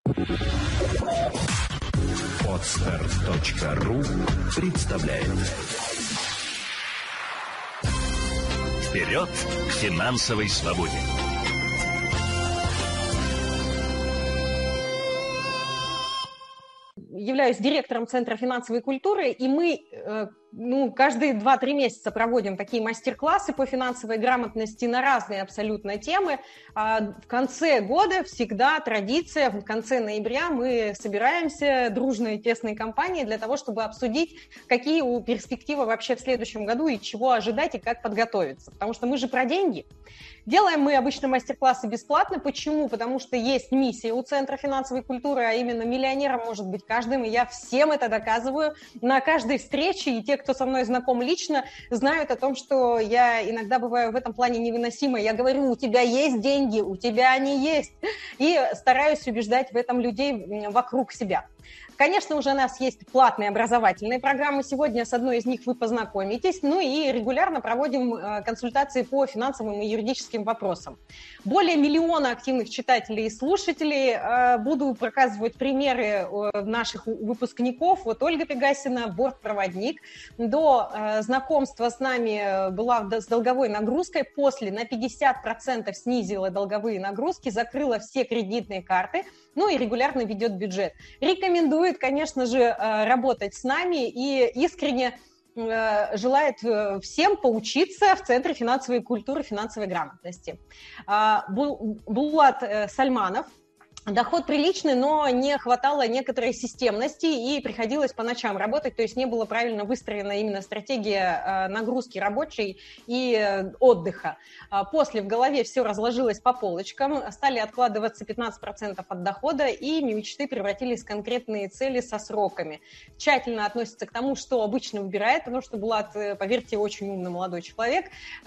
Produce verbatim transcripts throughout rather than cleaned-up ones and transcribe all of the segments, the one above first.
Подстер точка ру представляет. Вперед к финансовой свободе! Являюсь директором Центра финансовой культуры, и мы ну, каждые два-три месяца проводим такие мастер-классы по финансовой грамотности на разные абсолютно темы. В конце года всегда традиция, в конце ноября мы собираемся дружной тесной компанией для того, чтобы обсудить, какие перспективы вообще в следующем году и чего ожидать и как подготовиться. Потому что мы же про деньги. Делаем мы обычно мастер-классы бесплатно. Почему? Потому что есть миссия у Центра финансовой культуры, а именно миллионером может быть каждым, и я всем это доказываю на каждой встрече, и те, кто со мной знаком лично, знают о том, что я иногда бываю в этом плане невыносимой. Я говорю, у тебя есть деньги, у тебя они есть, и стараюсь убеждать в этом людей вокруг себя. Конечно, уже у нас есть платные образовательные программы. Сегодня с одной из них вы познакомитесь. Ну и регулярно проводим консультации по финансовым и юридическим вопросам. Более миллиона активных читателей и слушателей. Буду показывать примеры наших выпускников. Вот Ольга Пегасина, бортпроводник. До знакомства с нами была с долговой нагрузкой. После на пятьдесят процентов снизила долговые нагрузки, закрыла все кредитные карты. Ну и регулярно ведет бюджет. Рекомендует, конечно же, работать с нами и искренне желает всем поучиться в Центре финансовой культуры, финансовой грамотности. Булат Сальманов. Доход приличный, но не хватало некоторой системности и приходилось по ночам работать, то есть не была правильно выстроена именно стратегия нагрузки рабочей и отдыха. После в голове все разложилось по полочкам, стали откладываться пятнадцать процентов от дохода, и мечты превратились в конкретные цели со сроками. Тщательно относится к тому, что обычно выбирает, потому что Булат, поверьте, очень умный молодой человек,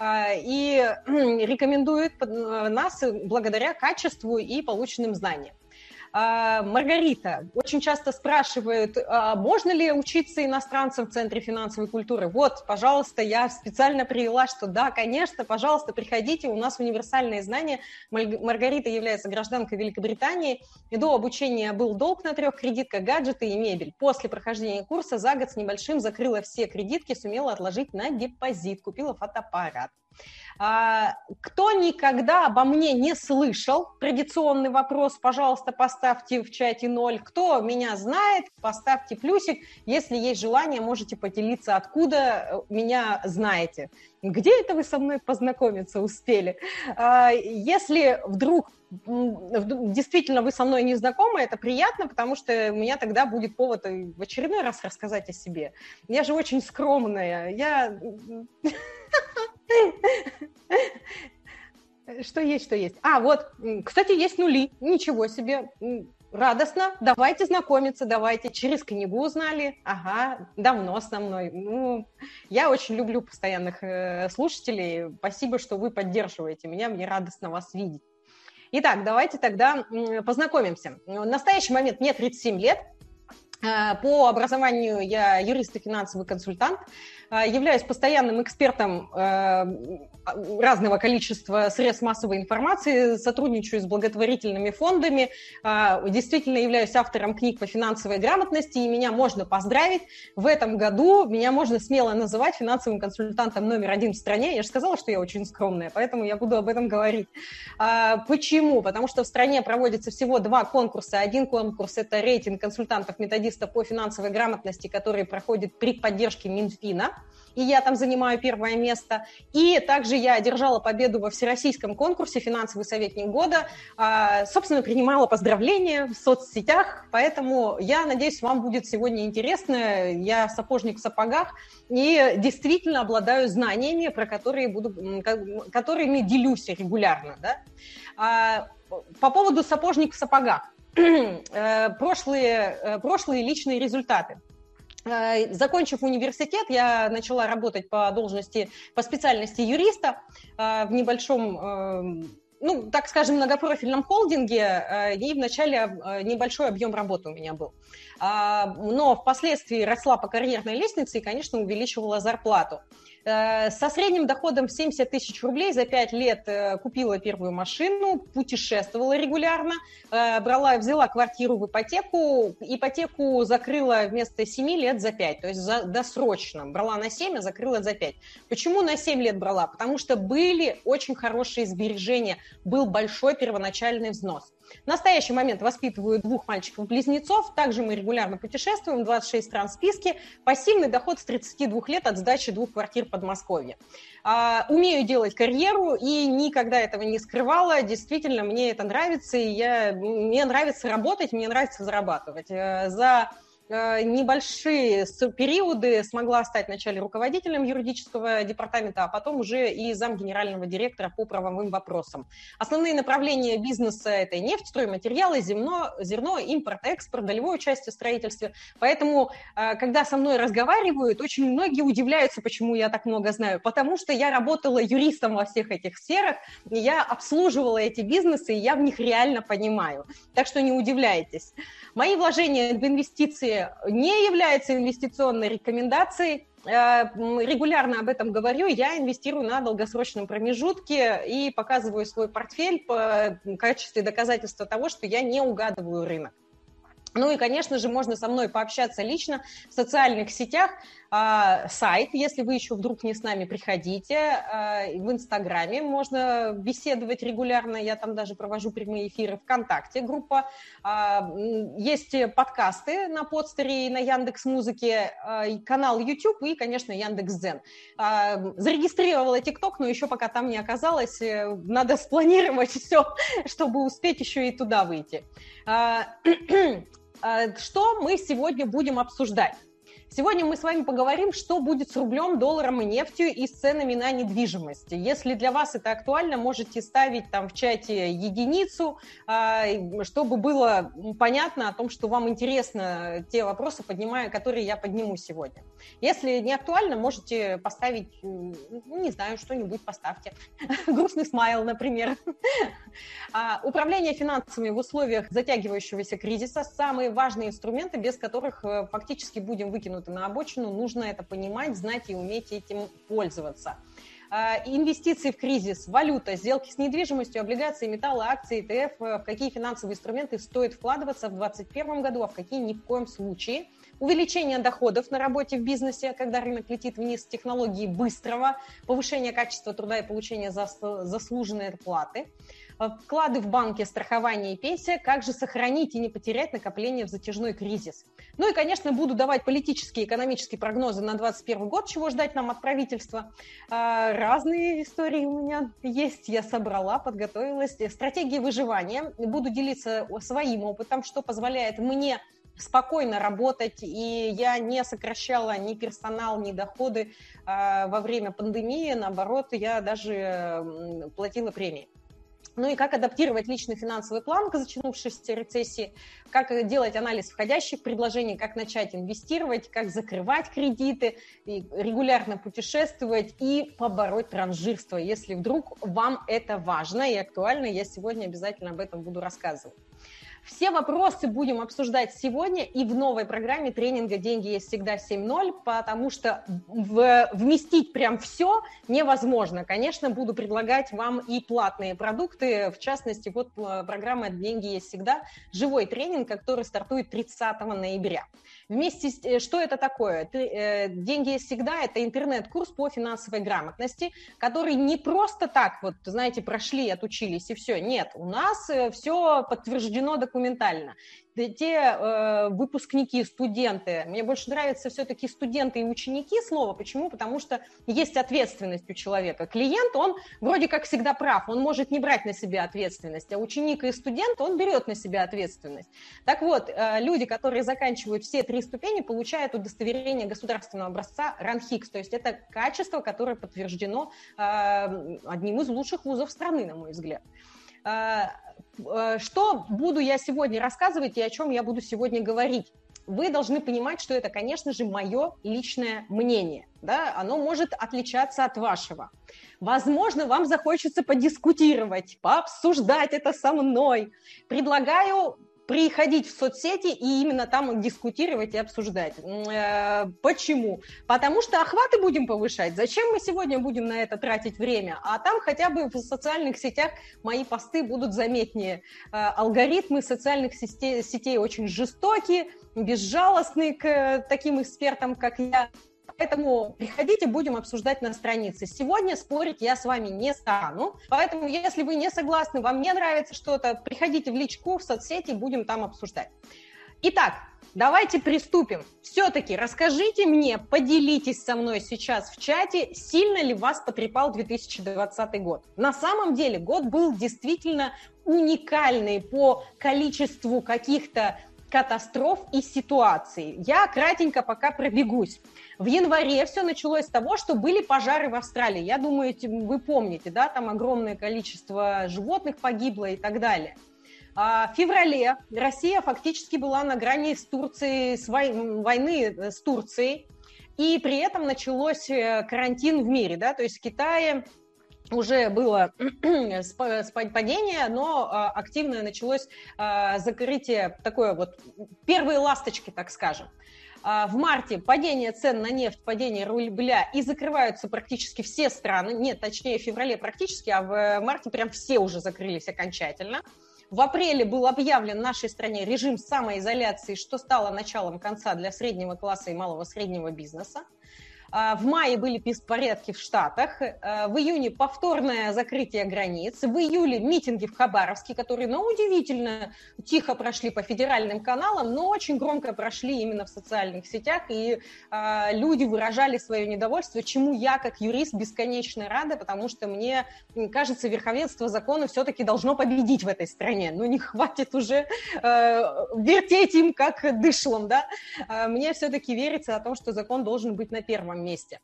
и рекомендует нас благодаря качеству и полученным знаниям. Маргарита очень часто спрашивает, можно ли учиться иностранцам в Центре финансовой культуры. Вот, пожалуйста, я специально привела, что да, конечно, пожалуйста, приходите, у нас универсальные знания. Маргарита является гражданкой Великобритании, и до обучения был долг на трех кредитках, гаджеты и мебель. После прохождения курса за год с небольшим закрыла все кредитки, сумела отложить на депозит, купила фотоаппарат. Кто никогда обо мне не слышал, традиционный вопрос, пожалуйста, поставьте в чате ноль. Кто меня знает, поставьте плюсик. Если есть желание, можете поделиться, откуда меня знаете. Где это вы со мной познакомиться успели? Если вдруг действительно вы со мной не знакомы, это приятно, потому что у меня тогда будет повод в очередной раз рассказать о себе. Я же очень скромная. Я... Что есть, что есть. А, вот, кстати, есть нули. Ничего себе. Радостно. Давайте знакомиться, давайте. Через книгу узнали. Ага, давно со мной. Ну, я очень люблю постоянных э, слушателей. Спасибо, что вы поддерживаете меня. Мне радостно вас видеть. Итак, давайте тогда познакомимся. В настоящий момент мне тридцать семь лет. По образованию я юрист и финансовый консультант, являюсь постоянным экспертом разного количества средств массовой информации, сотрудничаю с благотворительными фондами, действительно являюсь автором книг по финансовой грамотности, и меня можно поздравить. В этом году меня можно смело называть финансовым консультантом номер один в стране. Я же сказала, что я очень скромная, поэтому я буду об этом говорить. Почему? Потому что в стране проводится всего два конкурса. Один конкурс – это рейтинг консультантов-методистов по финансовой грамотности, который проходит при поддержке Минфина, и я там занимаю первое место. И также я одержала победу во всероссийском конкурсе «Финансовый советник года». Собственно, принимала поздравления в соцсетях, поэтому я надеюсь, вам будет сегодня интересно. Я сапожник в сапогах и действительно обладаю знаниями, про которые буду, которыми делюсь регулярно. Да? По поводу сапожник в сапогах. Прошлые, прошлые личные результаты. Закончив университет, я начала работать по должности, по специальности юриста в небольшом, ну, так скажем, многопрофильном холдинге, и вначале небольшой объем работы у меня был. Но впоследствии росла по карьерной лестнице и, конечно, увеличивала зарплату. Со средним доходом в семьдесят тысяч рублей за пять лет купила первую машину, путешествовала регулярно, брала, взяла квартиру в ипотеку, ипотеку закрыла вместо семи лет за пять, то есть за, досрочно. Брала на семь, а закрыла за пять. Почему на семь лет брала? Потому что были очень хорошие сбережения, был большой первоначальный взнос. В настоящий момент воспитываю двух мальчиков-близнецов, также мы регулярно путешествуем, двадцать шесть стран в списке, пассивный доход с тридцати двух лет от сдачи двух квартир в Подмосковье. А, умею делать карьеру и никогда этого не скрывала, действительно, мне это нравится, и я, мне нравится работать, мне нравится зарабатывать. За небольшие периоды смогла стать вначале руководителем юридического департамента, а потом уже и зам генерального директора по правовым вопросам. Основные направления бизнеса – это нефть, стройматериалы, зерно, зерно, импорт, экспорт, долевое участие в строительстве. Поэтому, когда со мной разговаривают, очень многие удивляются, почему я так много знаю, потому что я работала юристом во всех этих сферах, и я обслуживала эти бизнесы, и я в них реально понимаю. Так что не удивляйтесь. Мои вложения в инвестиции не являются инвестиционной рекомендацией. Регулярно об этом говорю. Я инвестирую на долгосрочном промежутке и показываю свой портфель в качестве доказательства того, что я не угадываю рынок. Ну и, конечно же, можно со мной пообщаться лично в социальных сетях. Сайт, если вы еще вдруг не с нами, приходите. В Инстаграме можно беседовать регулярно, я там даже провожу прямые эфиры. ВКонтакте группа. Есть подкасты на Подстере и на Яндекс.Музыке, канал YouTube и, конечно, Яндекс.Дзен. Зарегистрировала ТикТок, но еще пока там не оказалась. Надо спланировать все, чтобы успеть еще и туда выйти. Что мы сегодня будем обсуждать? Сегодня мы с вами поговорим, что будет с рублем, долларом и нефтью и с ценами на недвижимость. Если для вас это актуально, можете ставить там в чате единицу, чтобы было понятно о том, что вам интересно те вопросы, поднимая, которые я подниму сегодня. Если не актуально, можете поставить, не знаю, что-нибудь поставьте. Грустный смайл, например. Управление финансами в условиях затягивающегося кризиса – самые важные инструменты, без которых фактически будем выкинуты на обочину. Нужно это понимать, знать и уметь этим пользоваться. Инвестиции в кризис, валюта, сделки с недвижимостью, облигации, металлы, акции, и тэ эф, в какие финансовые инструменты стоит вкладываться в двадцать первом году, а в какие ни в коем случае. Увеличение доходов на работе в бизнесе, когда рынок летит вниз, технологии быстрого, повышение качества труда и получение заслуженной оплаты. Вклады в банки, страхование и пенсия, как же сохранить и не потерять накопление в затяжной кризис. Ну и, конечно, буду давать политические и экономические прогнозы на двадцать первый год, чего ждать нам от правительства. Разные истории у меня есть, я собрала, подготовилась. Стратегии выживания. Буду делиться своим опытом, что позволяет мне спокойно работать, и я не сокращала ни персонал, ни доходы во время пандемии, наоборот, я даже платила премии. Ну и как адаптировать личный финансовый план к затянувшейся рецессии, как делать анализ входящих предложений, как начать инвестировать, как закрывать кредиты, регулярно путешествовать и побороть транжирство. Если вдруг вам это важно и актуально, я сегодня обязательно об этом буду рассказывать. Все вопросы будем обсуждать сегодня и в новой программе тренинга «Деньги есть всегда семь ноль», потому что в, вместить прям все невозможно. Конечно, буду предлагать вам и платные продукты, в частности, вот программа «Деньги есть всегда», живой тренинг, который стартует тридцатого ноября. Вместе с, что это такое? «Деньги есть всегда» – это интернет-курс по финансовой грамотности, который не просто так, вот, знаете, прошли, отучились и все. Нет, у нас все подтверждено документально. Документально. Те э, выпускники, студенты, мне больше нравятся все-таки студенты и ученики слово. Почему? Потому что есть ответственность у человека. Клиент, он вроде как всегда прав, он может не брать на себя ответственность, а ученик и студент, он берет на себя ответственность. Так вот, э, люди, которые заканчивают все три ступени, получают удостоверение государственного образца РАНХИКС, то есть это качество, которое подтверждено э, одним из лучших вузов страны, на мой взгляд. Что буду я сегодня рассказывать и о чем я буду сегодня говорить? Вы должны понимать, что это, конечно же, мое личное мнение. Да? Оно может отличаться от вашего. Возможно, вам захочется подискутировать, пообсуждать это со мной. Предлагаю приходить в соцсети и именно там дискутировать и обсуждать. Почему? Потому что охваты будем повышать. Зачем мы сегодня будем на это тратить время? А там хотя бы в социальных сетях мои посты будут заметнее. Алгоритмы социальных сетей, сетей очень жестокие, безжалостные к таким экспертам, как я. Поэтому приходите, будем обсуждать на странице. Сегодня спорить я с вами не стану. Поэтому, если вы не согласны, вам не нравится что-то, приходите в личку, в соцсети, будем там обсуждать. Итак, давайте приступим. Все-таки расскажите мне, поделитесь со мной сейчас в чате, сильно ли вас потрепал две тысячи двадцатый год. На самом деле год был действительно уникальный по количеству каких-то катастроф и ситуаций. Я кратенько пока пробегусь. В январе все началось с того, что были пожары в Австралии. Я думаю, вы помните, да, там огромное количество животных погибло и так далее. В феврале Россия фактически была на грани с Турцией, с войны с Турцией, и при этом началось карантин в мире, да, то есть в Китае уже было падение, но активное началось закрытие, такое вот, первые ласточки, так скажем. В марте падение цен на нефть, падение рубля, и закрываются практически все страны, нет, точнее, в феврале практически, а в марте прям все уже закрылись окончательно. В апреле был объявлен в нашей стране режим самоизоляции, что стало началом конца для среднего класса и малого среднего бизнеса. В мае были беспорядки в Штатах, в июне повторное закрытие границ, в июле митинги в Хабаровске, которые, ну, удивительно тихо прошли по федеральным каналам, но очень громко прошли именно в социальных сетях, и э, люди выражали свое недовольство, чему я, как юрист, бесконечно рада, потому что мне кажется, верховенство закона все-таки должно победить в этой стране. Ну, не хватит уже э, вертеть им как дышлом, да? Мне все-таки верится о том, что закон должен быть на первом месте.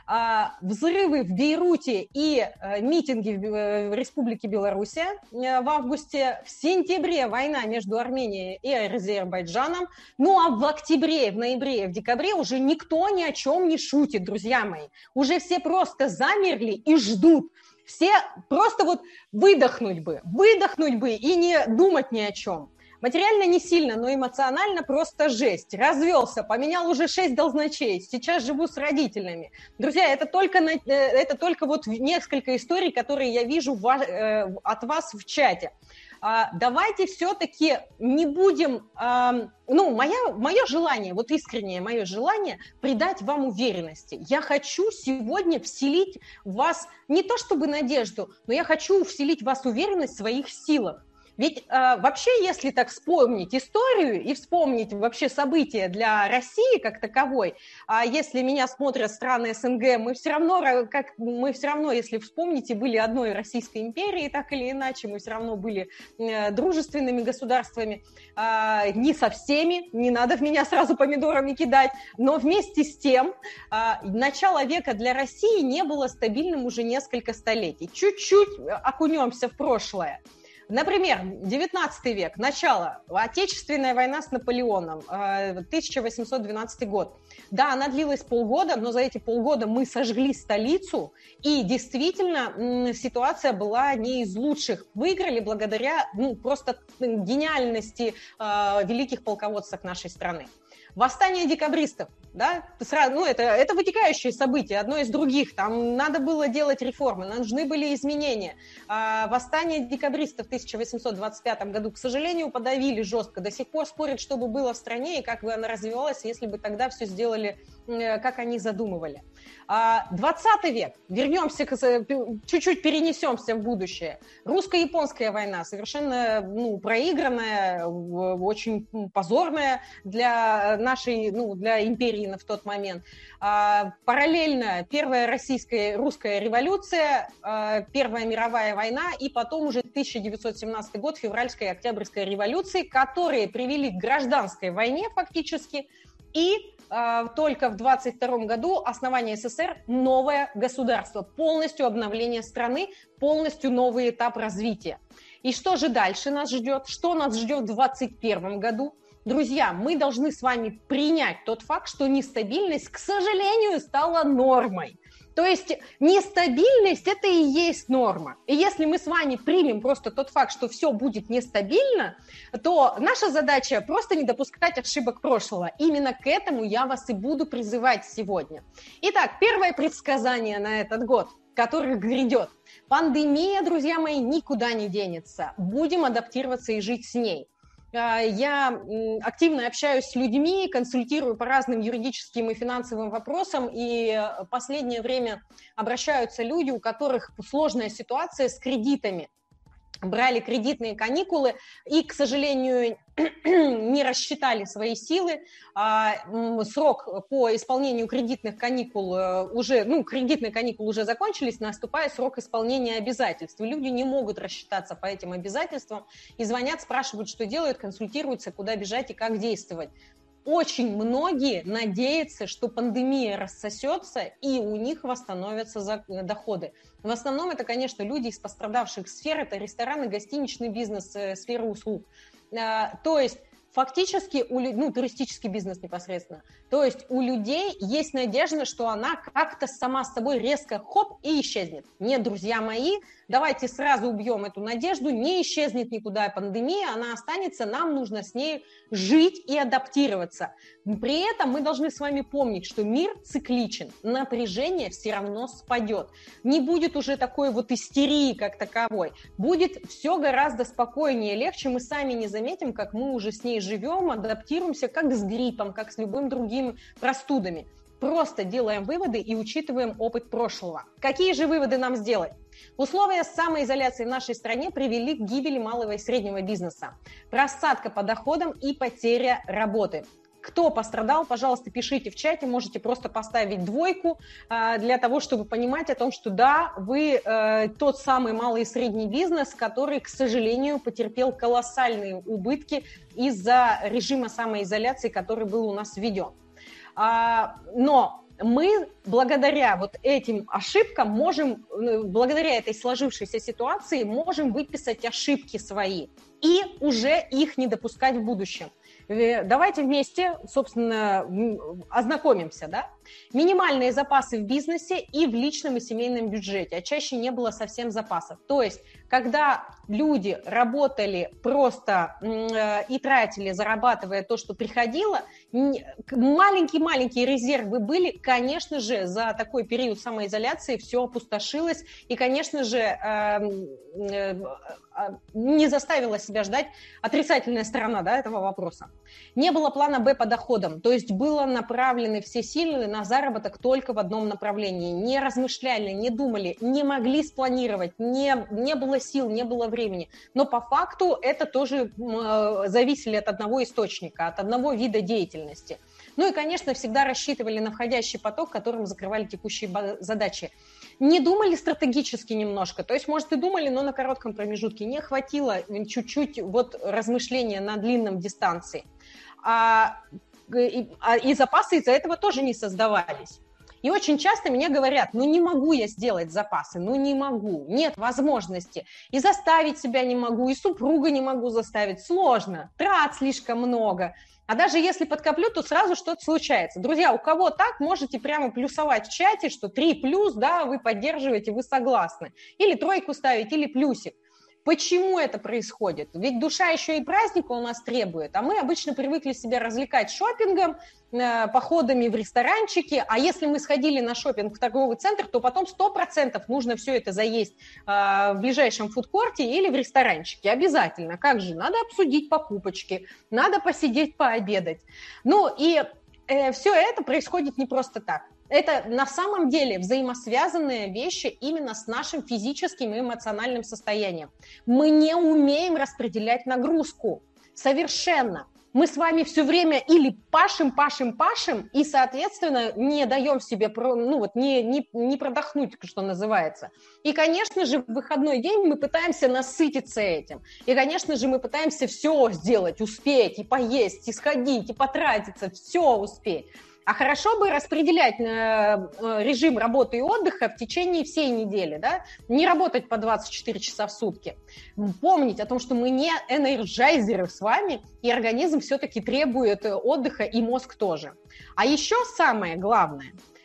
Взрывы в Бейруте и митинги в Республике Белоруссия в августе. В сентябре война между Арменией и Азербайджаном. Ну а в октябре, в ноябре, в декабре уже никто ни о чем не шутит, друзья мои. Уже все просто замерли и ждут. Все просто вот выдохнуть бы, выдохнуть бы и не думать ни о чем. Материально не сильно, но эмоционально просто жесть. Развелся, поменял уже шесть должностей, сейчас живу с родителями. Друзья, это только, это только вот несколько историй, которые я вижу от вас в чате. Давайте все-таки не будем, ну, мое, мое желание, вот искреннее мое желание придать вам уверенности. Я хочу сегодня вселить в вас не то чтобы надежду, но я хочу вселить в вас уверенность в своих силах. Ведь э, вообще, если так вспомнить историю и вспомнить вообще события для России как таковой, а если меня смотрят страны СНГ, мы все равно, как, мы все равно, если вспомните, были одной Российской империей, так или иначе, мы все равно были э, дружественными государствами, э, не со всеми, не надо в меня сразу помидорами кидать, но вместе с тем э, начало века для России не было стабильным уже несколько столетий. Чуть-чуть окунемся в прошлое. Например, девятнадцатый век, начало, Отечественная война с Наполеоном, тысяча восемьсот двенадцатый год. Да, она длилась полгода, но за эти полгода мы сожгли столицу, и действительно ситуация была не из лучших. Выиграли благодаря, ну, просто гениальности великих полководцев нашей страны. Восстание декабристов, да, ну, это, это вытекающие события, одно из других, там надо было делать реформы, нужны были изменения. А восстание декабристов в тысяча восемьсот двадцать пятом году, к сожалению, подавили жестко, до сих пор спорят, что бы было в стране и как бы она развивалась, если бы тогда все сделали, как они задумывали. двадцатый век, вернемся, чуть-чуть перенесемся в будущее. Русско-японская война, совершенно, ну, проигранная, очень позорная для нашей, ну, для империи в тот момент. Параллельно Первая российская русская революция, Первая мировая война и потом уже тысяча девятьсот семнадцатый год, февральская и октябрьская революции, которые привели к гражданской войне фактически, и э, только в двадцать втором году основание СССР, новое государство, полностью обновление страны, полностью новый этап развития. И что же дальше нас ждет? Что нас ждет в двадцать первом году? Друзья, мы должны с вами принять тот факт, что нестабильность, к сожалению, стала нормой. То есть нестабильность – это и есть норма. И если мы с вами примем просто тот факт, что все будет нестабильно, то наша задача просто не допускать ошибок прошлого. Именно к этому я вас и буду призывать сегодня. Итак, первое предсказание на этот год, который грядет. Пандемия, друзья мои, никуда не денется. Будем адаптироваться и жить с ней. Я активно общаюсь с людьми, консультирую по разным юридическим и финансовым вопросам, и в последнее время обращаются люди, у которых сложная ситуация с кредитами. Брали кредитные каникулы и, к сожалению, не рассчитали свои силы. Срок по исполнению кредитных каникул уже, ну, кредитные каникулы уже закончились, наступает срок исполнения обязательств. Люди не могут рассчитаться по этим обязательствам и звонят, спрашивают, что делают, консультируются, куда бежать и как действовать. Очень многие надеются, что пандемия рассосется и у них восстановятся доходы. В основном это, конечно, люди из пострадавших сфер, это рестораны, гостиничный бизнес, сфера услуг. То есть фактически, у, ну, туристический бизнес непосредственно. То есть у людей есть надежда, что она как-то сама с собой резко хоп и исчезнет. Нет, друзья мои, давайте сразу убьем эту надежду, не исчезнет никуда пандемия, она останется, нам нужно с ней жить и адаптироваться. При этом мы должны с вами помнить, что мир цикличен, напряжение все равно спадет. Не будет уже такой вот истерии как таковой, будет все гораздо спокойнее, легче, мы сами не заметим, как мы уже с ней живем, адаптируемся, как с гриппом, как с любым другим простудами. Просто делаем выводы и учитываем опыт прошлого. Какие же выводы нам сделать? Условия самоизоляции в нашей стране привели к гибели малого и среднего бизнеса. Просадка по доходам и потеря работы. Кто пострадал, пожалуйста, пишите в чате, можете просто поставить двойку э, для того, чтобы понимать о том, что да, вы э, тот самый малый и средний бизнес, который, к сожалению, потерпел колоссальные убытки из-за режима самоизоляции, который был у нас введен. А, но мы благодаря вот этим ошибкам можем, благодаря этой сложившейся ситуации, можем выписать ошибки свои и уже их не допускать в будущем. Давайте вместе, собственно, ознакомимся, да? Минимальные запасы в бизнесе и в личном и семейном бюджете, а чаще не было совсем запасов. То есть, когда люди работали просто э, и тратили, зарабатывая то, что приходило, маленькие-маленькие резервы были, конечно же, за такой период самоизоляции все опустошилось, и, конечно же, э, э, не заставила себя ждать отрицательная сторона, да, этого вопроса. Не было плана Б по доходам, то есть было направлены все силы на заработок только в одном направлении. Не размышляли, не думали, не могли спланировать, не, не было сил, не было времени. Но по факту это тоже э, зависели от одного источника, от одного вида деятельности. Ну и, конечно, всегда рассчитывали на входящий поток, которым закрывали текущие задачи. Не думали стратегически немножко, то есть, может, и думали, но на коротком промежутке не хватило чуть-чуть вот размышления на длинном дистанции. А, и, а, и запасы из-за этого тоже не создавались. И очень часто мне говорят, ну не могу я сделать запасы, ну не могу, нет возможности. И заставить себя не могу, и супруга не могу заставить, сложно, трат слишком много. А даже если подкоплю, то сразу что-то случается. Друзья, у кого так, можете прямо плюсовать в чате, что три плюс, да, вы поддерживаете, вы согласны. Или тройку ставить, или плюсик. Почему это происходит? Ведь душа еще и праздника у нас требует, а мы обычно привыкли себя развлекать шопингом, э, походами в ресторанчики, а если мы сходили на шопинг в торговый центр, то потом сто процентов нужно все это заесть э, в ближайшем фудкорте или в ресторанчике. Обязательно. Как же? Надо обсудить покупочки, надо посидеть, пообедать. Ну и э, все это происходит не просто так. Это на самом деле взаимосвязанные вещи именно с нашим физическим и эмоциональным состоянием. Мы не умеем распределять нагрузку. Совершенно. Мы с вами все время или пашем, пашем, пашем, и, соответственно, не даем себе, ну вот, не, не, не продохнуть, что называется. И, конечно же, в выходной день мы пытаемся насытиться этим. И, конечно же, мы пытаемся все сделать, успеть, и поесть, и сходить, и потратиться, все успеть. А хорошо бы распределять режим работы и отдыха в течение всей недели, да? Не работать по двадцать четыре часа в сутки. Помнить о том, что мы не энерджайзеры с вами, и организм все-таки требует отдыха, и мозг тоже. А еще самое главное,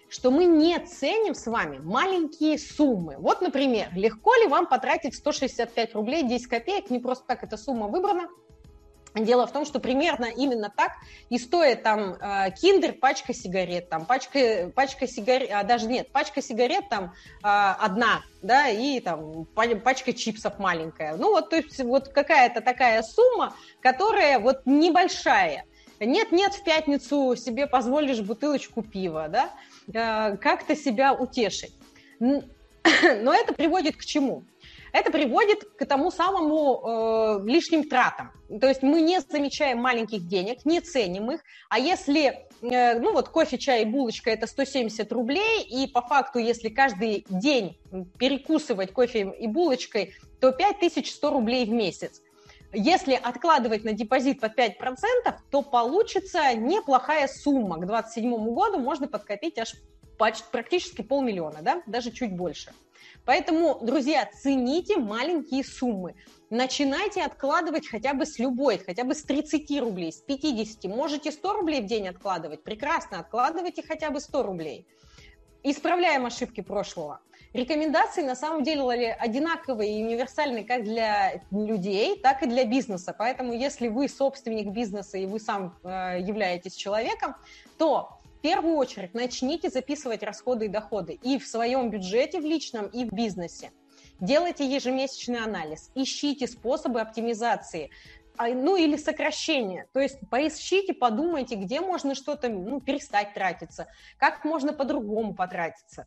что мы не ценим с вами маленькие суммы. Вот, например, легко ли вам потратить сто шестьдесят пять рублей десять копеек, не просто так эта сумма выбрана. Дело в том, что примерно именно так и стоит там киндер, пачка сигарет, там пачка, пачка сигарет, а даже нет, пачка сигарет там одна, да, и там пачка чипсов маленькая. Ну вот, то есть вот какая-то такая сумма, которая вот небольшая. Нет-нет, в пятницу себе позволишь бутылочку пива, да, как-то себя утешить. Но это приводит к чему? Это приводит к тому самому э, лишним тратам. То есть мы не замечаем маленьких денег, не ценим их, а если, э, ну вот кофе, чай и булочка – это сто семьдесят рублей, и по факту, если каждый день перекусывать кофе и булочкой, то пять тысяч сто рублей в месяц. Если откладывать на депозит под пять процентов, то получится неплохая сумма. К двадцать седьмому году можно подкопить аж практически полмиллиона, да? Даже чуть больше. Поэтому, друзья, цените маленькие суммы. Начинайте откладывать хотя бы с любой, хотя бы с тридцати рублей, с пятидесяти. Можете сто рублей в день откладывать. Прекрасно, откладывайте хотя бы сто рублей. Исправляем ошибки прошлого. Рекомендации на самом деле одинаковые и универсальные как для людей, так и для бизнеса. Поэтому если вы собственник бизнеса и вы сам э, являетесь человеком, то в первую очередь начните записывать расходы и доходы и в своем бюджете, в личном, и в бизнесе. Делайте ежемесячный анализ, ищите способы оптимизации, ну или сокращения. То есть поищите, подумайте, где можно что-то ну, перестать тратиться, как можно по-другому потратиться.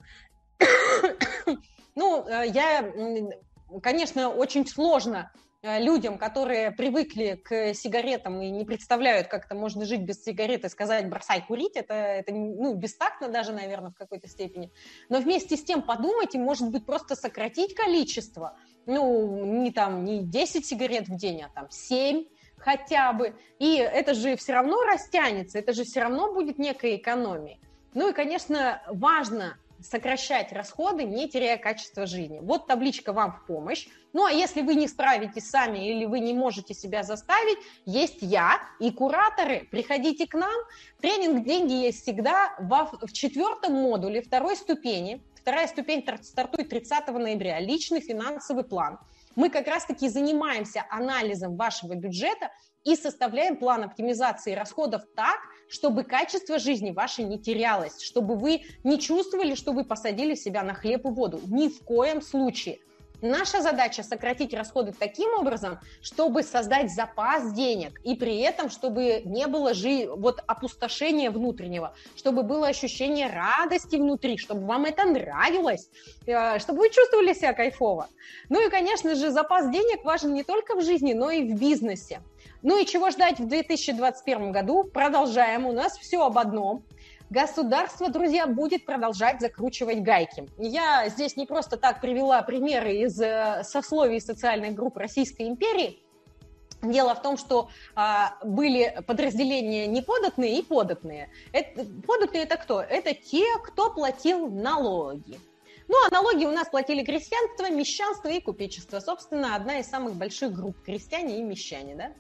Ну, я, конечно, очень сложно людям, которые привыкли к сигаретам и не представляют, как это можно жить без сигареты, сказать «бросай курить», это, это ну, бестактно даже, наверное, в какой-то степени. Но вместе с тем подумайте, может быть, просто сократить количество, ну, не там, не десять сигарет в день, а там семь хотя бы. И это же все равно растянется, это же все равно будет некая экономия. Ну и, конечно, важно сокращать расходы, не теряя качество жизни. Вот табличка вам в помощь. Ну, а если вы не справитесь сами или вы не можете себя заставить, есть я и кураторы. Приходите к нам. Тренинг «Деньги есть всегда» в четвертом модуле второй ступени. Вторая ступень стартует тридцатого ноября. Личный финансовый план. Мы как раз-таки занимаемся анализом вашего бюджета и составляем план оптимизации расходов так, чтобы качество жизни вашей не терялось, чтобы вы не чувствовали, что вы посадили себя на хлеб и воду. Ни в коем случае. Наша задача сократить расходы таким образом, чтобы создать запас денег, и при этом, чтобы не было жи- вот опустошения внутреннего, чтобы было ощущение радости внутри, чтобы вам это нравилось, чтобы вы чувствовали себя кайфово. Ну и, конечно же, запас денег важен не только в жизни, но и в бизнесе. Ну и чего ждать в две тысячи двадцать первом году? Продолжаем. У нас все об одном. Государство, друзья, будет продолжать закручивать гайки. Я здесь не просто так привела примеры из сословий социальных групп Российской империи. Дело в том, что а, были подразделения неподатные и податные. Это, податные – это кто? Это те, кто платил налоги. Ну, а налоги у нас платили крестьянство, мещанство и купечество. Собственно, одна из самых больших групп – крестьяне и мещане. Да?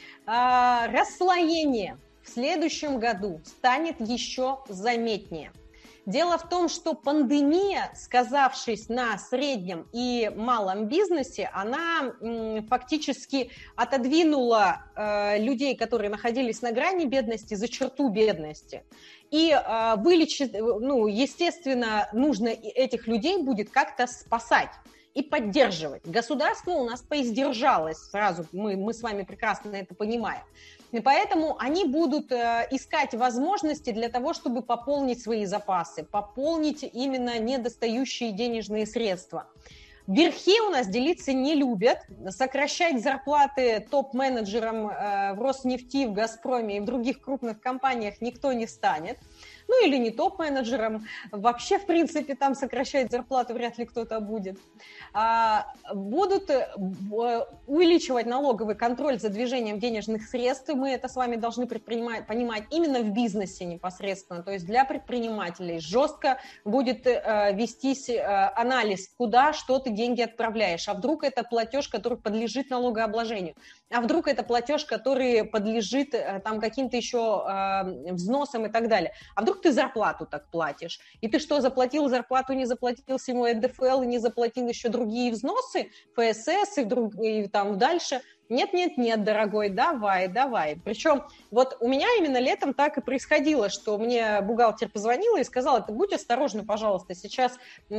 А, расслоение в следующем году станет еще заметнее. Дело в том, что пандемия, сказавшись на среднем и малом бизнесе, она м, фактически отодвинула э, людей, которые находились на грани бедности, за черту бедности. И э, вылечить, ну, естественно, нужно этих людей будет как-то спасать и поддерживать. Государство у нас поиздержалось, сразу мы, мы с вами прекрасно это понимаем. И поэтому они будут э, искать возможности для того, чтобы пополнить свои запасы, пополнить именно недостающие денежные средства. Верхи у нас делиться не любят, сокращать зарплаты топ-менеджерам э, в Роснефти, в Газпроме и в других крупных компаниях никто не станет. Ну или не топ-менеджерам, вообще, в принципе, там сокращать зарплату вряд ли кто-то будет. А, будут увеличивать налоговый контроль за движением денежных средств, и мы это с вами должны предпринимать, понимать именно в бизнесе непосредственно, то есть для предпринимателей жестко будет э, вестись э, анализ, куда, что ты деньги отправляешь, а вдруг это платеж, который подлежит налогообложению, а вдруг это платеж, который подлежит там каким-то еще э, взносам и так далее, а вдруг ты зарплату так платишь, и ты что, заплатил зарплату, не заплатил ему эн дэ эф эл, и не заплатил еще другие взносы, эф эс эс и, друг, и там дальше. Нет, нет, нет, дорогой, давай, давай. Причем вот у меня именно летом так и происходило, что мне бухгалтер позвонила и сказала: ты будь осторожна, пожалуйста, сейчас,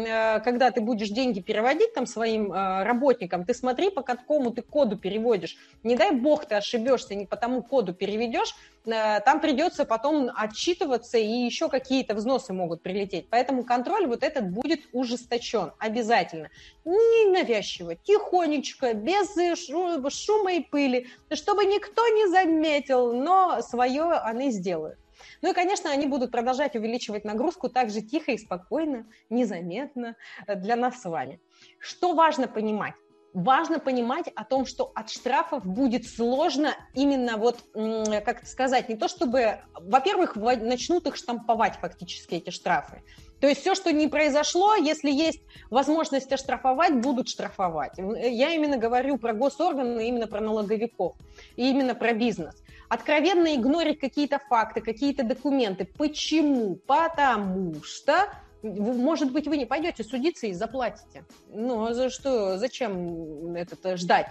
когда ты будешь деньги переводить там своим работникам, ты смотри, по какому ты коду переводишь. Не дай бог ты ошибешься, не по тому коду переведешь, там придется потом отчитываться, и еще какие-то взносы могут прилететь. Поэтому контроль вот этот будет ужесточен обязательно. Ненавязчиво, тихонечко, без шума и пыли, чтобы никто не заметил, но свое они сделают. Ну и, конечно, они будут продолжать увеличивать нагрузку так же тихо и спокойно, незаметно для нас с вами. Что важно понимать? Важно понимать о том, что от штрафов будет сложно именно вот, как это сказать, не то чтобы, во-первых, начнут их штамповать фактически, эти штрафы. То есть все, что не произошло, если есть возможность оштрафовать, будут штрафовать. Я именно говорю про госорганы, именно про налоговиков, и именно про бизнес. Откровенно игнорить какие-то факты, какие-то документы. Почему? Потому что, может быть, вы не пойдете судиться и заплатите. Ну, за что, зачем это ждать?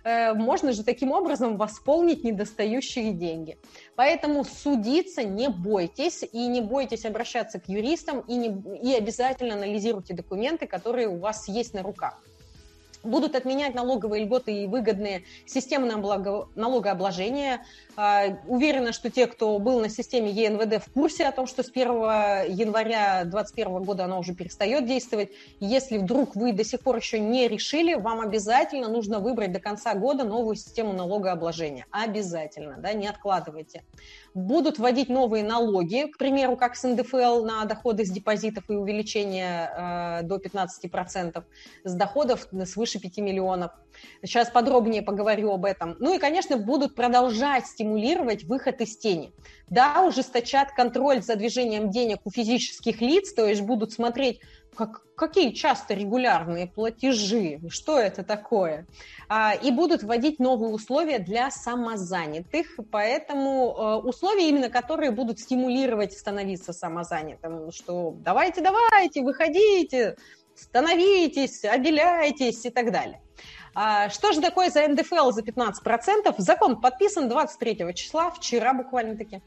Можно же таким образом восполнить недостающие деньги. Поэтому судиться не бойтесь, и не бойтесь обращаться к юристам, и, не, и обязательно анализируйте документы, которые у вас есть на руках. Будут отменять налоговые льготы и выгодные системы налогообложения. Уверена, что те, кто был на системе е эн вэ дэ, в курсе о том, что с первого января две тысячи двадцать первого года она уже перестает действовать. Если вдруг вы до сих пор еще не решили, вам обязательно нужно выбрать до конца года новую систему налогообложения. Обязательно, да, не откладывайте. Будут вводить новые налоги, к примеру, как с эн дэ эф эл на доходы с депозитов и увеличение э, до пятнадцати процентов с доходов свыше пяти миллионов. Сейчас подробнее поговорю об этом. Ну и, конечно, будут продолжать стимулировать выход из тени. Да, ужесточат контроль за движением денег у физических лиц, то есть будут смотреть, как, какие часто регулярные платежи, что это такое. А, и будут вводить новые условия для самозанятых, поэтому э, условия именно, которые будут стимулировать становиться самозанятым, что давайте, давайте, выходите, становитесь, обеляйтесь и так далее. А, что же такое за эн дэ эф эл за пятнадцать процентов? Закон подписан двадцать третьего числа, вчера буквально-таки.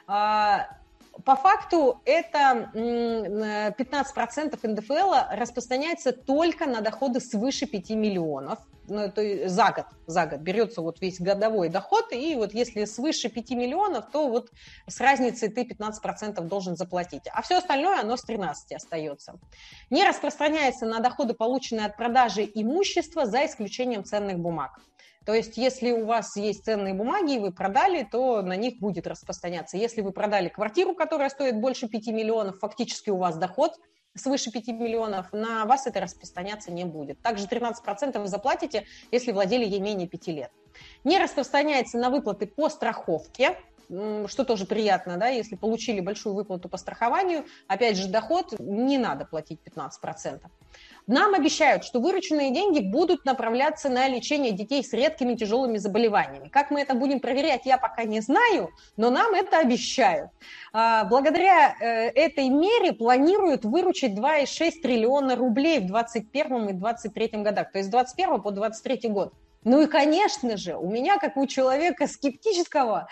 А, по факту это пятнадцать процентов эн дэ эф эл распространяется только на доходы свыше пяти миллионов. Ну, то есть за год, за год берется вот весь годовой доход, и вот если свыше пяти миллионов, то вот с разницей ты пятнадцать процентов должен заплатить, а все остальное оно с тринадцати остается. Не распространяется на доходы, полученные от продажи имущества, за исключением ценных бумаг. То есть, если у вас есть ценные бумаги, и вы продали, то на них будет распространяться. Если вы продали квартиру, которая стоит больше пяти миллионов, фактически у вас доход свыше пяти миллионов, на вас это распространяться не будет. Также тринадцать процентов заплатите, если владели ей менее пяти лет. Не распространяется на выплаты по страховке, что тоже приятно, да, если получили большую выплату по страхованию, опять же, доход, не надо платить пятнадцать процентов. Нам обещают, что вырученные деньги будут направляться на лечение детей с редкими тяжелыми заболеваниями. Как мы это будем проверять, я пока не знаю, но нам это обещают. Благодаря этой мере планируют выручить два целых шесть десятых триллиона рублей в двадцать первом и двадцать третьем годах, то есть с двадцать первого по двадцать третий год. Ну и, конечно же, у меня, как у человека скептического,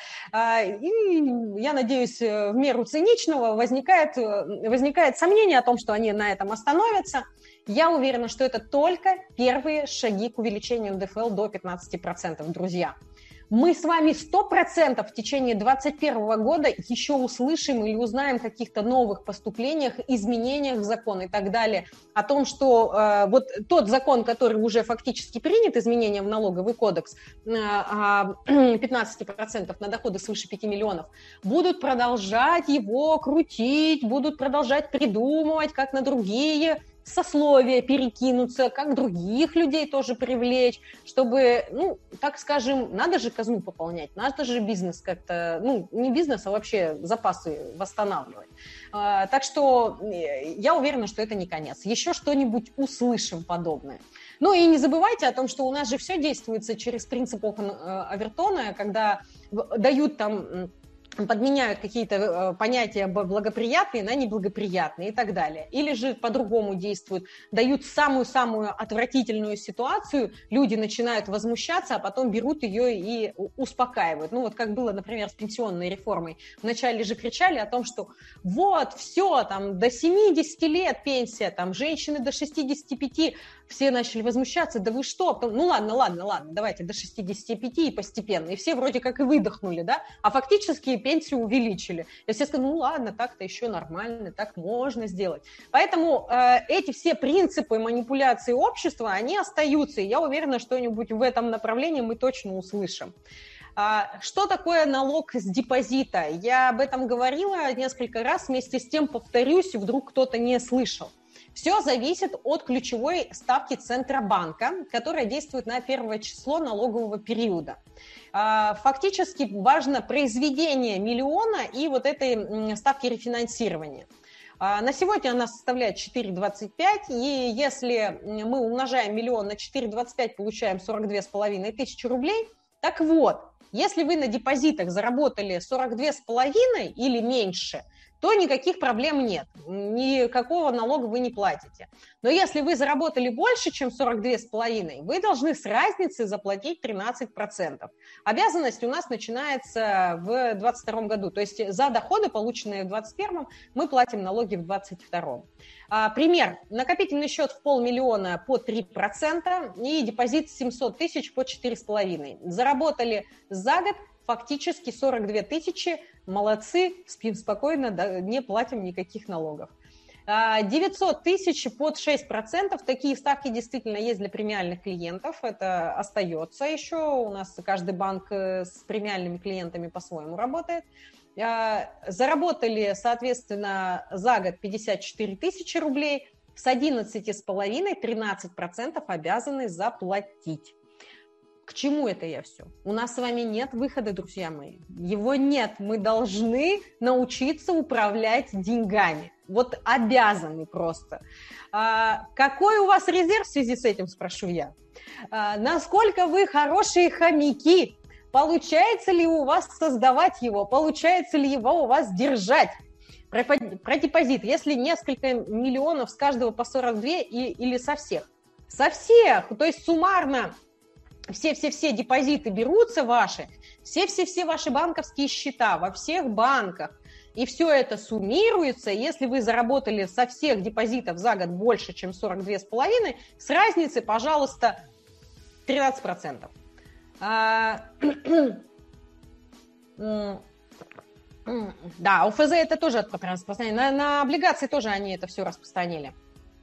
и, я надеюсь, в меру циничного, возникает, возникает сомнение о том, что они на этом остановятся. Я уверена, что это только первые шаги к увеличению эн дэ эф эл до пятнадцати процентов, друзья. Мы с вами сто процентов в течение двадцать первого года еще услышим или узнаем о каких-то новых поступлениях, изменениях в закон и так далее, о том, что э, вот тот закон, который уже фактически принят, изменением в налоговый кодекс, э, пятнадцать процентов на доходы свыше пяти миллионов, будут продолжать его крутить, будут продолжать придумывать, как на другие сословия перекинуться, как других людей тоже привлечь, чтобы, ну, так скажем, надо же казну пополнять, надо же бизнес как-то, ну, не бизнес, а вообще запасы восстанавливать. Так что я уверена, что это не конец. Еще что-нибудь услышим подобное. Ну и не забывайте о том, что у нас же все действуется через принцип окон Овертона, когда дают там... подменяют какие-то понятия благоприятные на неблагоприятные и так далее. Или же по-другому действуют, дают самую-самую отвратительную ситуацию, люди начинают возмущаться, а потом берут ее и успокаивают. Ну вот как было, например, с пенсионной реформой. Вначале же кричали о том, что вот, все, там, до семидесяти лет пенсия, там, женщины до шестидесяти пяти, все начали возмущаться, да вы что? Ну ладно, ладно, ладно, давайте до шестидесяти пяти и постепенно. И все вроде как и выдохнули, да? А фактически пенсию увеличили. И все сказали, ну ладно, так-то еще нормально, так можно сделать. Поэтому э, эти все принципы манипуляции общества, они остаются. И я уверена, что-нибудь в этом направлении мы точно услышим. Что такое налог с депозита? Я об этом говорила несколько раз, вместе с тем повторюсь, вдруг кто-то не слышал. Все зависит от ключевой ставки Центробанка, которая действует на первое число налогового периода. Фактически важно произведение миллиона и вот этой ставки рефинансирования. На сегодня она составляет четыре целых двадцать пять сотых, и если мы умножаем миллион на четыре целых двадцать пять сотых, получаем сорок две с половиной тысячи рублей. Так вот, если вы на депозитах заработали сорок две с половиной или меньше, то никаких проблем нет, никакого налога вы не платите. Но если вы заработали больше, чем сорок две с половиной, вы должны с разницы заплатить тринадцать процентов. Обязанность у нас начинается в двадцать втором году, то есть за доходы, полученные в двадцать первом, мы платим налоги в двадцать втором. Пример. Накопительный счет в полмиллиона по три процента и депозит семьсот тысяч по четыре с половиной. Заработали за год фактически сорок две тысячи, молодцы, спим спокойно, да, не платим никаких налогов. девятьсот тысяч под шесть процентов, такие ставки действительно есть для премиальных клиентов, это остается еще, у нас каждый банк с премиальными клиентами по-своему работает. Заработали, соответственно, за год пятьдесят четыре тысячи рублей, с одиннадцати с половиной тринадцать процентов обязаны заплатить. К чему это я все? У нас с вами нет выхода, друзья мои. Его нет. Мы должны научиться управлять деньгами. Вот обязаны просто. А, какой у вас резерв в связи с этим, спрошу я? А, насколько вы хорошие хомяки? Получается ли у вас создавать его? Получается ли его у вас держать? Про, про депозит. Если несколько миллионов с каждого по сорок два и, или со всех? Со всех. То есть суммарно все-все-все депозиты берутся ваши, все-все-все ваши банковские счета во всех банках, и все это суммируется. Если вы заработали со всех депозитов за год больше, чем сорок два с половиной, с разницы, пожалуйста, тринадцать процентов. Да, ОФЗ это тоже распространили. На, на облигации тоже они это все распространили.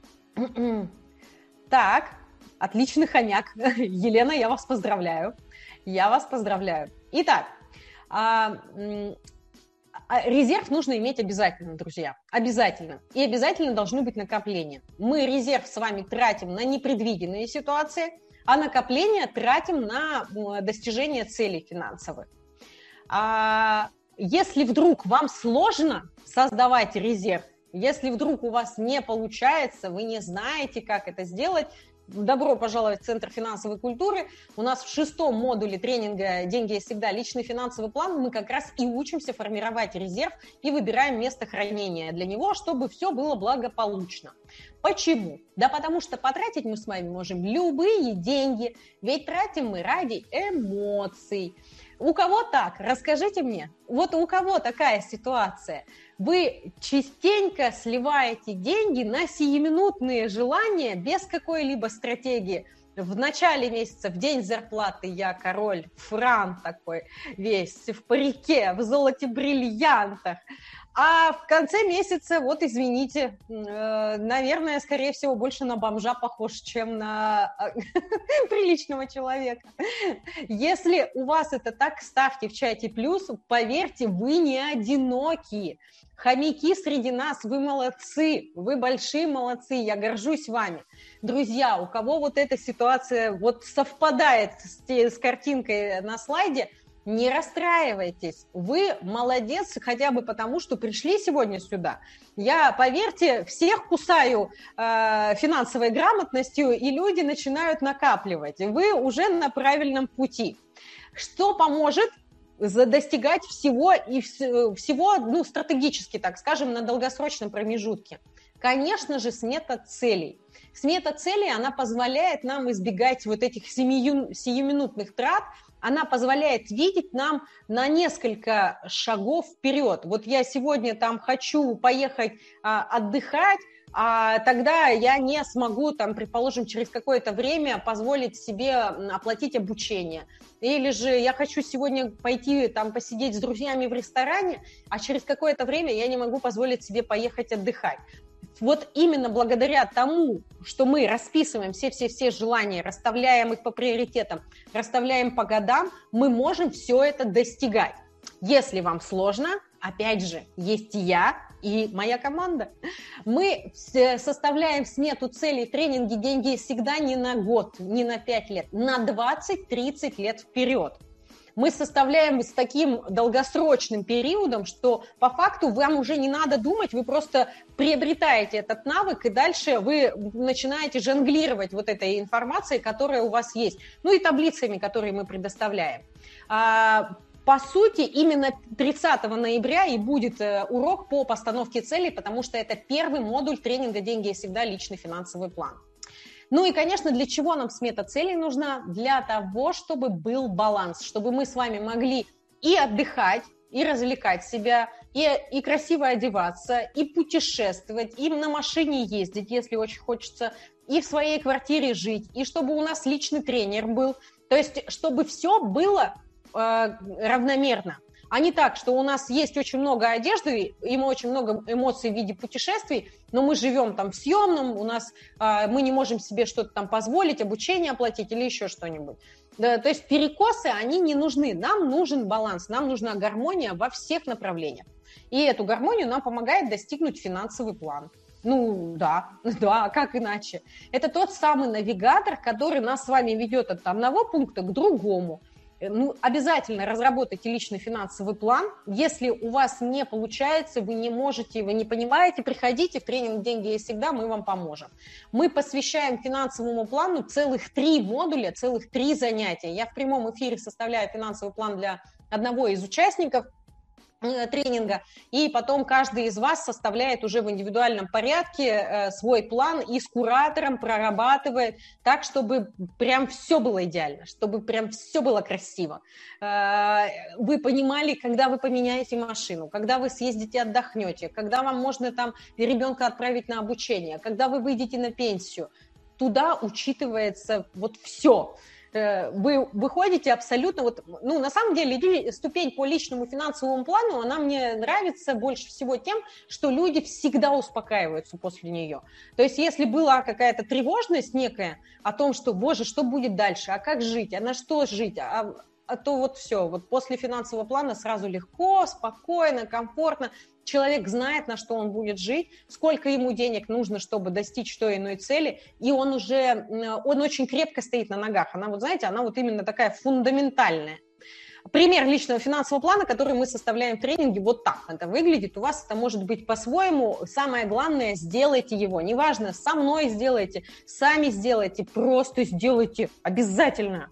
Так. Отличный хомяк. Елена, я вас поздравляю. Я вас поздравляю. Итак, резерв нужно иметь обязательно, друзья. Обязательно. И обязательно должны быть накопления. Мы резерв с вами тратим на непредвиденные ситуации, а накопления тратим на достижение целей финансовых. Если вдруг вам сложно создавать резерв, если вдруг у вас не получается, вы не знаете, как это сделать, добро пожаловать в Центр финансовой культуры. У нас в шестом модуле тренинга «Деньги есть всегда. Личный финансовый план» мы как раз и учимся формировать резерв и выбираем место хранения для него, чтобы все было благополучно. Почему? Да потому что потратить мы с вами можем любые деньги, ведь тратим мы ради эмоций. У кого так? Расскажите мне. Вот у кого такая ситуация? Вы частенько сливаете деньги на сиюминутные желания без какой-либо стратегии. В начале месяца, в день зарплаты я король, фран такой весь, в парике, в золоте бриллиантах. А в конце месяца, вот извините, наверное, скорее всего, больше на бомжа похож, чем на приличного человека. Если у вас это так, ставьте в чате плюс, поверьте, вы не одиноки. Хомяки среди нас, вы молодцы, вы большие молодцы, я горжусь вами. Друзья, у кого вот эта ситуация вот совпадает с, с картинкой на слайде, не расстраивайтесь, вы молодец хотя бы потому, что пришли сегодня сюда. Я, поверьте, всех кусаю э, финансовой грамотностью, и люди начинают накапливать. Вы уже на правильном пути. Что поможет достигать всего и всего, ну, стратегически, так скажем, на долгосрочном промежутке? Конечно же, смета целей. Смета целей, она позволяет нам избегать вот этих сию, сиюминутных трат, она позволяет видеть нам на несколько шагов вперед. Вот я сегодня там хочу поехать а, отдыхать, а тогда я не смогу, там, предположим, через какое-то время позволить себе оплатить обучение. Или же я хочу сегодня пойти там посидеть с друзьями в ресторане, а через какое-то время я не могу позволить себе поехать отдыхать. Вот именно благодаря тому, что мы расписываем все-все-все желания, расставляем их по приоритетам, расставляем по годам, мы можем все это достигать. Если вам сложно, опять же, есть я и моя команда. Мы составляем смету целей, тренинги, деньги всегда не на год, не на пять лет, на двадцать-тридцать лет вперед. Мы составляем с таким долгосрочным периодом, что по факту вам уже не надо думать, вы просто приобретаете этот навык, и дальше вы начинаете жонглировать вот этой информацией, которая у вас есть, ну и таблицами, которые мы предоставляем. По сути, именно тридцатого ноября и будет урок по постановке целей, потому что это первый модуль тренинга «Деньги всегда. Личный финансовый план». Ну и, конечно, для чего нам смета целей нужна? Для того, чтобы был баланс, чтобы мы с вами могли и отдыхать, и развлекать себя, и, и красиво одеваться, и путешествовать, и на машине ездить, если очень хочется, и в своей квартире жить, и чтобы у нас личный тренер был. То есть, чтобы все было э, равномерно. А не так, что у нас есть очень много одежды, и мы очень много эмоций в виде путешествий, но мы живем там в съемном, у нас, э, мы не можем себе что-то там позволить, обучение оплатить или еще что-нибудь. Да, то есть перекосы, они не нужны. Нам нужен баланс, нам нужна гармония во всех направлениях. И эту гармонию нам помогает достигнуть финансовый план. Ну да, да, как иначе? Это тот самый навигатор, который нас с вами ведет от одного пункта к другому. Ну, обязательно разработайте личный финансовый план. Если у вас не получается, вы не можете, вы не понимаете, приходите в тренинг «Деньги есть всегда», мы вам поможем. Мы посвящаем финансовому плану целых три модуля, целых три занятия. Я в прямом эфире составляю финансовый план для одного из участников тренинга, и потом каждый из вас составляет уже в индивидуальном порядке э, свой план и с куратором прорабатывает так, чтобы прям все было идеально, чтобы прям все было красиво. Э, вы понимали, когда вы поменяете машину, когда вы съездите отдохнете, когда вам можно там ребенка отправить на обучение, когда вы выйдете на пенсию. Туда учитывается вот все. Вы выходите абсолютно, вот, ну, на самом деле, ступень по личному финансовому плану, она мне нравится больше всего тем, что люди всегда успокаиваются после нее. То есть, если была какая-то тревожность некая о том, что, боже, что будет дальше, а как жить, а на что жить, а, а то вот все, вот после финансового плана сразу легко, спокойно, комфортно. Человек знает, на что он будет жить, сколько ему денег нужно, чтобы достичь той иной цели, и он уже, он очень крепко стоит на ногах. Она, вот знаете, она вот именно такая фундаментальная. Пример личного финансового плана, который мы составляем в тренинге, вот так это выглядит. У вас это может быть по-своему. Самое главное, сделайте его. Неважно, со мной сделайте, сами сделайте, просто сделайте обязательно.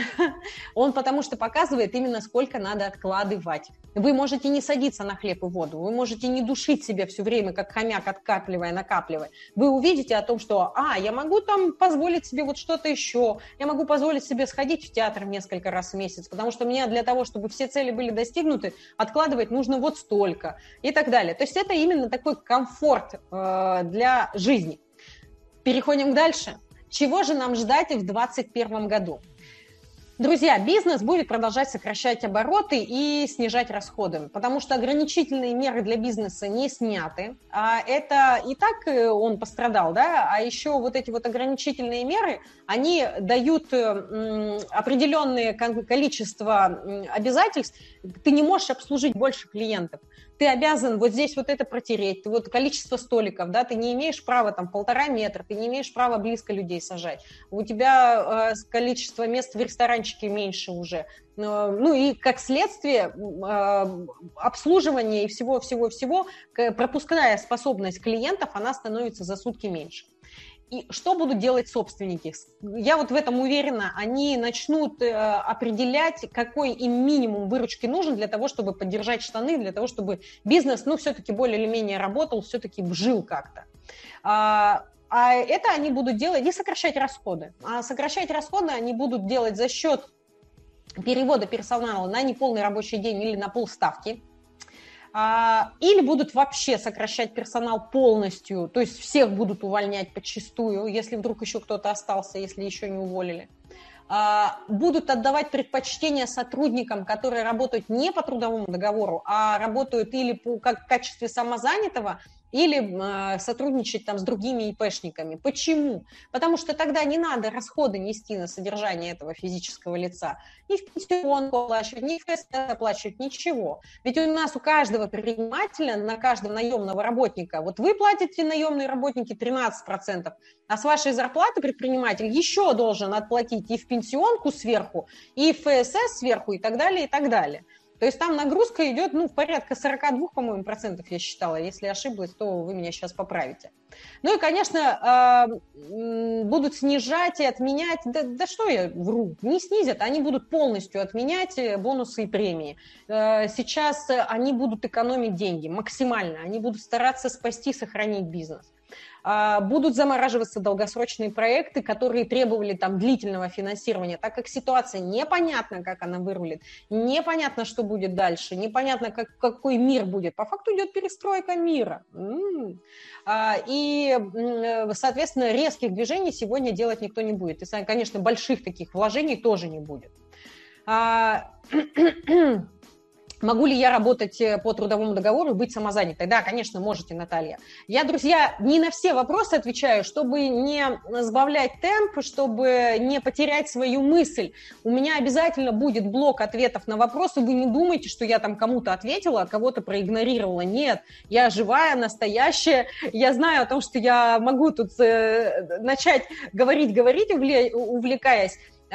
Он потому что показывает именно, сколько надо откладывать. Вы можете не садиться на хлеб и воду, вы можете не душить себя все время, как хомяк, откапливая, накапливая. Вы увидите о том, что, а, я могу там позволить себе вот что-то еще, я могу позволить себе сходить в театр несколько раз в месяц, потому что мне для того, чтобы все цели были достигнуты, откладывать нужно вот столько и так далее. То есть это именно такой комфорт э, для жизни. Переходим дальше. Чего же нам ждать в двадцать первом году? Друзья, бизнес будет продолжать сокращать обороты и снижать расходы, потому что ограничительные меры для бизнеса не сняты. А это и так он пострадал, да, а еще вот эти вот ограничительные меры, они дают определенное количество обязательств. Ты не можешь обслужить больше клиентов. Ты обязан вот здесь вот это протереть, вот количество столиков, да, ты не имеешь права там полтора метра, ты не имеешь права близко людей сажать. У тебя э, количество мест в ресторанчике меньше уже. Ну и как следствие э, обслуживание и всего-всего-всего, пропускная способность клиентов, она становится за сутки меньше. И что будут делать собственники? Я вот в этом уверена, они начнут э, определять, какой им минимум выручки нужен для того, чтобы поддержать штаны, для того, чтобы бизнес, ну, все-таки более или менее работал, все-таки жил как-то. А, а это они будут делать, не сокращать расходы. А сокращать расходы они будут делать за счет перевода персонала на неполный рабочий день или на полставки. Или будут вообще сокращать персонал полностью, то есть всех будут увольнять подчистую, если вдруг еще кто-то остался, если еще не уволили. Будут отдавать предпочтение сотрудникам, которые работают не по трудовому договору, а работают или по, как в качестве самозанятого, или э, сотрудничать там с другими ИПшниками. Почему? Потому что тогда не надо расходы нести на содержание этого физического лица. Ни в пенсионку оплачивать, ни в ФСС оплачивать, ничего. Ведь у нас у каждого предпринимателя, на каждого наемного работника, вот вы платите наемные работники тринадцать процентов, а с вашей зарплаты предприниматель еще должен отплатить и в пенсионку сверху, и в ФСС сверху, и так далее, и так далее. То есть там нагрузка идет, ну, в порядка сорок два, по-моему, процентов, я считала. Если ошиблась, то вы меня сейчас поправите. Ну и, конечно, будут снижать и отменять, да, да что я вру, не снизят, они будут полностью отменять бонусы и премии. Сейчас они будут экономить деньги максимально, они будут стараться спасти, сохранить бизнес. Будут замораживаться долгосрочные проекты, которые требовали там длительного финансирования, так как ситуация непонятна, как она вырулит, непонятно, что будет дальше, непонятно, как, какой мир будет. По факту идет перестройка мира. И, соответственно, резких движений сегодня делать никто не будет. И, конечно, больших таких вложений тоже не будет. Могу ли я работать по трудовому договору и быть самозанятой? Да, конечно, можете, Наталья. Я, друзья, не на все вопросы отвечаю, чтобы не сбавлять темп, чтобы не потерять свою мысль. У меня обязательно будет блок ответов на вопросы. Вы не думайте, что я там кому-то ответила, а кого-то проигнорировала. Нет, я живая, настоящая. Я знаю о том, что я могу тут начать говорить-говорить, увлекаясь.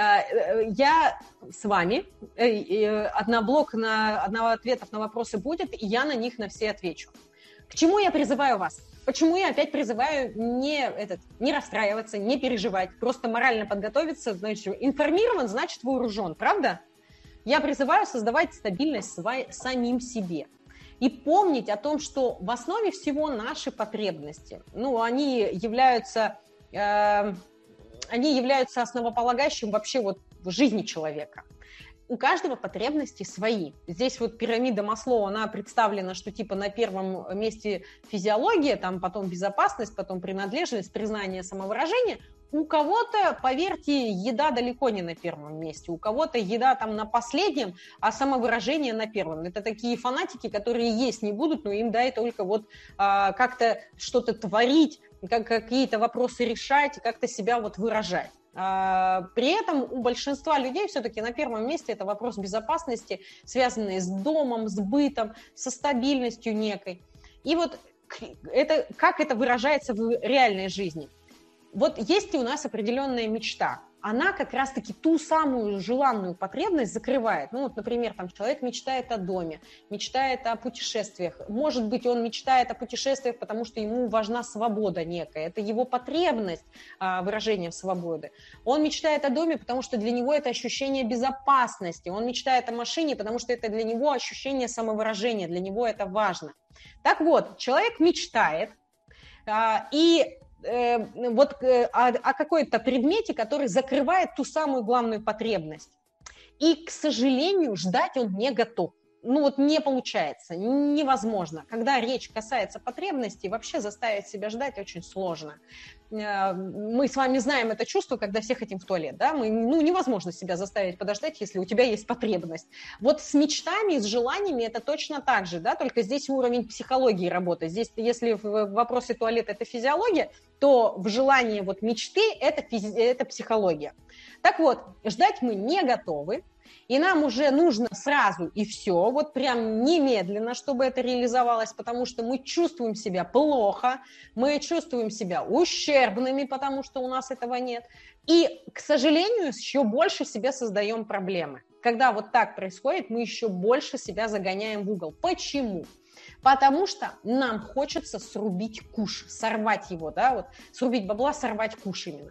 Я с вами, одноблок на, одного ответов на вопросы будет, и я на них на все отвечу. К чему я призываю вас? Почему я опять призываю не, этот, не расстраиваться, не переживать, просто морально подготовиться, значит, информирован, значит вооружен, правда? Я призываю создавать стабильность своей, самим себе. И помнить о том, что в основе всего наши потребности, ну, они являются... Э, они являются основополагающим вообще вот в жизни человека. У каждого потребности свои. Здесь вот пирамида Маслоу, она представлена, что типа на первом месте физиология, там потом безопасность, потом принадлежность, признание, самовыражение. У кого-то, поверьте, еда далеко не на первом месте, у кого-то еда там на последнем, а самовыражение на первом. Это такие фанатики, которые есть не будут, но им дай только вот а, как-то что-то творить, как, какие-то вопросы решать, как-то себя вот выражать. А, при этом у большинства людей все-таки на первом месте это вопрос безопасности, связанный с домом, с бытом, со стабильностью некой. И вот это, как это выражается в реальной жизни? Вот есть ли у нас определенная мечта? Она как раз-таки ту самую желанную потребность закрывает. Ну вот, например, там человек мечтает о доме, мечтает о путешествиях. Может быть, он мечтает о путешествиях, потому что ему важна свобода некая. Это его потребность выражения свободы. Он мечтает о доме, потому что для него это ощущение безопасности. Он мечтает о машине, потому что это для него ощущение самовыражения. Для него это важно. Так вот, человек мечтает, и вот о, о какой-то предмете, который закрывает ту самую главную потребность. И, к сожалению, ждать он не готов. Ну вот не получается, невозможно. Когда речь касается потребностей, вообще заставить себя ждать очень сложно. мы с вами знаем это чувство, когда все хотим в туалет, да, мы, ну, невозможно себя заставить подождать, если у тебя есть потребность. Вот с мечтами, с желаниями это точно так же, да, только здесь уровень психологии работает. Здесь, если в вопросе туалета это физиология, то в желании вот мечты это, физи- это психология. Так вот, ждать мы не готовы. И нам уже нужно сразу и все, вот прям немедленно, чтобы это реализовалось, потому что мы чувствуем себя плохо, мы чувствуем себя ущербными, потому что у нас этого нет. И, к сожалению, еще больше себе создаем проблемы. Когда вот так происходит, мы еще больше себя загоняем в угол. Почему? Потому что нам хочется срубить куш, сорвать его, да, вот срубить бабла, сорвать куш именно.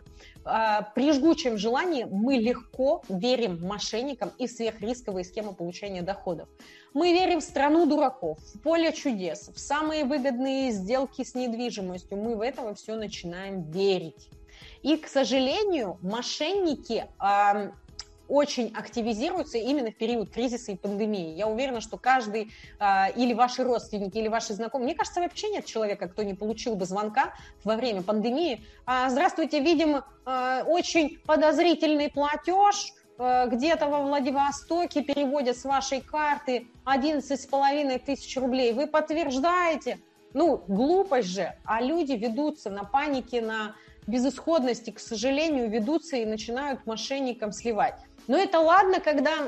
При жгучем желании мы легко верим мошенникам и сверхрисковые схемы получения доходов. Мы верим в страну дураков, в поле чудес, в самые выгодные сделки с недвижимостью. Мы в это во все начинаем верить. И, к сожалению, мошенники э, очень активизируются именно в период кризиса и пандемии. Я уверена, что каждый э, или ваши родственники, или ваши знакомые, мне кажется, вообще нет человека, кто не получил бы звонка во время пандемии. А, здравствуйте, видим э, очень подозрительный платеж, э, где-то во Владивостоке переводят с вашей карты одиннадцать с половиной тысяч рублей. Вы подтверждаете? Ну, глупость же, а люди ведутся на панике, на безысходности, к сожалению, ведутся и начинают мошенникам сливать. Но это ладно, когда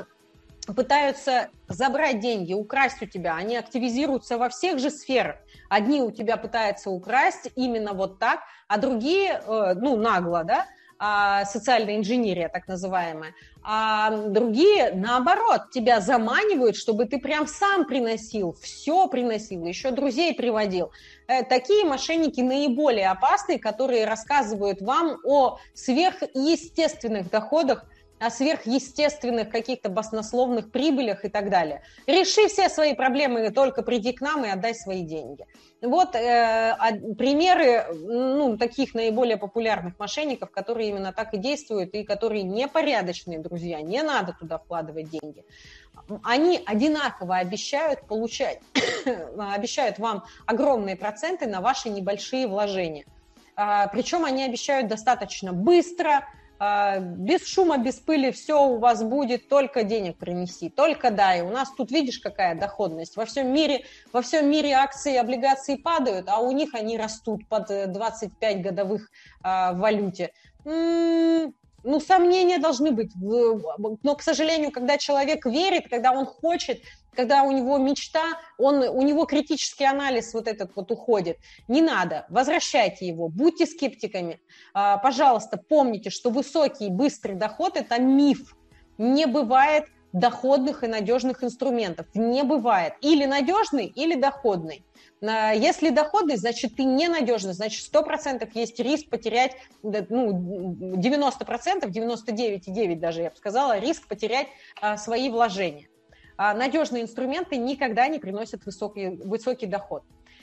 пытаются забрать деньги, украсть у тебя, они активизируются во всех же сферах. Одни у тебя пытаются украсть именно вот так, а другие, ну, нагло, да, социальная инженерия так называемая, а другие, наоборот, тебя заманивают, чтобы ты прям сам приносил, все приносил, еще друзей приводил. Такие мошенники наиболее опасные, которые рассказывают вам о сверхъестественных доходах, о сверхъестественных каких-то баснословных прибылях и так далее. Реши все свои проблемы, только приди к нам и отдай свои деньги. Вот э, примеры ну, таких наиболее популярных мошенников, которые именно так и действуют, и которые непорядочные, друзья, не надо туда вкладывать деньги. Они одинаково обещают получать, обещают вам огромные проценты на ваши небольшие вложения. А, причем они обещают достаточно быстро, без шума, без пыли, все у вас будет, только денег принеси, только дай. У нас тут, видишь, какая доходность. Во всем мире, во всем мире акции и облигации падают, а у них они растут под двадцать пять годовых а, в валюте. М-м, ну, сомнения должны быть. Но, к сожалению, когда человек верит, когда он хочет, когда у него мечта, он, у него критический анализ вот этот вот уходит. Не надо, возвращайте его, будьте скептиками. А, пожалуйста, помните, что высокий и быстрый доход – это миф. Не бывает доходных и надежных инструментов. Не бывает. Или надежный, или доходный. Если доходный, значит, ты ненадежный, значит, сто процентов есть риск потерять, ну, девяносто процентов, девяносто девять целых девять десятых даже, я бы сказала, риск потерять а, свои вложения. А, надежные инструменты никогда не приносят высокий, высокий доход.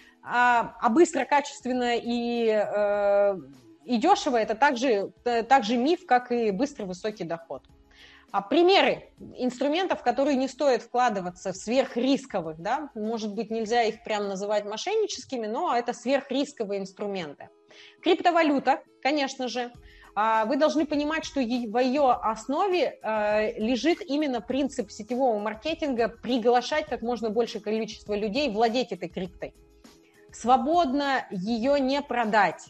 А, а быстро, качественно и, э, и дешево – это также, также миф, как и быстрый высокий доход. А примеры инструментов, в которые не стоит вкладываться, сверхрисковых, да, может быть, нельзя их прям называть мошенническими, но это сверхрисковые инструменты. Криптовалюта, конечно же. Вы должны понимать, что в ее основе лежит именно принцип сетевого маркетинга приглашать как можно большее количество людей владеть этой криптой. Свободно ее не продать.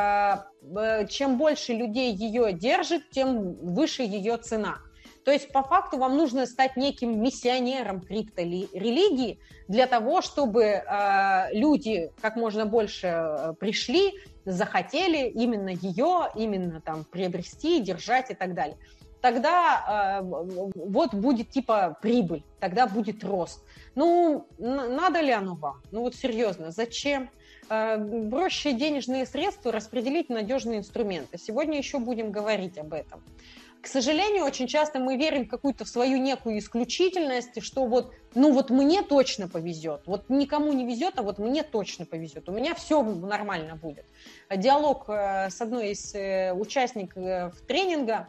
Чем больше людей ее держит, тем выше ее цена. То есть, по факту, вам нужно стать неким миссионером крипторелигии для того, чтобы э, люди как можно больше пришли, захотели именно ее, именно там приобрести, держать и так далее. Тогда э, вот будет типа прибыль, тогда будет рост. Ну, надо ли оно вам? Ну вот серьезно, зачем? Э, проще денежные средства распределить в надежные инструменты. Сегодня еще будем говорить об этом. К сожалению, очень часто мы верим в какую-то свою некую исключительность, что вот, ну вот мне точно повезет, вот никому не везет, а вот мне точно повезет, у меня все нормально будет. Диалог с одной из участников тренинга,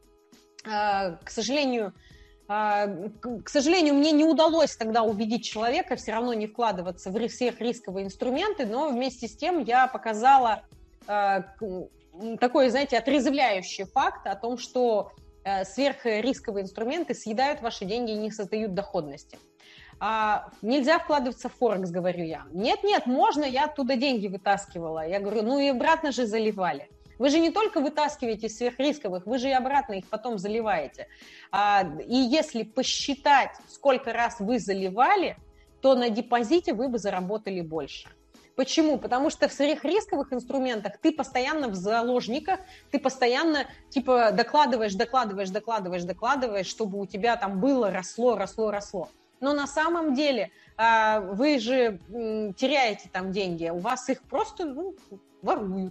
к сожалению, к сожалению, мне не удалось тогда убедить человека все равно не вкладываться в сверхрисковые инструменты, но вместе с тем я показала такой, знаете, отрезвляющий факт о том, что сверхрисковые инструменты съедают ваши деньги и не создают доходности. А, нельзя вкладываться в Форекс, говорю я. Нет-нет, можно, я оттуда деньги вытаскивала. Я говорю, ну и обратно же заливали. Вы же не только вытаскиваете из сверхрисковых, вы же и обратно их потом заливаете. А, и если посчитать, сколько раз вы заливали, то на депозите вы бы заработали больше. Почему? Потому что в сверхрисковых инструментах ты постоянно в заложниках, ты постоянно типа докладываешь, докладываешь, докладываешь, докладываешь, чтобы у тебя там было, росло, росло, росло. Но на самом деле вы же теряете там деньги, у вас их просто ну, воруют.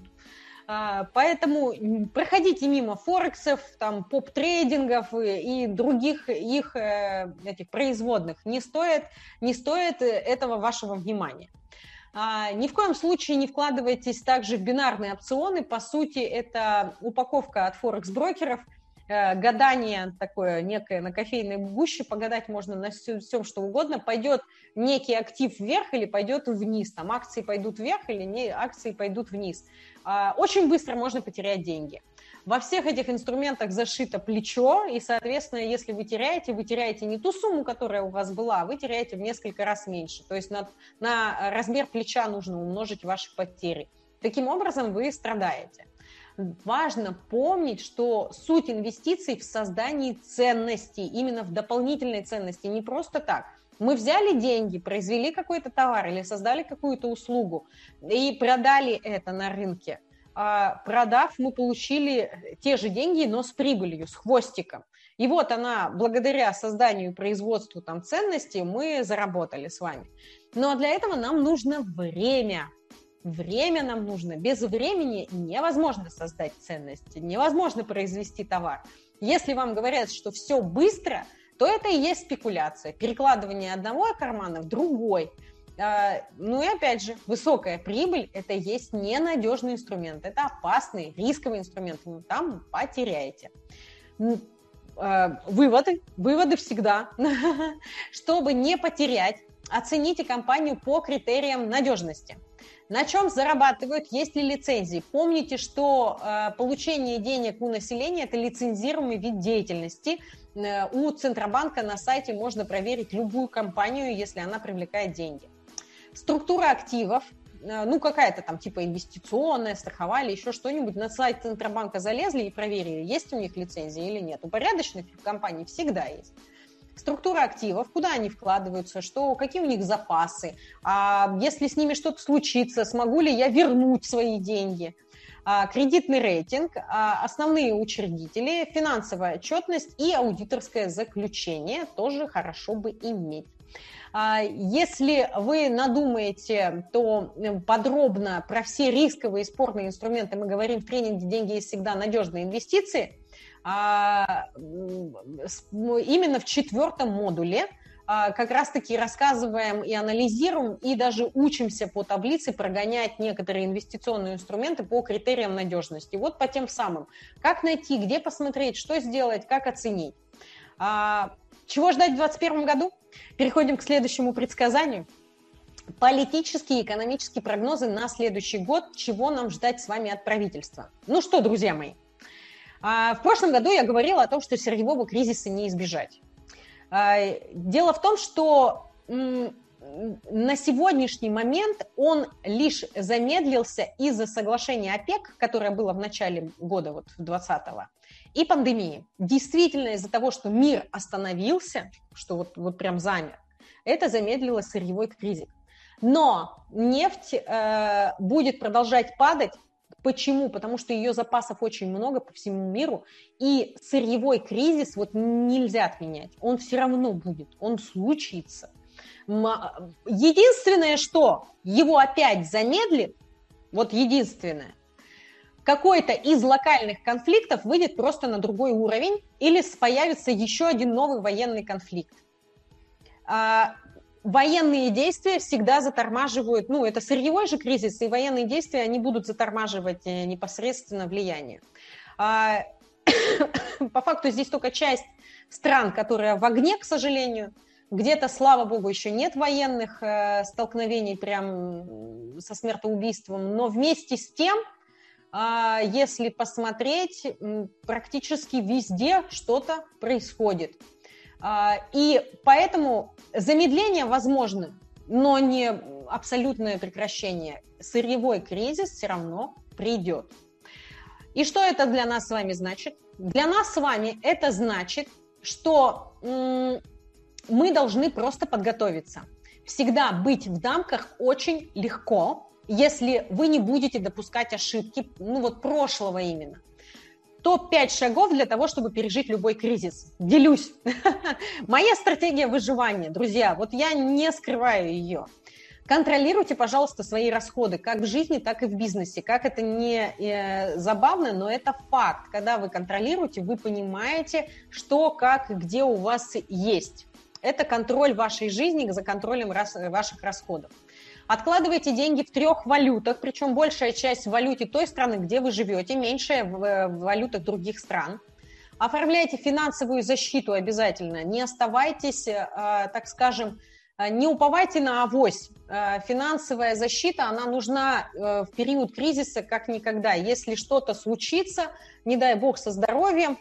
Поэтому проходите мимо форексов, там, поп-трейдингов и других их этих производных. Не стоит, не стоит этого вашего внимания. Ни в коем случае не вкладывайтесь также в бинарные опционы. По сути, это упаковка от форекс-брокеров. Гадание такое некое на кофейной гуще, погадать можно на всем, что угодно. Пойдет некий актив вверх или пойдет вниз. Там акции пойдут вверх или не, акции пойдут вниз. Очень быстро можно потерять деньги. Во всех этих инструментах зашито плечо, и, соответственно, если вы теряете, вы теряете не ту сумму, которая у вас была, а вы теряете в несколько раз меньше. То есть на, на размер плеча нужно умножить ваши потери. Таким образом, вы страдаете. Важно помнить, что суть инвестиций в создании ценностей, именно в дополнительной ценности, не просто так. Мы взяли деньги, произвели какой-то товар или создали какую-то услугу и продали это на рынке. А продав, мы получили те же деньги, но с прибылью, с хвостиком. И вот она, благодаря созданию и производству там ценностей, мы заработали с вами. Но для этого нам нужно время. Время нам нужно. Без времени невозможно создать ценности, невозможно произвести товар. Если вам говорят, что все быстро, то это и есть спекуляция. Перекладывание одного кармана в другой. Ну и опять же, высокая прибыль – это и есть ненадежный инструмент. Это опасный, рисковый инструмент. Вы там потеряете. Выводы. Выводы всегда. Чтобы не потерять, оцените компанию по критериям надежности. На чем зарабатывают, есть ли лицензии. Помните, что э, получение денег у населения – это лицензируемый вид деятельности. Э, у Центробанка на сайте можно проверить любую компанию, если она привлекает деньги. Структура активов, э, ну какая-то там типа инвестиционная, страховая или еще что-нибудь. На сайт Центробанка залезли и проверили, есть у них лицензии или нет. У порядочных компаний всегда есть. Структура активов, куда они вкладываются, что, какие у них запасы, а если с ними что-то случится, смогу ли я вернуть свои деньги, а, кредитный рейтинг, а, основные учредители, финансовая отчетность и аудиторское заключение тоже хорошо бы иметь. А, если вы надумаете, то подробно про все рисковые и спорные инструменты мы говорим в тренинге «Деньги есть всегда надежные инвестиции». А, именно в четвертом модуле а, как раз-таки рассказываем и анализируем, и даже учимся по таблице прогонять некоторые инвестиционные инструменты по критериям надежности. Вот по тем самым. Как найти, где посмотреть, что сделать, как оценить. А, чего ждать в двадцать первом году? Переходим к следующему предсказанию. Политические и экономические прогнозы на следующий год. Чего нам ждать с вами от правительства? Ну что, друзья мои. В прошлом году я говорила о том, что сырьевого кризиса не избежать. Дело в том, что на сегодняшний момент он лишь замедлился из-за соглашения ОПЕК, которое было в начале года, вот двадцатого, и пандемии. Действительно, из-за того, что мир остановился, что вот, вот прям замер, это замедлило сырьевой кризис. Но нефть э, будет продолжать падать. Почему? Потому что ее запасов очень много по всему миру, и сырьевой кризис вот нельзя отменять. Он все равно будет, он случится. Единственное, что его опять замедлит, вот единственное, какой-то из локальных конфликтов выйдет просто на другой уровень или появится еще один новый военный конфликт. Военные действия всегда затормаживают, ну, это сырьевой же кризис, и военные действия, они будут затормаживать непосредственно влияние. По факту здесь только часть стран, которая в огне, к сожалению, где-то, слава богу, еще нет военных столкновений прям со смертоубийством, но вместе с тем если посмотреть, практически везде что-то происходит. И поэтому замедление возможно, но не абсолютное прекращение. Сырьевой кризис все равно придет. И что это для нас с вами значит? Для нас с вами это значит, что мы должны просто подготовиться. Всегда быть в дамках очень легко, если вы не будете допускать ошибки, ну вот прошлого именно. топ пять шагов для того, чтобы пережить любой кризис. Делюсь. Моя стратегия выживания, друзья, вот я не скрываю ее. Контролируйте, пожалуйста, свои расходы, как в жизни, так и в бизнесе. Как это не э, забавно, но это факт. Когда вы контролируете, вы понимаете, что, как и где у вас есть. Это контроль вашей жизни за контролем рас, ваших расходов. Откладывайте деньги в трех валютах, причем большая часть в валюте той страны, где вы живете, меньшая в, в валютах других стран. Оформляйте финансовую защиту обязательно. Не оставайтесь, э, так скажем, не уповайте на авось. Финансовая защита, она нужна в период кризиса как никогда. Если что-то случится, не дай бог со здоровьем,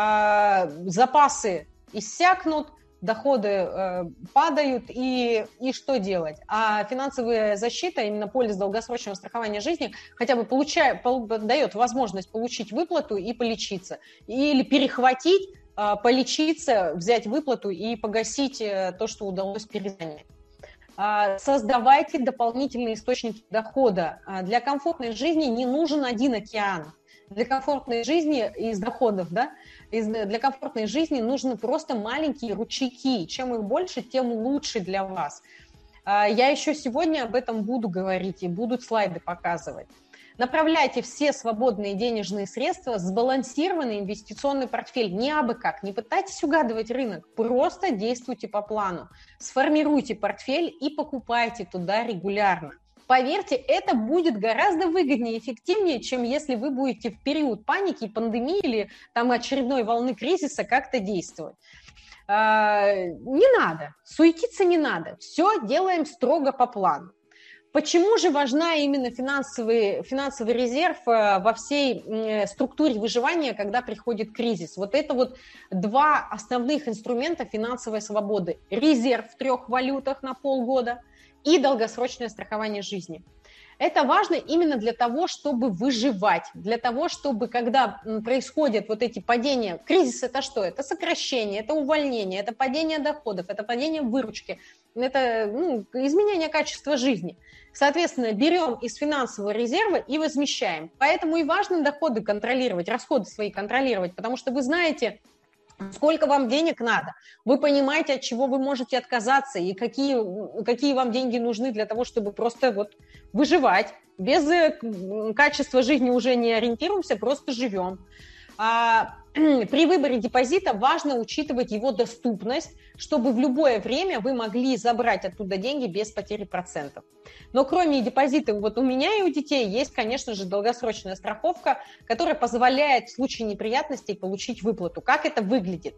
запасы иссякнут, доходы падают, и, и что делать? А финансовая защита, именно полис долгосрочного страхования жизни, хотя бы получая, дает возможность получить выплату и полечиться. Или перехватить, полечиться, взять выплату и погасить то, что удалось перезанять. Создавайте дополнительные источники дохода. Для комфортной жизни не нужен один океан. Для комфортной жизни из доходов, да, из, для комфортной жизни нужны просто маленькие ручейки. Чем их больше, тем лучше для вас. Я еще сегодня об этом буду говорить и будут слайды показывать. Направляйте все свободные денежные средства в сбалансированный инвестиционный портфель. Не абы как, не пытайтесь угадывать рынок, просто действуйте по плану. Сформируйте портфель и покупайте туда регулярно. Поверьте, это будет гораздо выгоднее и эффективнее, чем если вы будете в период паники, пандемии или там, очередной волны кризиса как-то действовать. Не надо, суетиться не надо, все делаем строго по плану. Почему же важна именно финансовый, финансовый резерв во всей структуре выживания, когда приходит кризис? Вот это вот два основных инструмента финансовой свободы. Резерв в трех валютах на полгода и долгосрочное страхование жизни. Это важно именно для того, чтобы выживать, для того, чтобы, когда происходят вот эти падения, кризис это что? Это сокращение, это увольнение, это падение доходов, это падение выручки, это ну, изменение качества жизни. Соответственно, берем из финансового резерва и возмещаем. Поэтому и важно доходы контролировать, расходы свои контролировать, потому что вы знаете, сколько вам денег надо. Вы понимаете, от чего вы можете отказаться и какие, какие вам деньги нужны для того, чтобы просто вот выживать. Без качества жизни уже не ориентируемся, просто живем. А при выборе депозита важно учитывать его доступность, чтобы в любое время вы могли забрать оттуда деньги без потери процентов. Но кроме депозита, вот у меня и у детей есть, конечно же, долгосрочная страховка, которая позволяет в случае неприятностей получить выплату. Как это выглядит?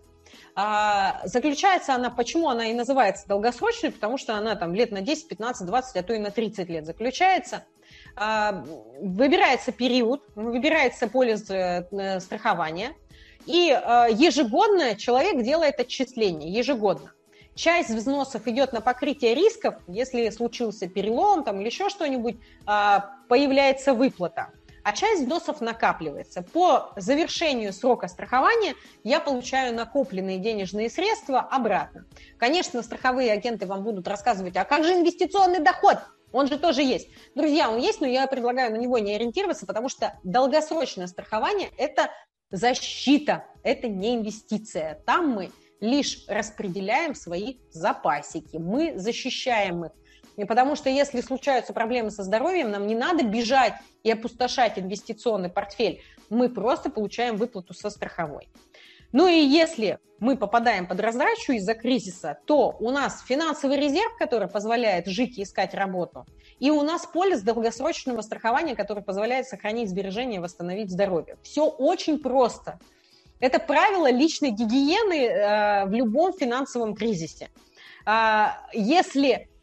А, заключается она, почему она и называется долгосрочной, потому что она там лет на десять, пятнадцать, двадцать, а то и на тридцать лет заключается. А, выбирается период, выбирается полис страхования, и э, ежегодно человек делает отчисления, ежегодно. Часть взносов идет на покрытие рисков, если случился перелом там, или еще что-нибудь, э, появляется выплата. А часть взносов накапливается. По завершению срока страхования я получаю накопленные денежные средства обратно. Конечно, страховые агенты вам будут рассказывать, а как же инвестиционный доход? Он же тоже есть. Друзья, он есть, но я предлагаю на него не ориентироваться, потому что долгосрочное страхование – это защита, это не инвестиция. Там мы лишь распределяем свои запасики, мы защищаем их. И потому что если случаются проблемы со здоровьем, нам не надо бежать и опустошать инвестиционный портфель. Мы просто получаем выплату со страховой. Ну и если мы попадаем под раздачу из-за кризиса, то у нас финансовый резерв, который позволяет жить и искать работу, и у нас полис долгосрочного страхования, который позволяет сохранить сбережения и восстановить здоровье. Все очень просто. Это правило личной гигиены э, в любом финансовом кризисе. Э, если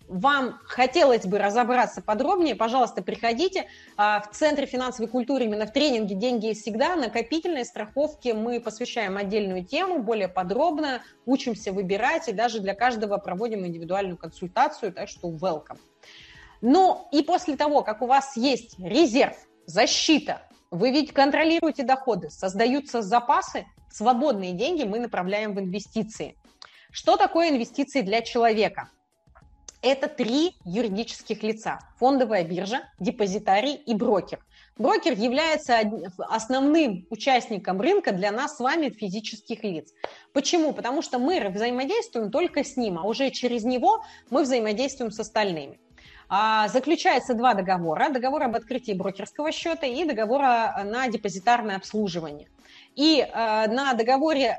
вам хотелось бы разобраться подробнее, пожалуйста, приходите. В Центре финансовой культуры, именно в тренинге «Деньги есть всегда», накопительной страховке мы посвящаем отдельную тему, более подробно, учимся выбирать и даже для каждого проводим индивидуальную консультацию, так что welcome. Ну и после того, как у вас есть резерв, защита, вы ведь контролируете доходы, создаются запасы, свободные деньги мы направляем в инвестиции. Что такое инвестиции для человека? Это три юридических лица: фондовая биржа, депозитарий и брокер. Брокер является основным участником рынка для нас с вами, физических лиц. Почему? Потому что мы взаимодействуем только с ним, а уже через него мы взаимодействуем с остальными. Заключается два договора: договор об открытии брокерского счета и договор на депозитарное обслуживание. И на договоре,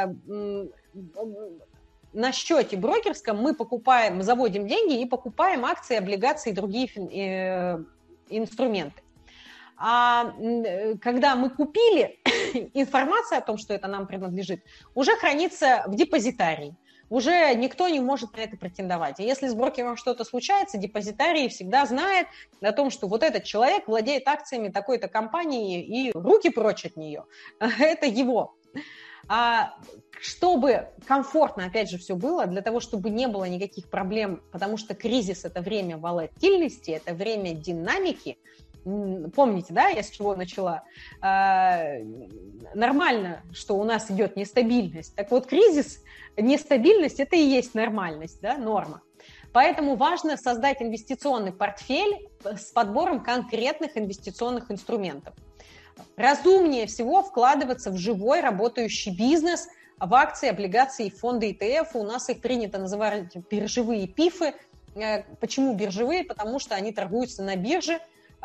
на счете брокерском мы покупаем, заводим деньги и покупаем акции, облигации и другие инструменты. А когда мы купили, информация о том, что это нам принадлежит, уже хранится в депозитарии. Уже никто не может на это претендовать. И если с брокером что-то случается, депозитарий всегда знает о том, что вот этот человек владеет акциями такой-то компании и руки прочь от нее. Это его. А чтобы комфортно, опять же, все было, для того, чтобы не было никаких проблем, потому что кризис – это время волатильности, это время динамики. Помните, да, я с чего начала? А, нормально, что у нас идет нестабильность. Так вот, кризис, нестабильность – это и есть нормальность, да, норма. Поэтому важно создать инвестиционный портфель с подбором конкретных инвестиционных инструментов. Разумнее всего вкладываться в живой работающий бизнес, в акции, облигации, фонды и тэ эф. У нас их принято называть биржевые пифы. Почему биржевые? Потому что они торгуются на бирже.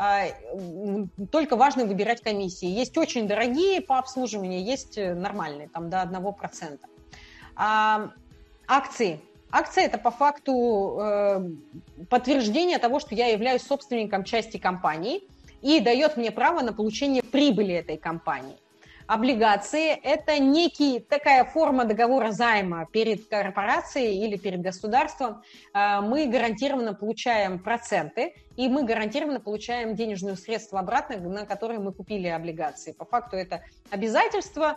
Только важно выбирать комиссии. Есть очень дорогие по обслуживанию, есть нормальные, там до одного процента. А акции. Акции – это по факту подтверждение того, что я являюсь собственником части компании, и дает мне право на получение прибыли этой компании. Облигации – это некий, такая форма договора займа перед корпорацией или перед государством. Мы гарантированно получаем проценты, и мы гарантированно получаем денежные средства обратно, на которые мы купили облигации. По факту это обязательство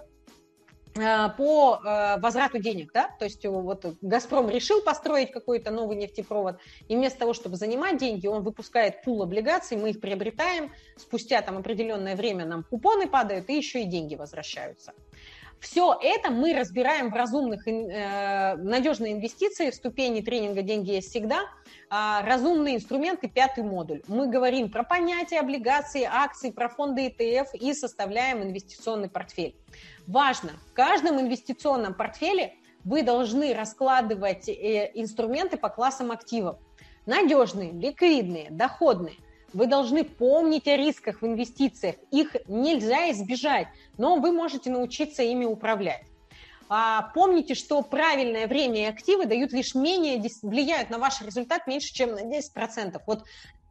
по возврату денег, да, то есть вот «Газпром» решил построить какой-то новый нефтепровод, и вместо того, чтобы занимать деньги, он выпускает пул облигаций, мы их приобретаем, спустя там определенное время нам купоны падают, и еще и деньги возвращаются. Все это мы разбираем в разумных, э, надежные инвестиции, в ступени тренинга «Деньги есть всегда», э, разумные инструменты, пятый модуль. Мы говорим про понятия облигаций, акций, про фонды и тэ эф и составляем инвестиционный портфель. Важно, в каждом инвестиционном портфеле вы должны раскладывать э, инструменты по классам активов. Надежные, ликвидные, доходные. Вы должны помнить о рисках в инвестициях. Их нельзя избежать, но вы можете научиться ими управлять. А, помните, что правильное время и активы дают лишь менее, влияют на ваш результат меньше, чем на десять процентов. Вот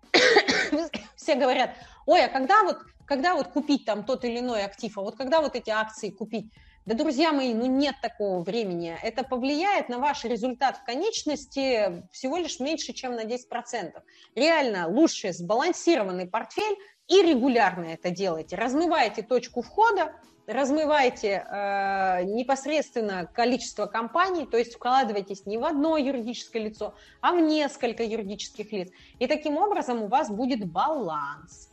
все говорят: ой, а когда вот, когда вот купить там тот или иной актив, а вот когда вот эти акции купить? Да, друзья мои, ну нет такого времени. Это повлияет на ваш результат в конечности всего лишь меньше, чем на десять процентов. Реально лучше сбалансированный портфель и регулярно это делайте. Размывайте точку входа, размывайте э, непосредственно количество компаний, то есть вкладывайтесь не в одно юридическое лицо, а в несколько юридических лиц. И таким образом у вас будет баланс.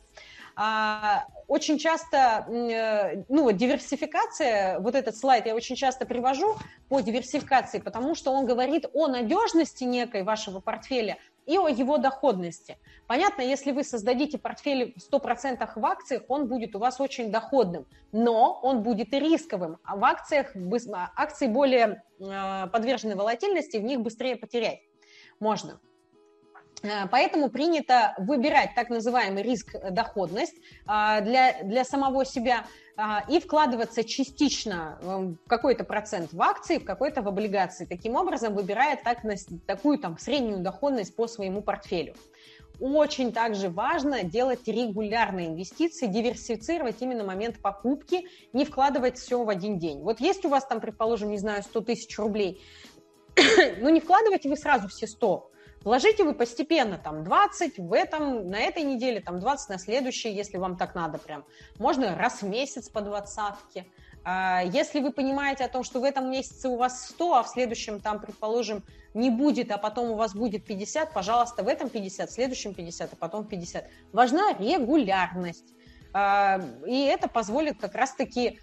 Очень часто, ну вот диверсификация, вот этот слайд я очень часто привожу по диверсификации, потому что он говорит о надежности некой вашего портфеля и о его доходности. Понятно, если вы создадите портфель сто процентов в акциях, он будет у вас очень доходным, но он будет и рисковым. А в акциях акции более подвержены волатильности, в них быстрее потерять можно. Поэтому принято выбирать так называемый риск-доходность для, для самого себя и вкладываться частично в какой-то процент в акции, в какой-то в облигации. Таким образом, выбирая так, такую там, среднюю доходность по своему портфелю. Очень также важно делать регулярные инвестиции, диверсифицировать именно момент покупки, не вкладывать все в один день. Вот есть у вас там, предположим, не знаю, сто тысяч рублей, ну не вкладывайте вы сразу все сто. Вложите вы постепенно, там, двадцать в этом, на этой неделе, там, двадцать на следующей, если вам так надо прям. Можно раз в месяц по двадцатке. Если вы понимаете о том, что в этом месяце у вас сто, а в следующем, там, предположим, не будет, а потом у вас будет пятьдесят, пожалуйста, в этом пятьдесят, в следующем пятьдесят, а потом пятьдесят. Важна регулярность. И это позволит как раз-таки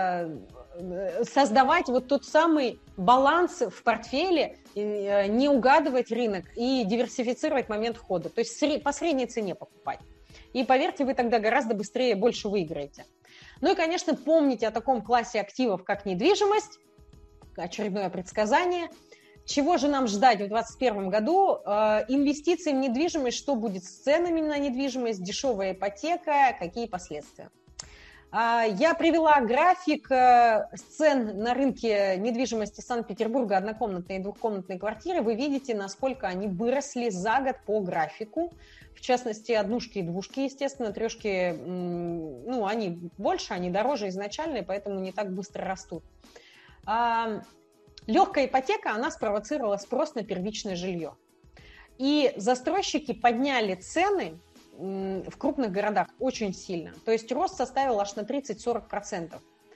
создавать вот тот самый баланс в портфеле, не угадывать рынок и диверсифицировать момент входа. То есть по средней цене покупать. И поверьте, вы тогда гораздо быстрее больше выиграете. Ну и, конечно, помните о таком классе активов, как недвижимость. Очередное предсказание. Чего же нам ждать в двадцать первом году? Э, инвестиции в недвижимость, что будет с ценами на недвижимость, дешевая ипотека, какие последствия? Э, я привела график э, цен на рынке недвижимости Санкт-Петербурга, однокомнатные и двухкомнатные квартиры. Вы видите, насколько они выросли за год по графику. В частности, однушки и двушки, естественно, трешки, ну, они больше, они дороже изначально, и поэтому не так быстро растут. Э, Легкая ипотека, она спровоцировала спрос на первичное жилье. И застройщики подняли цены в крупных городах очень сильно. То есть рост составил аж на тридцать-сорок процентов.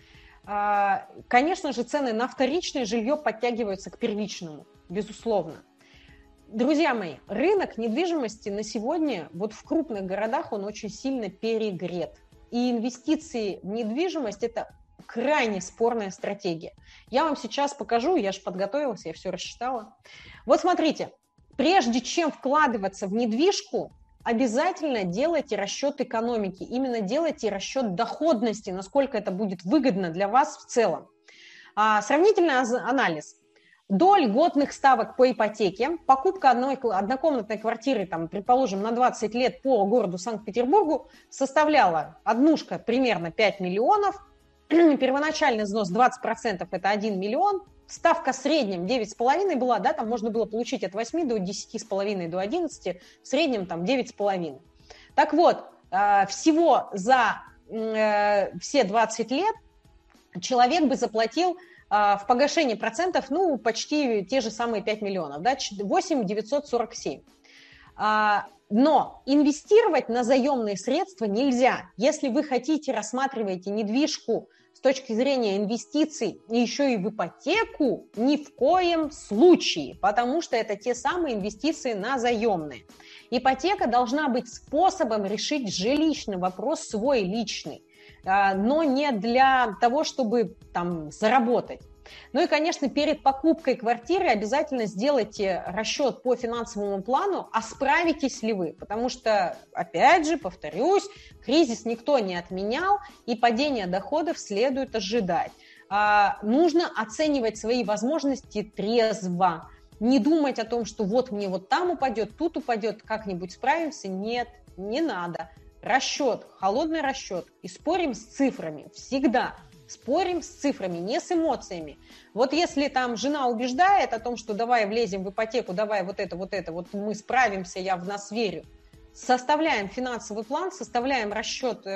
Конечно же, цены на вторичное жилье подтягиваются к первичному, безусловно. Друзья мои, рынок недвижимости на сегодня, вот в крупных городах, он очень сильно перегрет. И инвестиции в недвижимость – это крайне спорная стратегия. Я вам сейчас покажу, я же подготовилась, я все рассчитала. Вот смотрите, прежде чем вкладываться в недвижку, обязательно делайте расчет экономики, именно делайте расчет доходности, насколько это будет выгодно для вас в целом. А, сравнительный анализ. До льготных ставок по ипотеке покупка одной однокомнатной квартиры, там, предположим, на двадцать лет по городу Санкт-Петербургу составляла однушка примерно пять миллионов, первоначальный взнос двадцать процентов это один миллион, ставка в среднем девять с половиной была, да, там можно было получить от восьми до десяти с половиной до одиннадцати, в среднем там девять с половиной. Так вот, всего за все двадцать лет человек бы заплатил в погашении процентов, ну, почти те же самые пять миллионов, да, восемь тысяч девятьсот сорок семь. Но инвестировать на заемные средства нельзя. Если вы хотите, рассматриваете недвижку с точки зрения инвестиций и еще и в ипотеку, ни в коем случае, потому что это те самые инвестиции на заемные. Ипотека должна быть способом решить жилищный вопрос свой личный, но не для того, чтобы там заработать. Ну и, конечно, перед покупкой квартиры обязательно сделайте расчет по финансовому плану, а справитесь ли вы, потому что, опять же, повторюсь, кризис никто не отменял, и падение доходов следует ожидать. А, нужно оценивать свои возможности трезво, не думать о том, что вот мне вот там упадет, тут упадет, как-нибудь справимся. Нет, не надо. Расчет, холодный расчет, и спорим с цифрами всегда. Спорим с цифрами, не с эмоциями. Вот если там жена убеждает о том, что давай влезем в ипотеку, давай вот это, вот это, вот мы справимся, я в нас верю. Составляем финансовый план, составляем расчет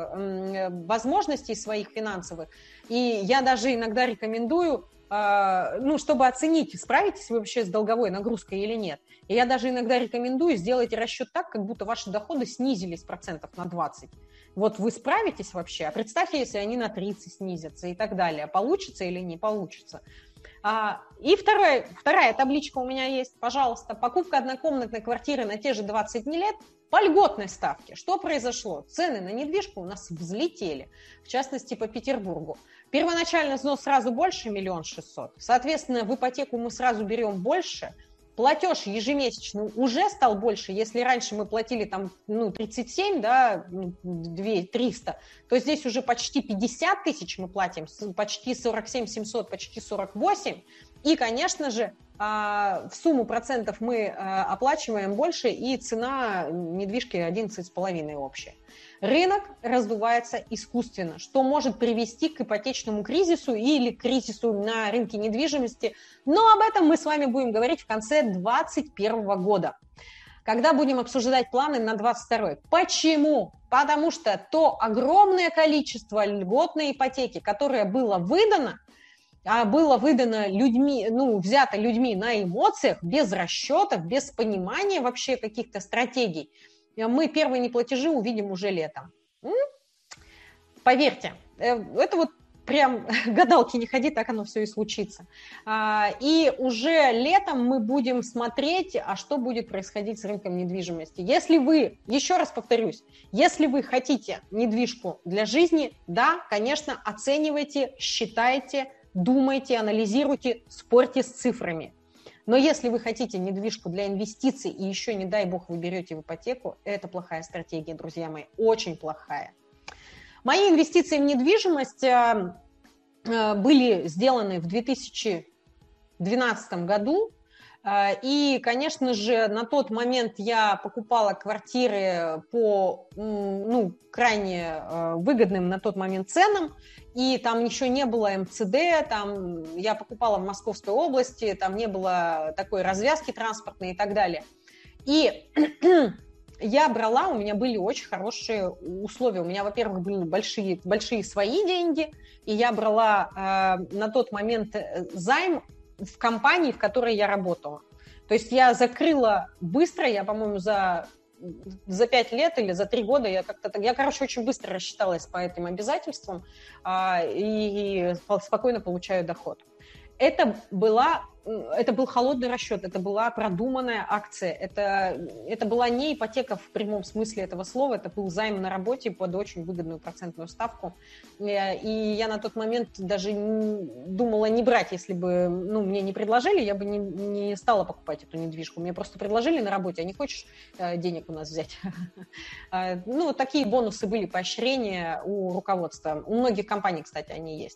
э, возможностей своих финансовых. И я даже иногда рекомендую, э, ну, чтобы оценить, справитесь вы вообще с долговой нагрузкой или нет. И я даже иногда рекомендую сделать расчет так, как будто ваши доходы снизились процентов на двадцать. Вот вы справитесь вообще, а представьте, если они на тридцать снизятся и так далее. Получится или не получится. А, и вторая, вторая табличка у меня есть, пожалуйста. Покупка однокомнатной квартиры на те же двадцать лет по льготной ставке. Что произошло? Цены на недвижку у нас взлетели, в частности по Петербургу. Первоначальный взнос сразу больше миллион шестьсот. Соответственно, в ипотеку мы сразу берем больше. Платеж ежемесячный уже стал больше. Если раньше мы платили там, ну, тридцать семь, да, триста, то здесь уже почти пятьдесят тысяч мы платим, почти сорок семь семьсот, почти сорок восемь. И, конечно же, в сумму процентов мы оплачиваем больше, и цена недвижки одиннадцать с половиной общая. Рынок раздувается искусственно, что может привести к ипотечному кризису или к кризису на рынке недвижимости. Но об этом мы с вами будем говорить в конце двадцать первого года, когда будем обсуждать планы на двадцать второй. Почему? Потому что то огромное количество льготной ипотеки, которое было выдано, а было выдано людьми, ну, взято людьми на эмоциях, без расчетов, без понимания вообще каких-то стратегий, мы первые неплатежи увидим уже летом. Поверьте, это вот прям гадалки не ходи, так оно все и случится. И уже летом мы будем смотреть, а что будет происходить с рынком недвижимости. Если вы, еще раз повторюсь, если вы хотите недвижку для жизни, да, конечно, оценивайте, считайте, думайте, анализируйте, спорьте с цифрами. Но если вы хотите недвижку для инвестиций и еще, не дай бог, вы берете в ипотеку, это плохая стратегия, друзья мои, очень плохая. Мои инвестиции в недвижимость были сделаны в две тысячи двенадцатом году. И, конечно же, на тот момент я покупала квартиры по ну, крайне выгодным на тот момент ценам. И там еще не было эм цэ дэ, там я покупала в Московской области, там не было такой развязки транспортной и так далее. И я брала, у меня были очень хорошие условия. У меня, во-первых, были большие, большие свои деньги, и я брала э, на тот момент займ в компании, в которой я работала. То есть я закрыла быстро, я, по-моему, за, за пять лет или за три года, я как-то я, короче, очень быстро рассчиталась по этим обязательствам э, и, и спокойно получаю доход. Это была Это был холодный расчет, это была продуманная акция, это, это была не ипотека в прямом смысле этого слова, это был займ на работе под очень выгодную процентную ставку. И я на тот момент даже думала не брать, если бы ну, мне не предложили, я бы не, не стала покупать эту недвижку. Мне просто предложили на работе, а не хочешь денег у нас взять? Ну, такие бонусы были, поощрения у руководства. У многих компаний, кстати, они есть.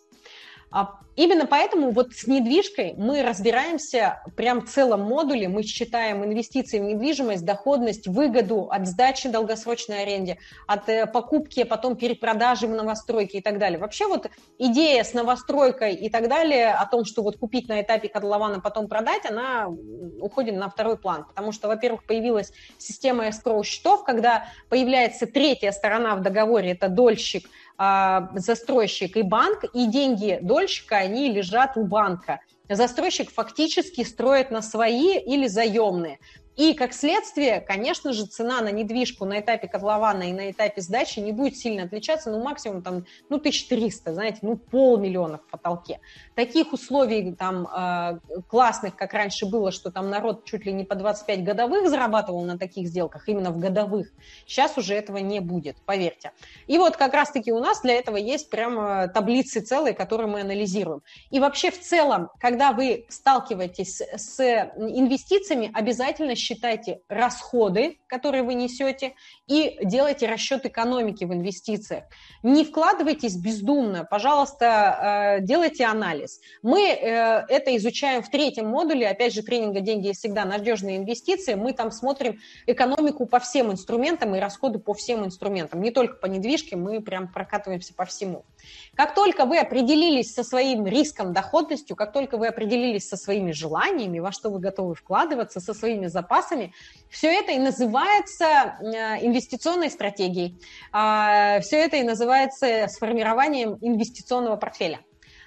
Именно поэтому вот с недвижкой мы разбираемся прям в целом модуле, мы считаем инвестиции в недвижимость, доходность, выгоду от сдачи долгосрочной аренде, от покупки, потом перепродажи в новостройке и так далее. Вообще вот идея с новостройкой и так далее о том, что вот купить на этапе котлована, потом продать, она уходит на второй план, потому что, во-первых, появилась система эскроу-счетов, когда появляется третья сторона в договоре, это дольщик, застройщик и банк, и деньги дольщика, они лежат у банка. Застройщик фактически строит на свои или заемные. И, как следствие, конечно же, цена на недвижку на этапе котлована и на этапе сдачи не будет сильно отличаться, ну, максимум, там, ну, тысяча триста, знаете, ну, полмиллиона в потолке. Таких условий, там, э, классных, как раньше было, что там народ чуть ли не по двадцать пять годовых зарабатывал на таких сделках, именно в годовых, сейчас уже этого не будет, поверьте. И вот как раз-таки у нас для этого есть прямо таблицы целые, которые мы анализируем. И вообще, в целом, когда вы сталкиваетесь с инвестициями, обязательно считайте расходы, которые вы несете, и делайте расчет экономики в инвестициях. Не вкладывайтесь бездумно, пожалуйста, делайте анализ. Мы это изучаем в третьем модуле, опять же, тренинга «Деньги есть всегда. Надежные инвестиции». Мы там смотрим экономику по всем инструментам и расходы по всем инструментам. Не только по недвижке, мы прям прокатываемся по всему. Как только вы определились со своим риском, доходностью, как только вы определились со своими желаниями, во что вы готовы вкладываться, со своими запасами, все это и называется инвестиционной стратегией, все это и называется сформированием инвестиционного портфеля.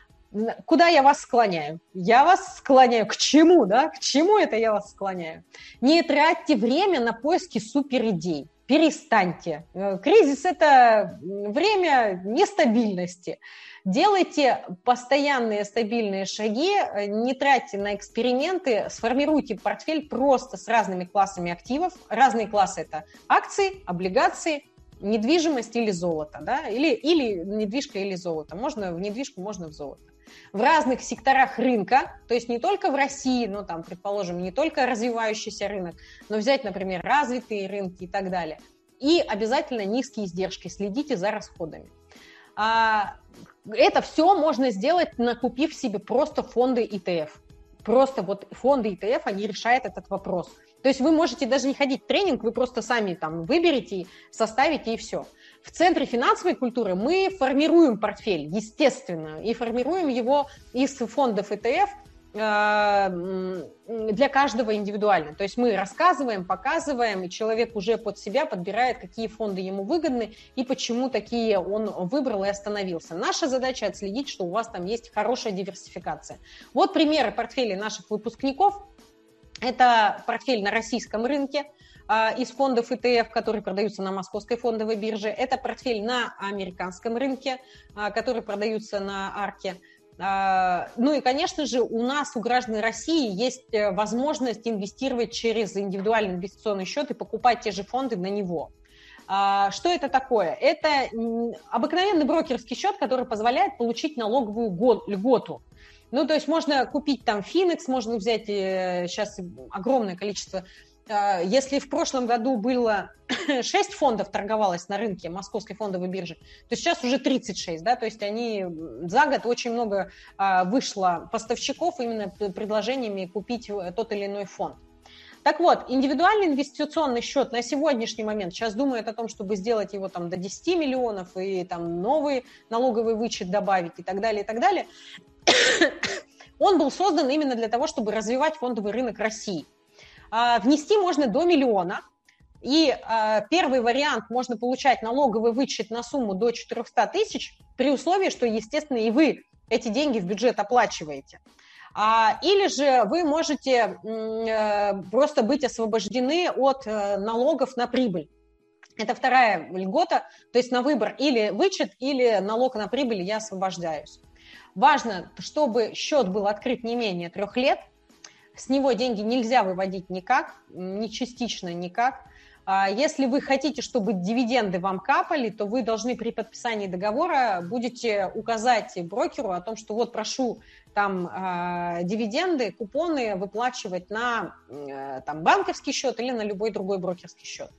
Куда я вас склоняю? Я вас склоняю к чему, да? К чему это я вас склоняю? Не тратьте время на поиски суперидей. Перестаньте. Кризис – это время нестабильности. Делайте постоянные стабильные шаги, не тратьте на эксперименты, сформируйте портфель просто с разными классами активов. Разные классы – это акции, облигации, недвижимость или золото, да? или, или недвижка или золото. Можно в недвижку, можно в золото. В разных секторах рынка, то есть не только в России, но там, предположим, не только развивающийся рынок, но взять, например, развитые рынки и так далее. И обязательно низкие издержки, следите за расходами. Это все можно сделать, накупив себе просто фонды и тэ эф. Просто вот фонды и тэ эф, они решают этот вопрос. То есть вы можете даже не ходить в тренинг, вы просто сами там выберете, составите и все. В Центре финансовой культуры мы формируем портфель, естественно, и формируем его из фондов и тэ эф для каждого индивидуально. То есть мы рассказываем, показываем, и человек уже под себя подбирает, какие фонды ему выгодны и почему такие он выбрал и остановился. Наша задача отследить, что у вас там есть хорошая диверсификация. Вот примеры портфелей наших выпускников. Это портфель на российском рынке из фондов и ти эф, которые продаются на Московской фондовой бирже. Это портфель на американском рынке, который продаются на Арке. Ну и, конечно же, у нас, у граждан России, есть возможность инвестировать через индивидуальный инвестиционный счет и покупать те же фонды на него. Что это такое? Это обыкновенный брокерский счет, который позволяет получить налоговую льготу. Ну, то есть можно купить там Финекс, можно взять сейчас огромное количество. Если в прошлом году было шесть фондов торговалось на рынке Московской фондовой биржи, то сейчас уже тридцать шесть, да, то есть они за год очень много вышло поставщиков именно предложениями купить тот или иной фонд. Так вот, индивидуальный инвестиционный счет на сегодняшний момент, сейчас думают о том, чтобы сделать его там до десяти миллионов и там новый налоговый вычет добавить и так далее, и так далее, он был создан именно для того, чтобы развивать фондовый рынок России. Внести можно до миллиона, и э, первый вариант можно получать налоговый вычет на сумму до четыреста тысяч, при условии, что, естественно, и вы эти деньги в бюджет оплачиваете. А, или же вы можете э, просто быть освобождены от э, налогов на прибыль. Это вторая льгота, то есть на выбор или вычет, или налог на прибыль я освобождаюсь. Важно, чтобы счет был открыт не менее трех лет. С него деньги нельзя выводить никак, ни частично никак. Если вы хотите, чтобы дивиденды вам капали, то вы должны при подписании договора будете указать брокеру о том, что вот прошу там дивиденды, купоны выплачивать на там, банковский счет или на любой другой брокерский счет.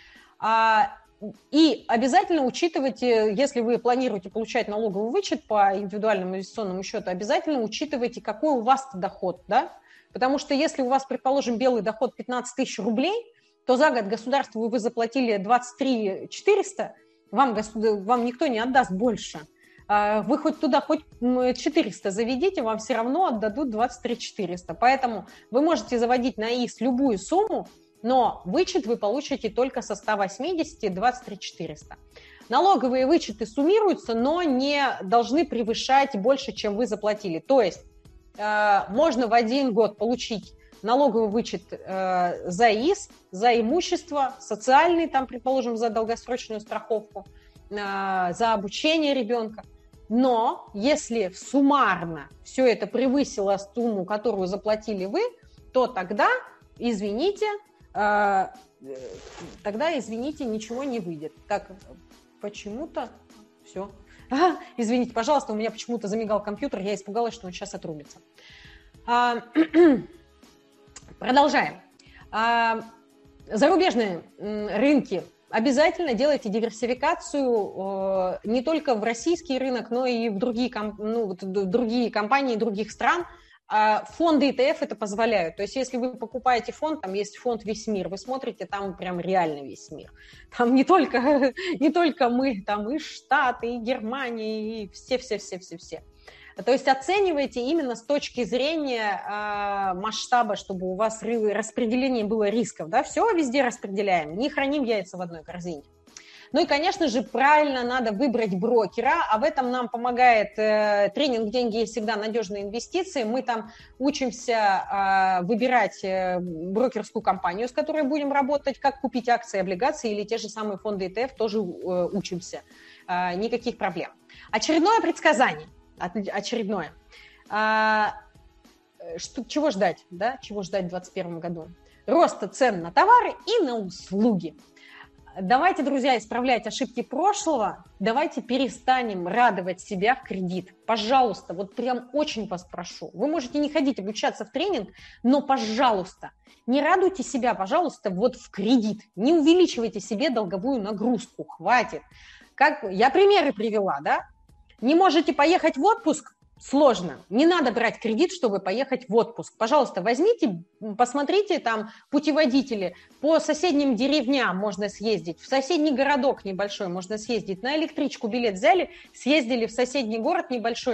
И обязательно учитывайте, если вы планируете получать налоговый вычет по индивидуальному инвестиционному счету, обязательно учитывайте, какой у вас доход, да? Потому что если у вас, предположим, белый доход пятнадцать тысяч рублей, то за год государству вы заплатили двадцать три тысячи четыреста, вам, вам никто не отдаст больше. Вы хоть туда, хоть четыреста заведите, вам все равно отдадут двадцать три тысячи четыреста. Поэтому вы можете заводить на ИС любую сумму, но вычет вы получите только со ста восьмидесяти двадцать три тысячи четыреста. Налоговые вычеты суммируются, но не должны превышать больше, чем вы заплатили. То есть можно в один год получить налоговый вычет э, за ИС, за имущество, социальный, там, предположим, за долгосрочную страховку, э, за обучение ребенка. Но если суммарно все это превысило сумму, которую заплатили вы, то тогда, извините, э, тогда, извините, ничего не выйдет. Так, почему-то все. А, извините, пожалуйста, у меня почему-то замигал компьютер, я испугалась, что он сейчас отрубится. А, продолжаем. А, зарубежные рынки. Обязательно делайте диверсификацию не только в российский рынок, но и в другие, ну, в другие компании других стран. Фонды и ти эф это позволяют. То есть если вы покупаете фонд, там есть фонд «Весь мир», вы смотрите, там прям реально весь мир. Там не только, не только мы, там и Штаты, и Германия, и все-все-все-все-все. То есть оценивайте именно с точки зрения э, масштаба, чтобы у вас распределение было рисков. Да? Все везде распределяем, не храним яйца в одной корзине. Ну и, конечно же, правильно надо выбрать брокера, а в этом нам помогает э, тренинг «Деньги есть всегда. Надежные инвестиции». Мы там учимся э, выбирать э, брокерскую компанию, с которой будем работать, как купить акции, облигации или те же самые фонды и ти эф, тоже э, учимся. Э, никаких проблем. Очередное предсказание. Очередное. А, что, чего ждать, да? Чего ждать в двадцать первом году? Роста цен на товары и на услуги. Давайте, друзья, исправлять ошибки прошлого. Давайте перестанем радовать себя в кредит. Пожалуйста, вот прям очень вас прошу. Вы можете не ходить обучаться в тренинг, но, пожалуйста, не радуйте себя, пожалуйста, вот в кредит. Не увеличивайте себе долговую нагрузку. Хватит. Как я примеры привела, да? Не можете поехать в отпуск? Сложно. Не надо брать кредит, чтобы поехать в отпуск. Пожалуйста, возьмите, посмотрите там путеводители. По соседним деревням можно съездить. В соседний городок небольшой можно съездить. На электричку билет взяли, съездили в соседний город небольшой.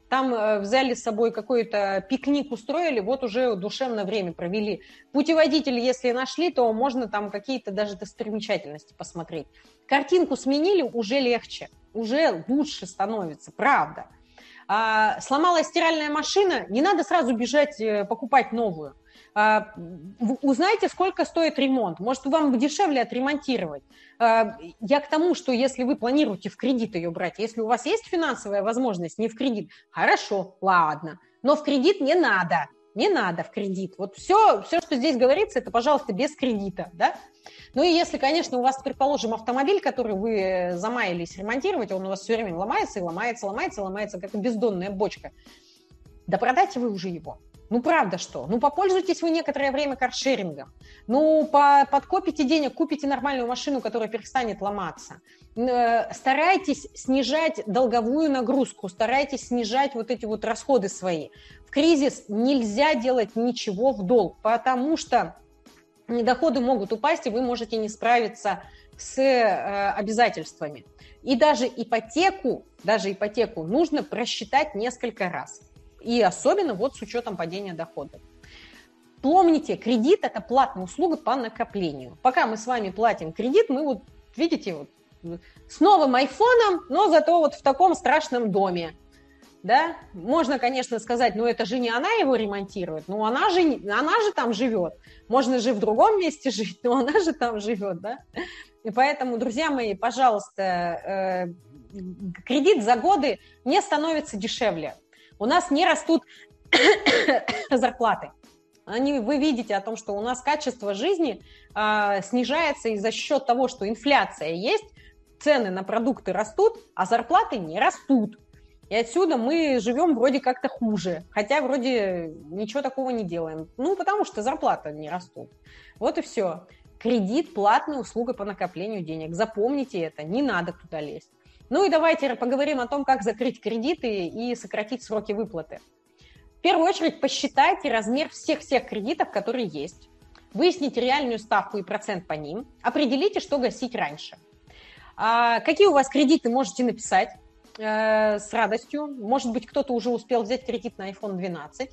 там взяли с собой какой-то пикник, устроили, вот уже душевное время провели. Путеводитель, если нашли, то можно там какие-то даже достопримечательности посмотреть. Картинку сменили, уже легче, уже лучше становится, правда. А, сломалась стиральная машина, не надо сразу бежать покупать новую. А, узнайте, сколько стоит ремонт. Может, вам дешевле отремонтировать. А, я к тому, что если вы планируете в кредит ее брать, если у вас есть финансовая возможность не в кредит, хорошо, ладно, но в кредит не надо. Не надо в кредит. Вот все, все, что здесь говорится, это, пожалуйста, без кредита, да? Ну и если, конечно, у вас, предположим, автомобиль, который вы замаялись ремонтировать, он у вас все время ломается и ломается, ломается, ломается, как бездонная бочка, да продайте вы уже его. Ну, правда, что? Ну, попользуйтесь вы некоторое время каршерингом. Ну, по- подкопите денег, купите нормальную машину, которая перестанет ломаться. Э, Старайтесь снижать долговую нагрузку, старайтесь снижать вот эти вот расходы свои. В кризис нельзя делать ничего в долг, потому что доходы могут упасть, и вы можете не справиться с э, обязательствами. И даже ипотеку, даже ипотеку нужно просчитать несколько раз. И особенно вот с учетом падения доходов. Помните, кредит – это платная услуга по накоплению. Пока мы с вами платим кредит, мы вот, видите, вот, с новым айфоном, но зато вот в таком страшном доме. Да? Можно, конечно, сказать, ну это же не она его ремонтирует, ну она же, она же там живет. Можно же в другом месте жить, но она же там живет. Да? И поэтому, друзья мои, пожалуйста, э, кредит за годы не становится дешевле. У нас не растут зарплаты. Они, вы видите о том, что у нас качество жизни э, снижается, и за счет того, что инфляция есть, цены на продукты растут, а зарплаты не растут. И отсюда мы живем вроде как-то хуже, хотя вроде ничего такого не делаем. Ну, потому что зарплаты не растут. Вот и все. Кредит – платная услуга по накоплению денег. Запомните это, не надо туда лезть. Ну и давайте поговорим о том, как закрыть кредиты и сократить сроки выплаты. В первую очередь посчитайте размер всех-всех кредитов, которые есть. Выясните реальную ставку и процент по ним. Определите, что гасить раньше. А какие у вас кредиты, можете написать э, с радостью. Может быть, кто-то уже успел взять кредит на айфон двенадцать.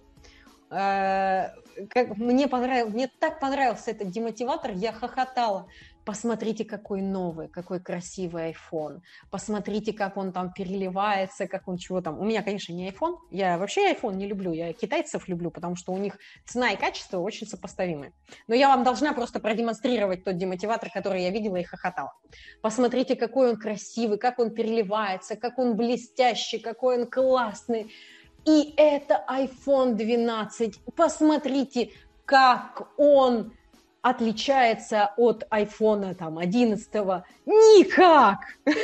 Э, как, мне, понравилось, мне так понравился этот демотиватор, я хохотала. Посмотрите, какой новый, какой красивый iPhone. Посмотрите, как он там переливается, как он чего там. У меня, конечно, не iPhone. Я вообще iPhone не люблю. Я китайцев люблю, потому что у них цена и качество очень сопоставимы. Но я вам должна просто продемонстрировать тот демотиватор, который я видела и хохотала. Посмотрите, какой он красивый, как он переливается, как он блестящий, какой он классный. И это айфон двенадцать. Посмотрите, как он отличается от айфона там, одиннадцатого. Никак!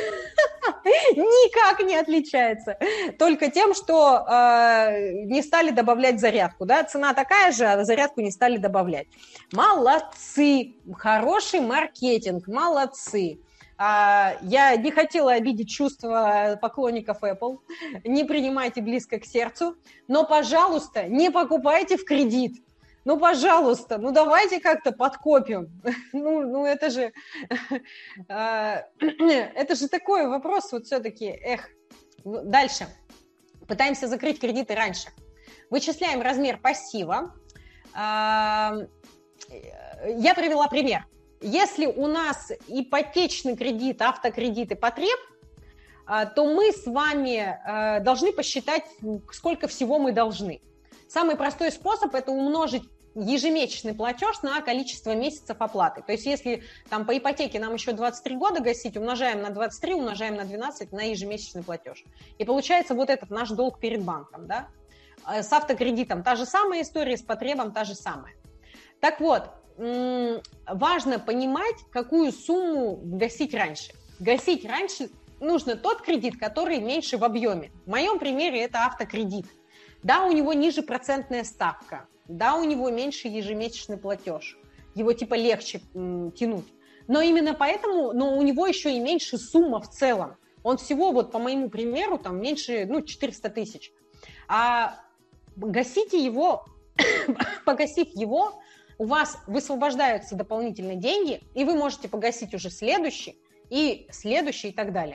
Никак не отличается. Только тем, что э, не стали добавлять зарядку. Да? Цена такая же, а зарядку не стали добавлять. Молодцы! Хороший маркетинг, молодцы! Uh, я не хотела обидеть чувства поклонников Apple. Не принимайте близко к сердцу. Но, пожалуйста, не покупайте в кредит. Ну, пожалуйста, ну давайте как-то подкопим. Ну, ну это же, э, это же такой вопрос вот все-таки. Эх, дальше. Пытаемся закрыть кредиты раньше. Вычисляем размер пассива. Э, я привела пример. Если у нас ипотечный кредит, автокредит и потреб, э, то мы с вами э, должны посчитать, сколько всего мы должны. Самый простой способ – это умножить ежемесячный платеж на количество месяцев оплаты. То есть если там по ипотеке нам еще двадцать три года гасить, умножаем на двадцать три, умножаем на двенадцать на ежемесячный платеж. И получается вот этот наш долг перед банком. Да? С автокредитом та же самая история, с потребом та же самая. Так вот, важно понимать, какую сумму гасить раньше. Гасить раньше нужно тот кредит, который меньше в объеме. В моем примере это автокредит. Да, у него ниже процентная ставка, да, у него меньше ежемесячный платеж, его типа легче м, тянуть. Но именно поэтому, но у него еще и меньше сумма в целом. Он всего, вот по моему примеру, там меньше, ну, четыреста тысяч. А гасите его, погасив его, у вас высвобождаются дополнительные деньги, и вы можете погасить уже следующий, и следующий, и так далее.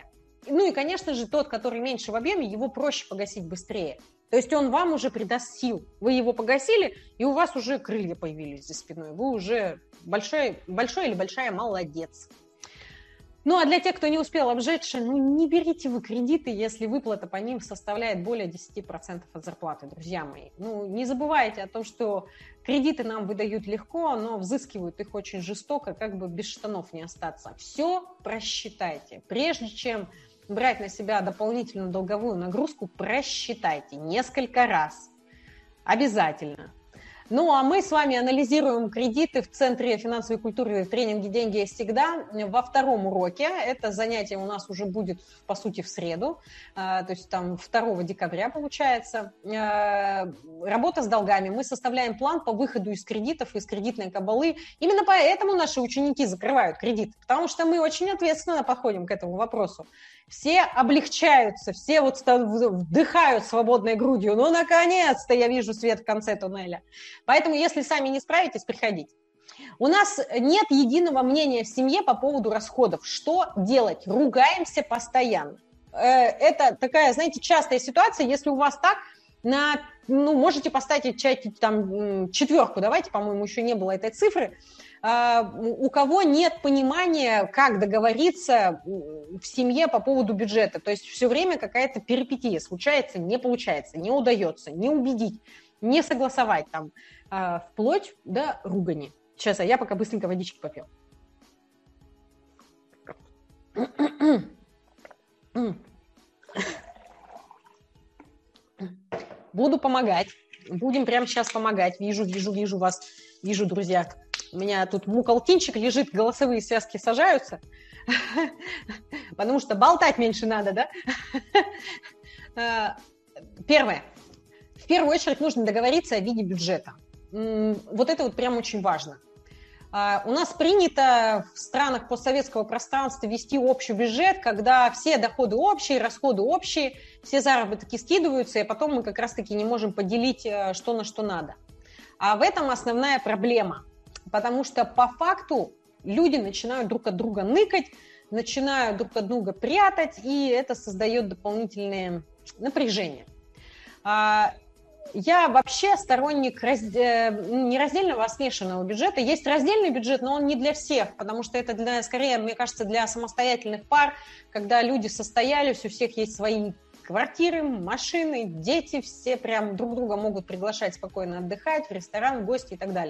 Ну и, конечно же, тот, который меньше в объеме, его проще погасить быстрее. То есть он вам уже придаст сил. Вы его погасили, и у вас уже крылья появились за спиной. Вы уже большой, большой или большая молодец. Ну, а для тех, кто не успел обжечься, ну, не берите вы кредиты, если выплата по ним составляет более десять процентов от зарплаты, друзья мои. Ну, не забывайте о том, что кредиты нам выдают легко, но взыскивают их очень жестоко, как бы без штанов не остаться. Все просчитайте. Прежде чем брать на себя дополнительную долговую нагрузку, просчитайте несколько раз. Обязательно. Ну, а мы с вами анализируем кредиты в Центре финансовой культуры в тренинге «Деньги есть всегда» во втором уроке. Это занятие у нас уже будет, по сути, в среду, то есть там второго декабря получается. Работа с долгами. Мы составляем план по выходу из кредитов, из кредитной кабалы. Именно поэтому наши ученики закрывают кредит, потому что мы очень ответственно подходим к этому вопросу. Все облегчаются, все вот вдыхают свободной грудью. Ну, наконец-то я вижу свет в конце туннеля. Поэтому, если сами не справитесь, приходите. У нас нет единого мнения в семье по поводу расходов. Что делать? Ругаемся постоянно. Это такая, знаете, частая ситуация. Если у вас так, на, ну, можете поставить там, четверку. Давайте, по-моему, еще не было этой цифры. У кого нет понимания, как договориться в семье по поводу бюджета. То есть все время какая-то перипетия случается, не получается, не удается, не убедить, не согласовать там, вплоть до ругани. Сейчас, а я пока быстренько водички попью. Буду помогать. Будем прямо сейчас помогать. Вижу, вижу, вижу вас. Вижу, друзья. У меня тут мукалтинчик лежит, голосовые связки сажаются, потому что болтать меньше надо, да? Первое. В первую очередь нужно договориться о виде бюджета. Вот это вот прям очень важно. У нас принято в странах постсоветского пространства вести общий бюджет, когда все доходы общие, расходы общие, все заработки скидываются, и потом мы как раз-таки не можем поделить, что на что надо. А в этом основная проблема. Потому что по факту люди начинают друг от друга ныкать, начинают друг от друга прятать, и это создает дополнительное напряжение. Я вообще сторонник раз... не раздельного, а смешанного бюджета. Есть раздельный бюджет, но он не для всех, потому что это для, скорее, мне кажется, для самостоятельных пар, когда люди состоялись, у всех есть свои квартиры, машины, дети, все прям друг друга могут приглашать спокойно отдыхать в ресторан, в гости и так далее.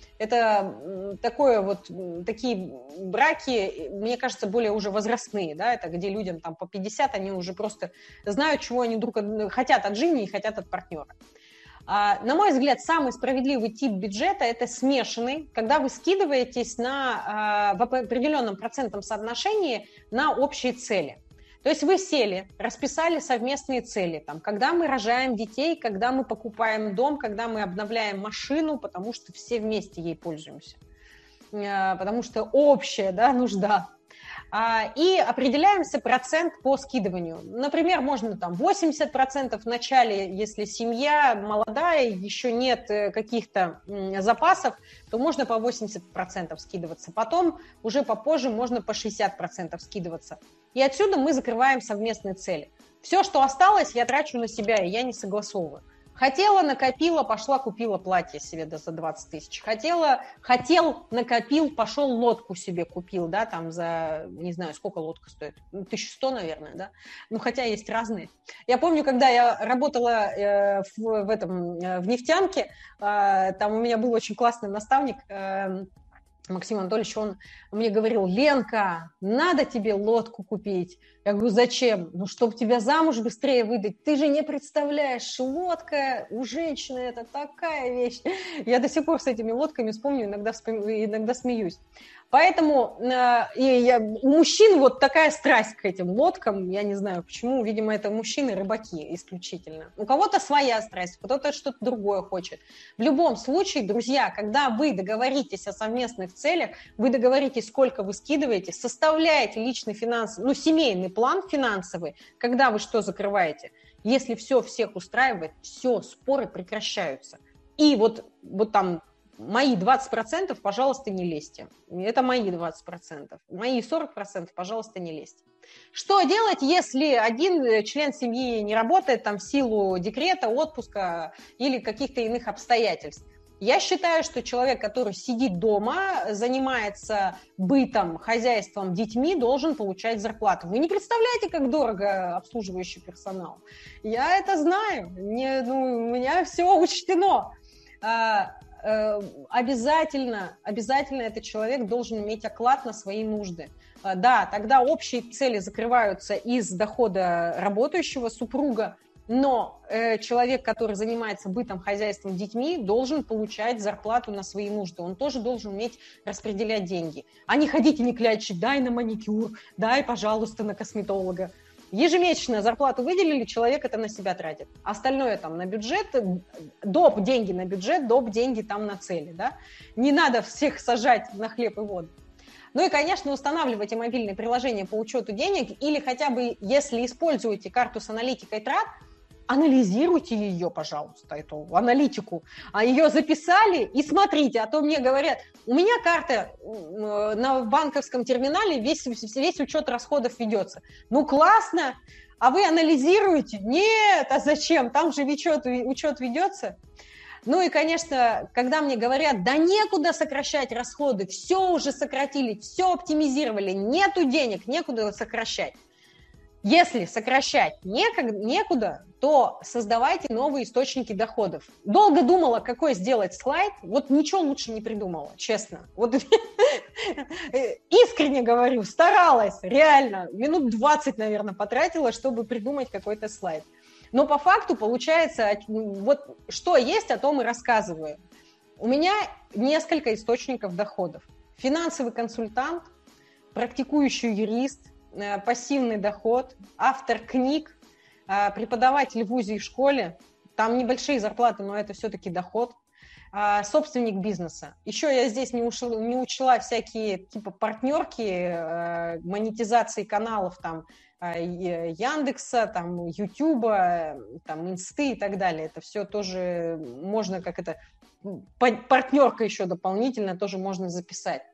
Это такое вот, такие браки, мне кажется, более уже возрастные, да, это где людям там по пятьдесят, они уже просто знают, чего они друг от, хотят от жизни и хотят от партнера. А, на мой взгляд, самый справедливый тип бюджета – это смешанный, когда вы скидываетесь на, а, в определенном процентном соотношении на общие цели. То есть вы сели, расписали совместные цели, там, когда мы рожаем детей, когда мы покупаем дом, когда мы обновляем машину, потому что все вместе ей пользуемся, потому что общая, да, нужда. И определяемся процент по скидыванию. Например, можно там восемьдесят процентов в начале, если семья молодая, еще нет каких-то запасов, то можно по восемьдесят процентов скидываться. Потом уже попозже можно по шестьдесят процентов скидываться. И отсюда мы закрываем совместные цели. Все, что осталось, я трачу на себя, и я не согласовываю. Хотела, накопила, пошла, купила платье себе за двадцать тысяч. Хотела, хотел, накопил, пошел, лодку себе купил, да, там за, не знаю, сколько лодка стоит, тысяча сто, наверное, да, ну, хотя есть разные. Я помню, когда я работала э, в, в этом, э, в нефтянке, э, там у меня был очень классный наставник, э, Максим Анатольевич, он мне говорил: Ленка, надо тебе лодку купить. Я говорю: зачем? Ну, чтобы тебя замуж быстрее выдать. Ты же не представляешь, лодка у женщины – это такая вещь. Я до сих пор с этими лодками вспомню, иногда, вспом... иногда смеюсь. Поэтому э, и я, у мужчин вот такая страсть к этим лодкам, я не знаю почему, видимо, это мужчины-рыбаки исключительно. У кого-то своя страсть, кто-то что-то другое хочет. В любом случае, друзья, когда вы договоритесь о совместных целях, вы договоритесь, сколько вы скидываете, составляете личный финансовый, ну, семейный план финансовый, когда вы что закрываете. Если все всех устраивает, все, споры прекращаются. И вот, вот там мои двадцать процентов, пожалуйста, не лезьте. Это мои двадцать процентов. Мои сорок процентов, пожалуйста, не лезьте. Что делать, если один член семьи не работает там, в силу декрета, отпуска или каких-то иных обстоятельств? Я считаю, что человек, который сидит дома, занимается бытом, хозяйством, детьми, должен получать зарплату. Вы не представляете, как дорого обслуживающий персонал. Я это знаю. Мне, ну, у меня все учтено. А, а, обязательно, обязательно этот человек должен иметь оклад на свои нужды. А, да, тогда общие цели закрываются из дохода работающего супруга, но э, человек, который занимается бытом, хозяйством, детьми, должен получать зарплату на свои нужды. Он тоже должен уметь распределять деньги. А не ходить и не клячить: дай на маникюр, дай, пожалуйста, на косметолога. Ежемесячно зарплату выделили, человек это на себя тратит. Остальное там на бюджет, доп. Деньги на бюджет, доп. Деньги там на цели. Да? Не надо всех сажать на хлеб и воду. Ну и, конечно, устанавливайте мобильные приложения по учету денег или хотя бы, если используете карту с аналитикой трат, анализируйте ее, пожалуйста, эту аналитику. А ее записали и смотрите, а то мне говорят, у меня карта на банковском терминале, весь, весь учет расходов ведется. Ну, классно, а вы анализируете? Нет, а зачем? Там же учет, учет ведется. Ну и, конечно, когда мне говорят, да некуда сокращать расходы, все уже сократили, все оптимизировали, нету денег, некуда сокращать. Если сокращать некуда, то создавайте новые источники доходов. Долго думала, какой сделать слайд, вот ничего лучше не придумала, честно. Вот искренне говорю, старалась, реально, минут двадцать, наверное, потратила, чтобы придумать какой-то слайд. Но по факту получается, вот что есть, о том и рассказываю. У меня несколько источников доходов. Финансовый консультант, практикующий юрист, пассивный доход, автор книг, преподаватель в вузе и школе. Там небольшие зарплаты, но это все-таки доход. Собственник бизнеса. Еще я здесь не учила, не учила всякие типа партнерки, монетизации каналов, там, Яндекса, там, Ютуба, там, Инсты и так далее. Это все тоже можно, как это, партнерка еще дополнительно тоже можно записать.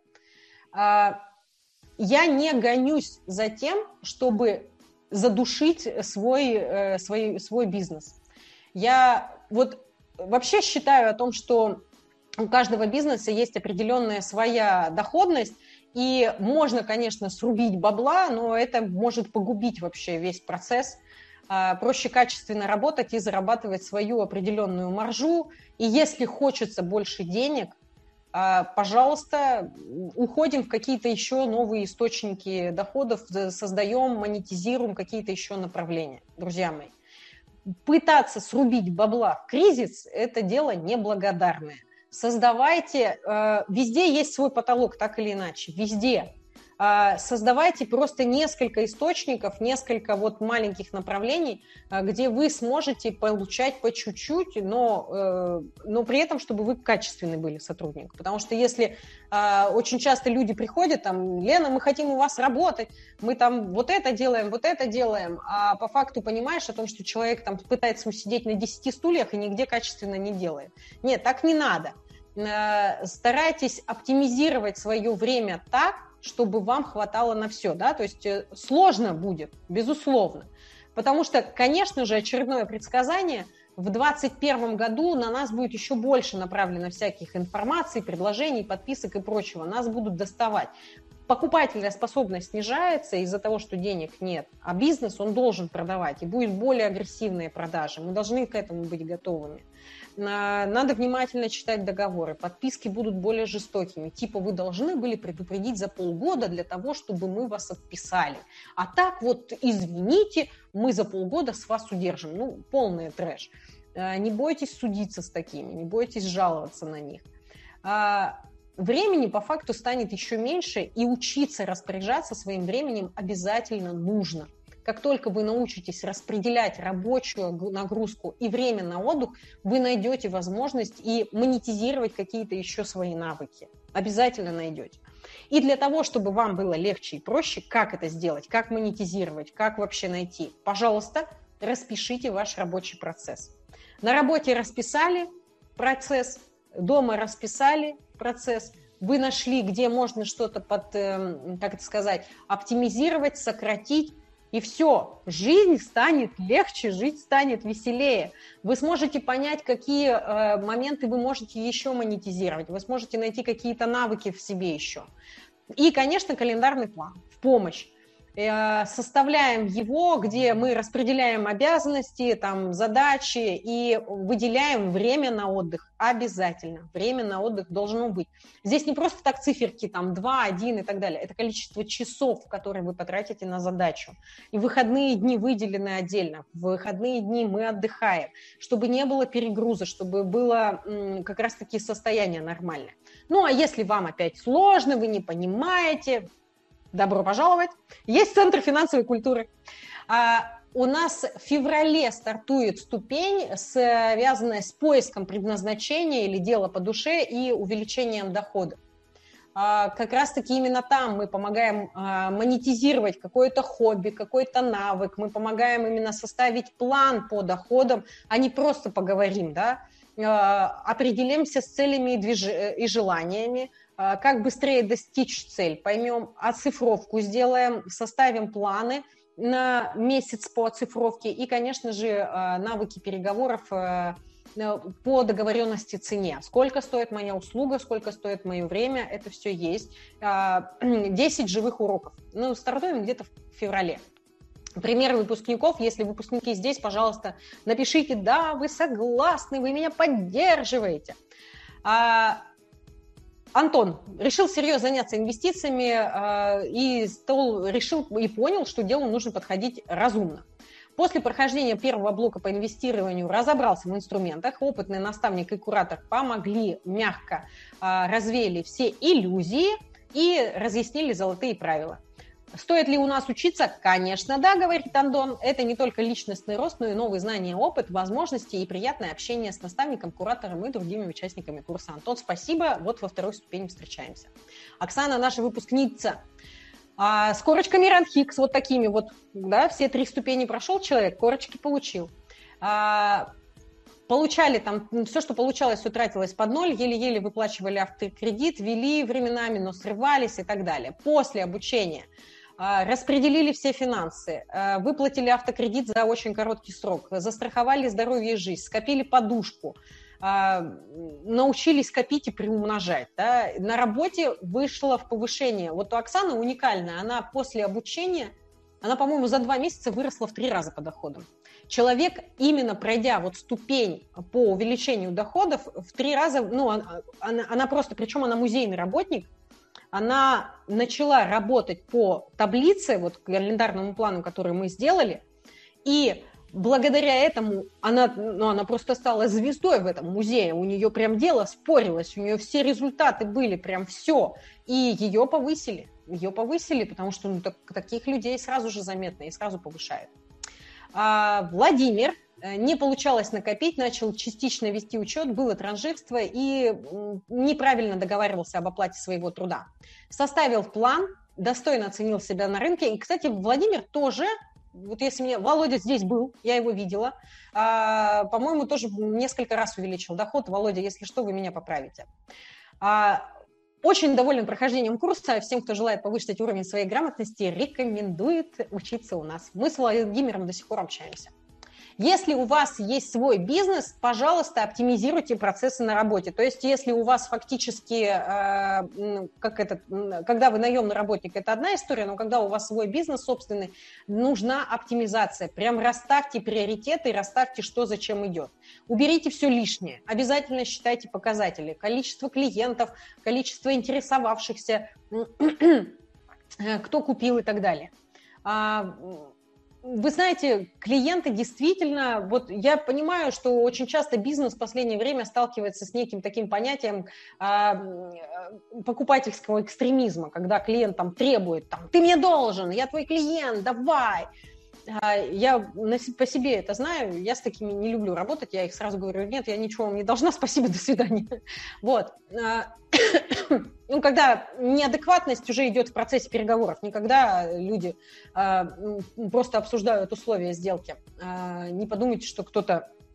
Я не гонюсь за тем, чтобы задушить свой, свой, свой бизнес. Я вот вообще считаю о том, что у каждого бизнеса есть определенная своя доходность, и можно, конечно, срубить бабла, но это может погубить вообще весь процесс. Проще качественно работать и зарабатывать свою определенную маржу. И если хочется больше денег, пожалуйста, уходим в какие-то еще новые источники доходов, создаем, монетизируем какие-то еще направления, друзья мои. Пытаться срубить бабла в кризис – это дело неблагодарное. Создавайте, везде есть свой потолок, так или иначе, везде. Создавайте просто несколько источников, несколько вот маленьких направлений, где вы сможете получать по чуть-чуть, но, но при этом, чтобы вы качественный были сотрудник. Потому что если очень часто люди приходят, там, Лена, мы хотим у вас работать, мы там вот это делаем, вот это делаем, а по факту понимаешь о том, что человек там пытается усидеть на десяти стульях и нигде качественно не делает. Нет, так не надо. Старайтесь оптимизировать свое время так, чтобы вам хватало на все, да, то есть сложно будет, безусловно, потому что, конечно же, очередное предсказание, в двадцать первом году на нас будет еще больше направлено всяких информаций, предложений, подписок и прочего, нас будут доставать. Покупательная способность снижается из-за того, что денег нет, а бизнес он должен продавать, и будет более агрессивные продажи, мы должны к этому быть готовыми. Надо внимательно читать договоры, подписки будут более жестокими, типа вы должны были предупредить за полгода для того, чтобы мы вас отписали, а так вот извините, мы за полгода с вас удержим, ну полный трэш. Не бойтесь судиться с такими, не бойтесь жаловаться на них. Времени по факту станет еще меньше, и учиться распоряжаться своим временем обязательно нужно. Как только вы научитесь распределять рабочую нагрузку и время на отдых, вы найдете возможность и монетизировать какие-то еще свои навыки. Обязательно найдете. И для того, чтобы вам было легче и проще, как это сделать, как монетизировать, как вообще найти, пожалуйста, распишите ваш рабочий процесс. На работе расписали процесс, дома расписали процесс, вы нашли, где можно что-то под, как это сказать, оптимизировать, сократить, и все, жизнь станет легче, жить станет веселее. Вы сможете понять, какие э, моменты вы можете еще монетизировать, вы сможете найти какие-то навыки в себе еще. И, конечно, календарный план в помощь. Э, составляем его, где мы распределяем обязанности, там, задачи и выделяем время на отдых. Обязательно. Время на отдых должно быть. Здесь не просто так циферки, там, два, один и так далее. Это количество часов, которые вы потратите на задачу. И выходные дни выделены отдельно. В выходные дни мы отдыхаем, чтобы не было перегруза, чтобы было м, как раз-таки состояние нормальное. Ну, а если вам опять сложно, вы не понимаете, добро пожаловать. Есть Центр финансовой культуры. А, у нас в феврале стартует ступень, связанная с поиском предназначения или дела по душе и увеличением дохода. А, как раз-таки именно там мы помогаем а, монетизировать какое-то хобби, какой-то навык. Мы помогаем именно составить план по доходам, а не просто поговорим, да? А, определимся с целями и, движ... и желаниями, как быстрее достичь цель, поймем, оцифровку сделаем, составим планы на месяц по оцифровке и, конечно же, навыки переговоров по договоренности цене. Сколько стоит моя услуга, сколько стоит мое время, это все есть. десять живых уроков. Ну, стартуем где-то в феврале. Пример выпускников, если выпускники здесь, пожалуйста, напишите, да, вы согласны, вы меня поддерживаете. Антон решил серьезно заняться инвестициями э, и стол, решил и понял, что делу нужно подходить разумно. После прохождения первого блока по инвестированию разобрался в инструментах. Опытный наставник и куратор помогли, мягко э, развеяли все иллюзии и разъяснили золотые правила. Стоит ли у нас учиться? Конечно, да, говорит Антон. Это не только личностный рост, но и новые знания, опыт, возможности и приятное общение с наставником, куратором и другими участниками курса. Антон, спасибо. Вот во второй ступени встречаемся. Оксана, наша выпускница, а, с корочками РАНХИКС, вот такими вот, да, все три ступени прошел человек, корочки получил. А, Получали там, все, что получалось, все тратилось под ноль, еле-еле выплачивали автокредит, вели временами, но срывались и так далее. После обучения распределили все финансы, выплатили автокредит за очень короткий срок, застраховали здоровье и жизнь, скопили подушку, научились копить и приумножать. Да? На работе вышло в повышение. Вот у Оксаны уникальная, она после обучения, она, по-моему, за два месяца выросла в три раза по доходам. Человек, именно пройдя вот ступень по увеличению доходов, в три раза, ну, она, она просто, причем она музейный работник, она начала работать по таблице, вот календарному плану, который мы сделали, и благодаря этому она, ну, она просто стала звездой в этом музее, у нее прям дело спорилось, у нее все результаты были, прям все, и ее повысили, ее повысили, потому что ну, так, таких людей сразу же заметно и сразу повышают. А Владимир, не получалось накопить, начал частично вести учет, было транжирство и неправильно договаривался об оплате своего труда. Составил план, достойно оценил себя на рынке. И, кстати, Владимир тоже, вот если мне... Володя здесь был, я его видела, а, по-моему, тоже несколько раз увеличил доход. Володя, если что, вы меня поправите. А, очень доволен прохождением курса. Всем, кто желает повысить уровень своей грамотности, рекомендует учиться у нас. Мы с Владимиром до сих пор общаемся. Если у вас есть свой бизнес, пожалуйста, оптимизируйте процессы на работе. То есть, если у вас фактически, э, как это, когда вы наемный работник, это одна история, но когда у вас свой бизнес собственный, нужна оптимизация. Прям расставьте приоритеты, расставьте, что зачем идет. Уберите все лишнее. Обязательно считайте показатели. Количество клиентов, количество интересовавшихся, кто купил и так далее. Вы знаете, клиенты действительно, вот я понимаю, что очень часто бизнес в последнее время сталкивается с неким таким понятием э, покупательского экстремизма, когда клиент там требует, там, ты мне должен, я твой клиент, давай. Я по себе это знаю, я с такими не люблю работать, я их сразу говорю, нет, я ничего вам не должна, спасибо, до свидания. Вот. Ну, когда неадекватность уже идет в процессе переговоров, не когда люди просто обсуждают условия сделки. Не подумайте, что кто-то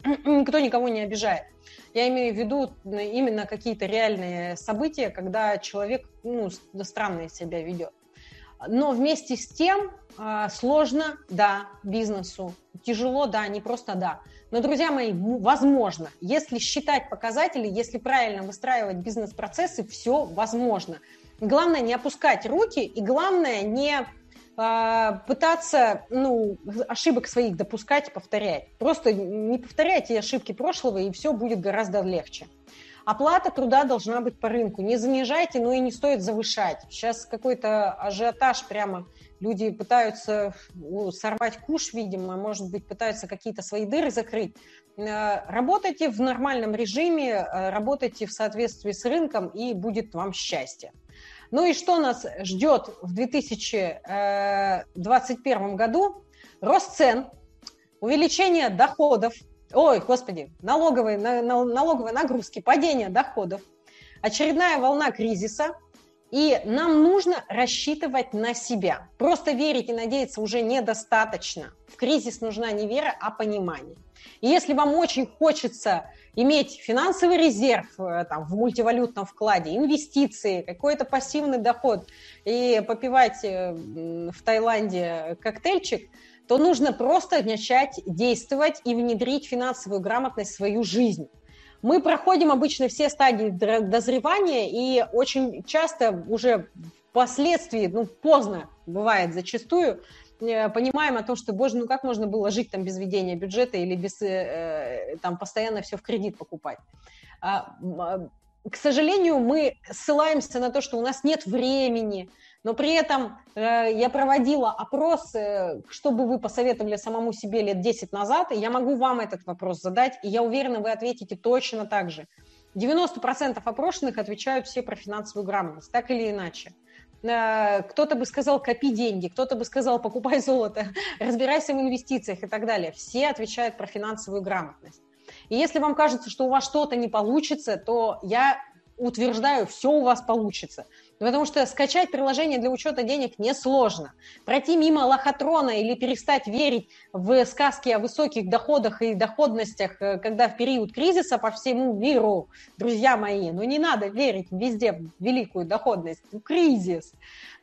никто никого не обижает. Я имею в виду именно какие-то реальные события, когда человек ну, странно себя ведет. Но вместе с тем сложно, да, бизнесу, тяжело, да, не просто да. Но, друзья мои, возможно, если считать показатели, если правильно выстраивать бизнес-процессы, все возможно. Главное не опускать руки и главное не э, пытаться ну, ошибок своих допускать и повторять. Просто не повторяйте ошибки прошлого, и все будет гораздо легче. Оплата труда должна быть по рынку. Не занижайте, но и не стоит завышать. Сейчас какой-то ажиотаж прямо. Люди пытаются сорвать куш, видимо, может быть, пытаются какие-то свои дыры закрыть. Работайте в нормальном режиме, работайте в соответствии с рынком, и будет вам счастье. Ну и что нас ждет в две тысячи двадцать первом году? Рост цен, увеличение доходов, ой, господи, налоговые, налоговые нагрузки, падение доходов, очередная волна кризиса. И нам нужно рассчитывать на себя. Просто верить и надеяться уже недостаточно. В кризис нужна не вера, а понимание. И если вам очень хочется иметь финансовый резерв там, в мультивалютном вкладе, инвестиции, какой-то пассивный доход и попивать в Таиланде коктейльчик, то нужно просто начать действовать и внедрить финансовую грамотность в свою жизнь. Мы проходим обычно все стадии дозревания, и очень часто уже впоследствии, ну, поздно бывает зачастую, понимаем о том, что, боже, ну как можно было жить там без ведения бюджета или без, там, постоянно все в кредит покупать. К сожалению, мы ссылаемся на то, что у нас нет времени, но при этом э, я проводила опрос, э, что бы вы посоветовали самому себе лет десять назад, и я могу вам этот вопрос задать, и я уверена, вы ответите точно так же. девяносто процентов опрошенных отвечают все про финансовую грамотность, так или иначе. Э, кто-то бы сказал, копи деньги, кто-то бы сказал, покупай золото, разбирайся в инвестициях и так далее. Все отвечают про финансовую грамотность. И если вам кажется, что у вас что-то не получится, то я утверждаю, все у вас получится. Потому что скачать приложение для учета денег несложно. Пройти мимо лохотрона или перестать верить в сказки о высоких доходах и доходностях, когда в период кризиса по всему миру, друзья мои, ну не надо верить везде в великую доходность, в кризис.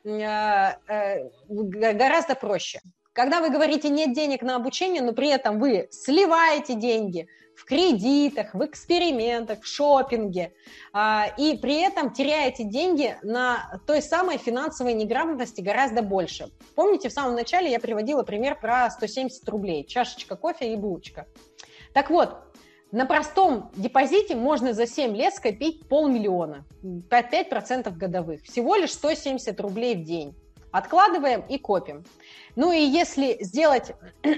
Гораздо проще. Когда вы говорите «нет денег на обучение», но при этом вы сливаете деньги в кредитах, в экспериментах, в шопинге, и при этом теряете деньги на той самой финансовой неграмотности гораздо больше. Помните, в самом начале я приводила пример про сто семьдесят рублей, чашечка кофе и булочка. Так вот, на простом депозите можно за семь лет скопить полмиллиона, пять процентов годовых, всего лишь сто семьдесят рублей в день. Откладываем и копим. Ну и если сделать,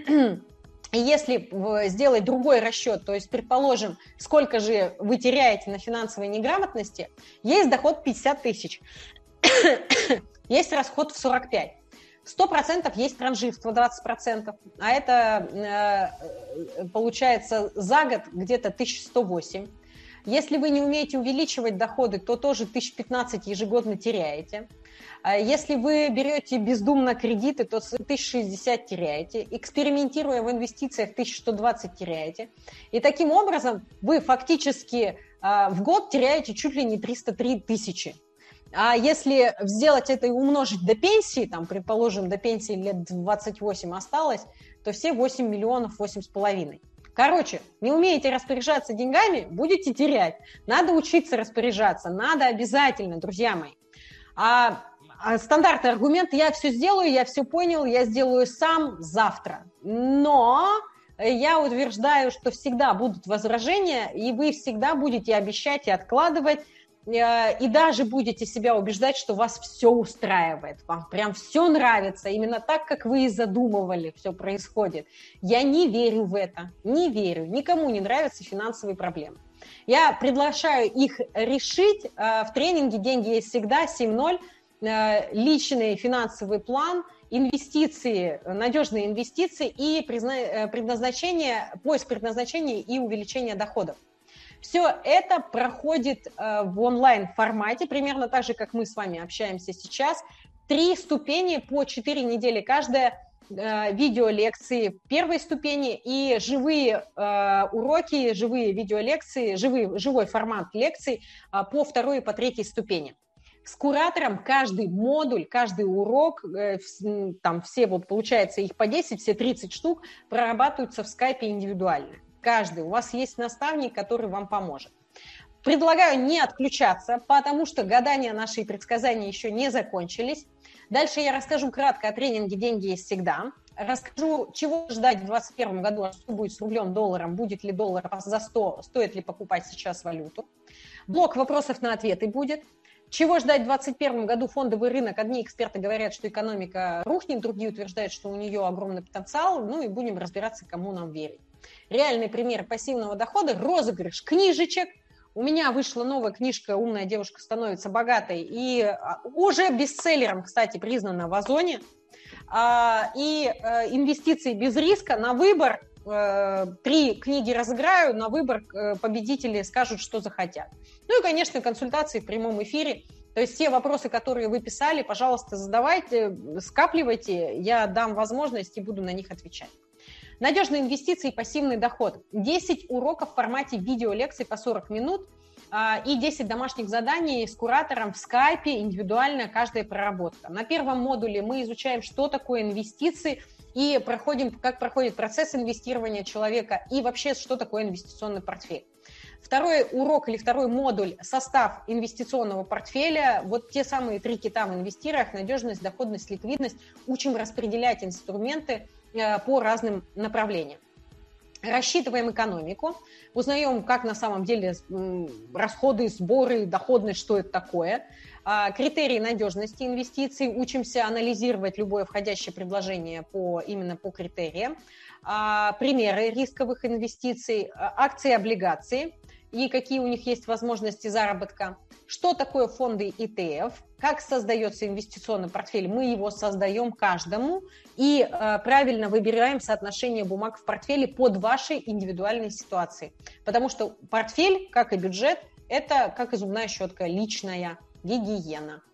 если сделать другой расчет, то есть, предположим, сколько же вы теряете на финансовой неграмотности, есть доход пятьдесят тысяч, есть расход в сорок пять. сто процентов есть транжирство двадцать процентов, а это э, получается за год где-то тысяча сто восемь. Если вы не умеете увеличивать доходы, то тоже тысяча пятнадцать ежегодно теряете. Если вы берете бездумно кредиты, то тысяча шестьдесят теряете. Экспериментируя в инвестициях, тысяча сто двадцать теряете. И таким образом вы фактически в год теряете чуть ли не триста три тысячи. А если сделать это и умножить до пенсии, там, предположим, до пенсии лет двадцать восемь осталось, то все восемь миллионов, восемь с половиной. Короче, не умеете распоряжаться деньгами, будете терять. Надо учиться распоряжаться, надо обязательно, друзья мои. А, а стандартный аргумент: я все сделаю, я все понял, я сделаю сам завтра. Но я утверждаю, что всегда будут возражения, и вы всегда будете обещать и откладывать, и даже будете себя убеждать, что вас все устраивает, вам прям все нравится, именно так, как вы и задумывали, все происходит. Я не верю в это, не верю, никому не нравятся финансовые проблемы. Я приглашаю их решить в тренинге «Деньги есть всегда», семь ноль, личный финансовый план, инвестиции, надежные инвестиции и предназначение, поиск предназначения и увеличение доходов. Все это проходит в онлайн-формате, примерно так же, как мы с вами общаемся сейчас. Три ступени по четыре недели каждая, видеолекции первой ступени и живые э, уроки, живые видеолекции, живые, живой формат лекций э, по второй и по третьей ступени. С куратором каждый модуль, каждый урок, э, там все, вот получается их по десять, все тридцать штук, прорабатываются в скайпе индивидуально. Каждый. У вас есть наставник, который вам поможет. Предлагаю не отключаться, потому что гадания наши и предсказания еще не закончились. Дальше я расскажу кратко о тренинге «Деньги есть всегда». Расскажу, чего ждать в двадцать первом году, а что будет с рублем, долларом, будет ли доллар за сто, стоит ли покупать сейчас валюту. Блок вопросов на ответы будет. Чего ждать в двадцать первом году фондовый рынок? Одни эксперты говорят, что экономика рухнет, другие утверждают, что у нее огромный потенциал. Ну и будем разбираться, кому нам верить. Реальный пример пассивного дохода – розыгрыш книжечек. У меня вышла новая книжка «Умная девушка становится богатой» и уже бестселлером, кстати, признана в Озоне. И инвестиции без риска на выбор. Три книги разыграю, на выбор победители скажут, что захотят. Ну и, конечно, консультации в прямом эфире. То есть все вопросы, которые вы писали, пожалуйста, задавайте, скапливайте. Я дам возможность и буду на них отвечать. Надежные инвестиции и пассивный доход. десять уроков в формате видеолекций по сорок минут и десять домашних заданий с куратором в скайпе, индивидуально каждая проработка. На первом модуле мы изучаем, что такое инвестиции и проходим, как проходит процесс инвестирования человека и вообще, что такое инвестиционный портфель. Второй урок или второй модуль – состав инвестиционного портфеля. Вот те самые три кита в инвестициях – надежность, доходность, ликвидность. Учим распределять инструменты по разным направлениям. Рассчитываем экономику, узнаем, как на самом деле расходы, сборы, доходность, что это такое. Критерии надежности инвестиций, учимся анализировать любое входящее предложение по, именно по критериям. Примеры рисковых инвестиций, акции, облигации и какие у них есть возможности заработка. Что такое фонды и ти эф, как создается инвестиционный портфель, мы его создаем каждому и э, правильно выбираем соотношение бумаг в портфеле под вашей индивидуальной ситуации. Потому что портфель, как и бюджет, это как и зубная щетка, личная гигиена.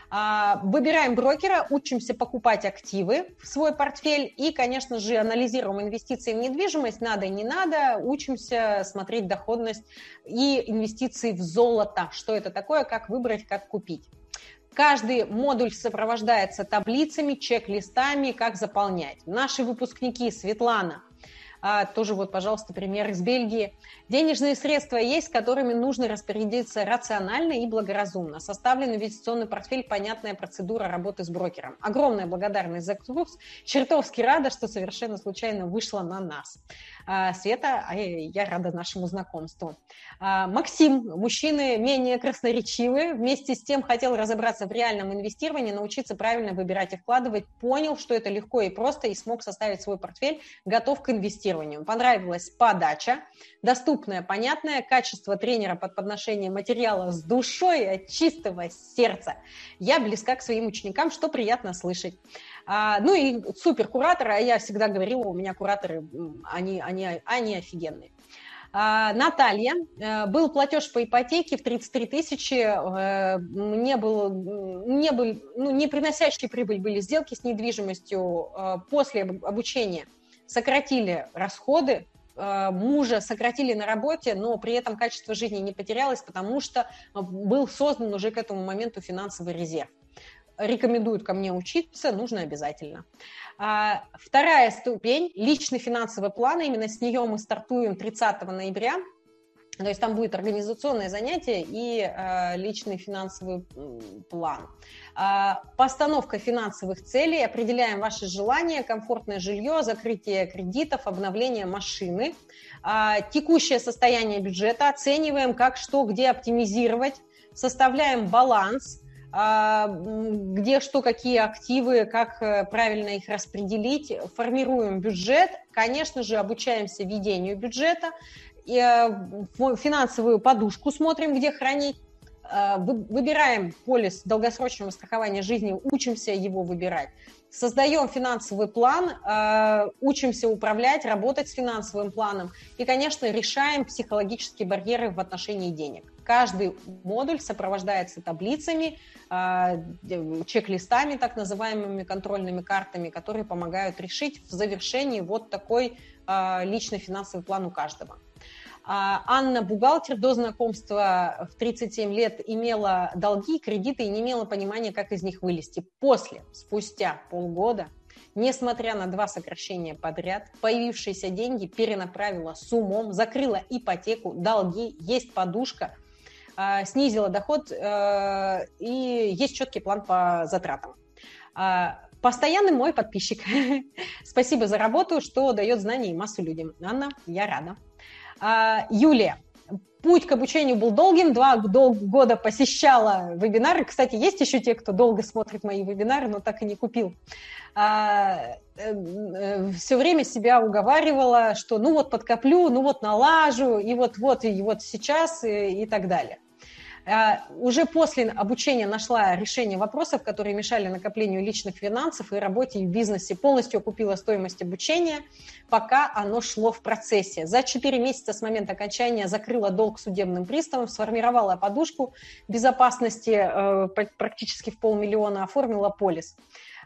А, выбираем брокера, учимся покупать активы в свой портфель и, конечно же, анализируем инвестиции в недвижимость, надо и не надо, учимся смотреть доходность и инвестиции в золото, что это такое, как выбрать, как купить. Каждый модуль сопровождается таблицами, чек-листами, как заполнять. Наши выпускники Светлана, а, тоже вот, пожалуйста, пример из Бельгии. Денежные средства есть, с которыми нужно распорядиться рационально и благоразумно. Составлен инвестиционный портфель, понятная процедура работы с брокером. Огромная благодарность за курс. Чертовски рада, что совершенно случайно вышла на нас. А, Света, я рада нашему знакомству. А, Максим, мужчины менее красноречивые, вместе с тем хотел разобраться в реальном инвестировании, научиться правильно выбирать и вкладывать, понял, что это легко и просто, и смог составить свой портфель, готов к инвестированию. Понравилась подача, доступная, понятная, качество тренера под подношение материала с душой от чистого сердца. Я близка к своим ученикам, что приятно слышать. А, ну и супер кураторы, а я всегда говорила, у меня кураторы, они, они, они офигенные. А, Наталья, был платеж по ипотеке в тридцать три тысячи, не был, не был, ну, не приносящие прибыль были сделки с недвижимостью после обучения. Сократили расходы, мужа сократили на работе, но при этом качество жизни не потерялось, потому что был создан уже к этому моменту финансовый резерв. Рекомендуют ко мне учиться, нужно обязательно. Вторая ступень – личный финансовый план. Именно с нее мы стартуем тридцатого ноября. То есть там будет организационное занятие и э, личный финансовый э, план. Э, постановка финансовых целей, определяем ваши желания, комфортное жилье, закрытие кредитов, обновление машины. Э, текущее состояние бюджета, оцениваем, как, что, где оптимизировать, составляем баланс, э, где, что, какие активы, как э, правильно их распределить, формируем бюджет, конечно же, обучаемся ведению бюджета, финансовую подушку смотрим, где хранить, выбираем полис долгосрочного страхования жизни, учимся его выбирать, создаем финансовый план, учимся управлять, работать с финансовым планом и, конечно, решаем психологические барьеры в отношении денег. Каждый модуль сопровождается таблицами, чек-листами, так называемыми контрольными картами, которые помогают решить в завершении вот такой личный финансовый план у каждого. Анна, бухгалтер, до знакомства в тридцать семь лет имела долги, кредиты и не имела понимания, как из них вылезти. После, спустя полгода, несмотря на два сокращения подряд, появившиеся деньги перенаправила с умом, закрыла ипотеку, долги, есть подушка, снизила доход и есть четкий план по затратам. Постоянный мой подписчик. Спасибо за работу, что дает знания и массу людям. Анна, я рада. А, Юлия. Путь к обучению был долгим. Два года посещала вебинары. Кстати, есть еще те, кто долго смотрит мои вебинары, но так и не купил. А, все время себя уговаривала, что ну вот подкоплю, ну вот налажу, и вот-вот, и вот сейчас, и, и так далее. Уже после обучения нашла решение вопросов, которые мешали накоплению личных финансов и работе и в бизнесе. Полностью окупила стоимость обучения, пока оно шло в процессе. За четыре месяца с момента окончания закрыла долг судебным приставом, сформировала подушку безопасности практически в полмиллиона, оформила полис.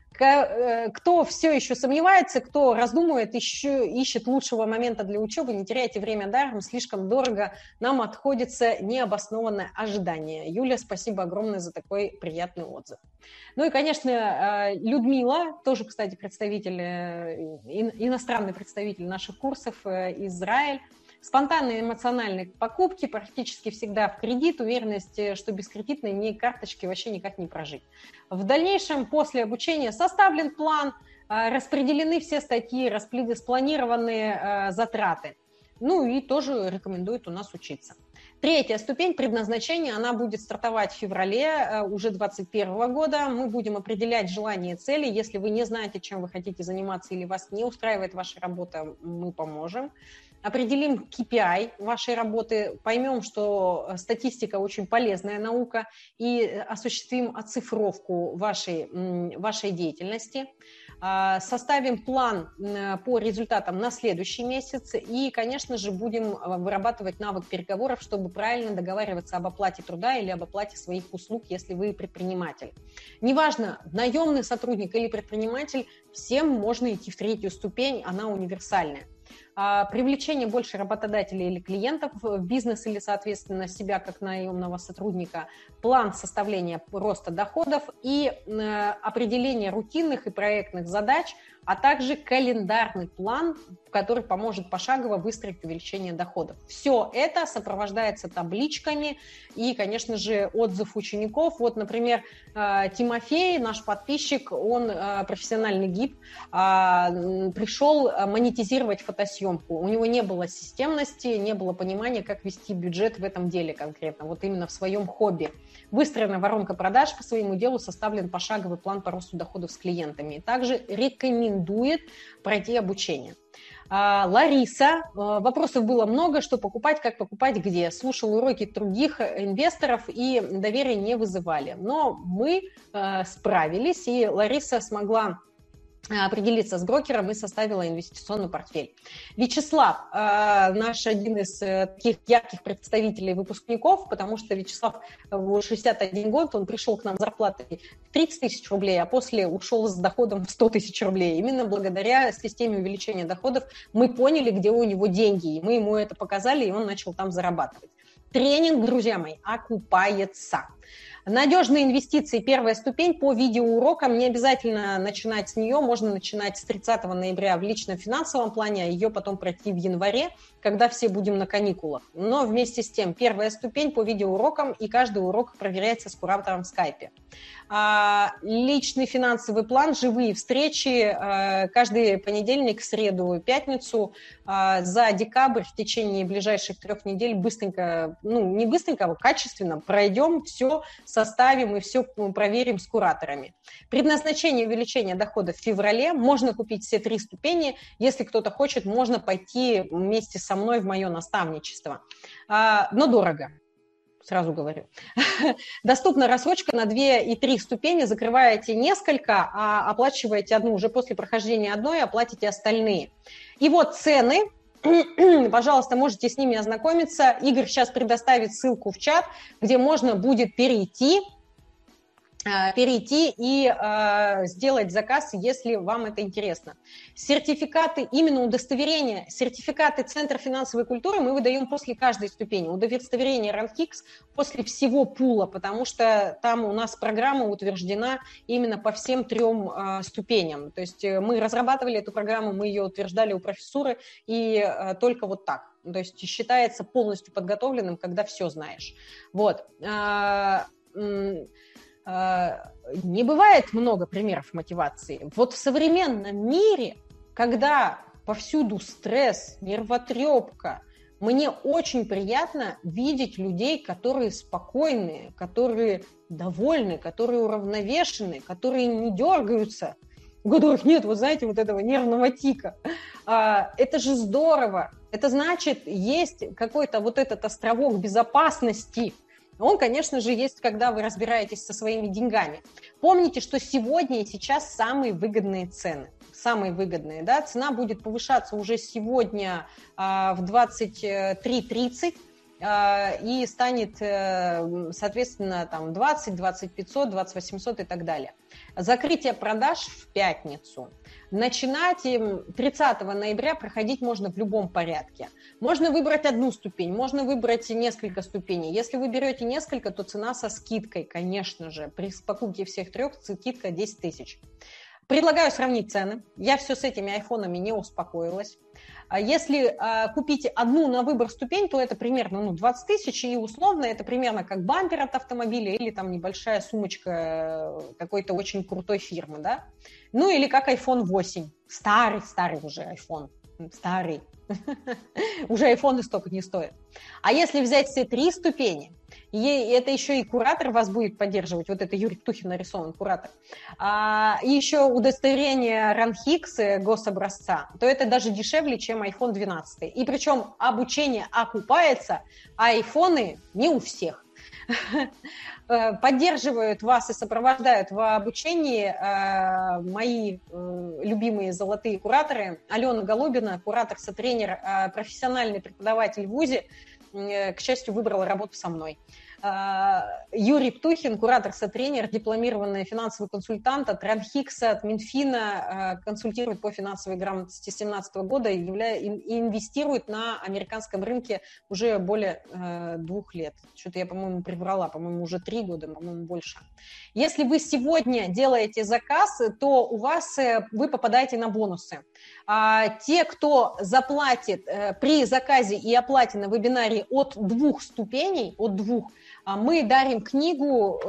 Кто все еще сомневается, кто раздумывает, еще ищет лучшего момента для учебы, не теряйте время даром, слишком дорого, нам отходится необоснованное ожидание. Юля, спасибо огромное за такой приятный отзыв. Ну и, конечно, Людмила, тоже, кстати, представитель, иностранный представитель наших курсов, Израиль. Спонтанные эмоциональные покупки, практически всегда в кредит, уверенность, что без кредитной ни карточки вообще никак не прожить. В дальнейшем, после обучения, составлен план, распределены все статьи, спланированные затраты. Ну и тоже рекомендует у нас учиться. Третья ступень предназначения, она будет стартовать в феврале уже двадцать первого года. Мы будем определять желания и цели. Если вы не знаете, чем вы хотите заниматься или вас не устраивает ваша работа, мы поможем. Определим кей пи ай вашей работы, поймем, что статистика очень полезная наука, и осуществим оцифровку вашей, вашей деятельности. Составим план по результатам на следующий месяц и, конечно же, будем вырабатывать навык переговоров, чтобы правильно договариваться об оплате труда или об оплате своих услуг, если вы предприниматель. Неважно, наемный сотрудник или предприниматель, всем можно идти в третью ступень, она универсальная. Привлечение больше работодателей или клиентов в бизнес или, соответственно, себя как наемного сотрудника, план составления роста доходов и определение рутинных и проектных задач, а также календарный план, который поможет пошагово выстроить увеличение доходов. Все это сопровождается табличками и, конечно же, отзыв учеников. Вот, например, Тимофей, наш подписчик, он профессиональный гид, пришел монетизировать фотосъемку. У него не было системности, не было понимания, как вести бюджет в этом деле конкретно, вот именно в своем хобби. Выстроена воронка продаж по своему делу, составлен пошаговый план по росту доходов с клиентами. Также рекомендует пройти обучение. Лариса, вопросов было много, что покупать, как покупать, где. Слушал уроки других инвесторов и доверия не вызывали. Но мы справились, и Лариса смогла определиться с брокером и составила инвестиционный портфель. Вячеслав, наш один из таких ярких представителей выпускников, потому что Вячеслав, шестьдесят один год, он пришел к нам с зарплатой тридцать тысяч рублей, а после ушел с доходом в сто тысяч рублей. Именно благодаря системе увеличения доходов мы поняли, где у него деньги, и мы ему это показали, и он начал там зарабатывать. Тренинг, друзья мои, окупается. Надежные инвестиции, первая ступень по видеоурокам, не обязательно начинать с нее, можно начинать с тридцатого ноября в личном финансовом плане, а ее потом пройти в январе, когда все будем на каникулах. Но вместе с тем, первая ступень по видеоурокам, и каждый урок проверяется с куратором в скайпе. Личный финансовый план, живые встречи каждый понедельник, среду, пятницу за декабрь в течение ближайших трех недель быстренько, ну не быстренько, а качественно пройдем, все составим и все проверим с кураторами. Предназначение увеличения дохода в феврале, можно купить все три ступени, если кто-то хочет, можно пойти вместе со мной в мое наставничество, но дорого. Сразу говорю. Доступна рассрочка на две и три ступени, закрываете несколько, а оплачиваете одну. Уже после прохождения одной оплатите остальные. И вот цены пожалуйста, можете с ними ознакомиться. Игорь сейчас предоставит ссылку в чат, где можно будет перейти, перейти и э, сделать заказ, если вам это интересно. Сертификаты, именно удостоверения, сертификаты Центра финансовой культуры мы выдаем после каждой ступени. Удостоверение РАНХИКС после всего пула, потому что там у нас программа утверждена именно по всем трем э, ступеням. То есть мы разрабатывали эту программу, мы ее утверждали у профессуры, и э, только вот так. То есть считается полностью подготовленным, когда все знаешь. Вот. Не бывает много примеров мотивации. Вот в современном мире, когда повсюду стресс, нервотрепка, мне очень приятно видеть людей, которые спокойные, которые довольны, которые уравновешены, которые не дергаются, у которых нет, вот знаете, вот этого нервного тика. Это же здорово. Это значит, есть какой-то вот этот островок безопасности. Он, конечно же, есть, когда вы разбираетесь со своими деньгами. Помните, что сегодня и сейчас самые выгодные цены. Самые выгодные, да, цена будет повышаться уже сегодня э, в двадцать три тридцать э, и станет, э, соответственно, там двадцать, двадцать пятьсот, двадцать восемьсот и так далее. Закрытие продаж в пятницу. Начинать тридцатого ноября проходить можно в любом порядке. Можно выбрать одну ступень, можно выбрать несколько ступеней. Если вы берете несколько, то цена со скидкой, конечно же. При покупке всех трех скидка десять тысяч. Предлагаю сравнить цены. Я все с этими айфонами не успокоилась. Если э, купить одну на выбор ступень, то это примерно ну, двадцать тысяч, и условно это примерно как бампер от автомобиля или там небольшая сумочка какой-то очень крутой фирмы, да? Ну или как айфон восемь, старый-старый уже iPhone, старый, уже айфоны столько не стоят. А если взять все три ступени, и это еще и куратор вас будет поддерживать, вот это Юрий Птухин нарисован, куратор, а, и еще удостоверение РАНХИКС гособразца, то это даже дешевле, чем айфон двенадцать. И причем обучение окупается, а айфоны не у всех. Поддерживают вас и сопровождают в обучении э, мои э, любимые золотые кураторы. Алена Голубина, куратор-сотренер, э, профессиональный преподаватель в ВУЗе, э, к счастью, выбрала работу со мной. Э, Юрий Птухин, куратор-сотренер, дипломированный финансовый консультант от РАНХИКСа, от Минфина, э, консультирует по финансовой грамотности с две тысячи семнадцатого года и, явля... и инвестирует на американском рынке уже более э, двух лет. Что-то я, по-моему, приврала, по-моему, уже три года, по-моему, больше. Если вы сегодня делаете заказ, то у вас, э, вы попадаете на бонусы. А те, кто заплатит э, при заказе и оплате на вебинаре от двух ступеней, от двух, мы дарим книгу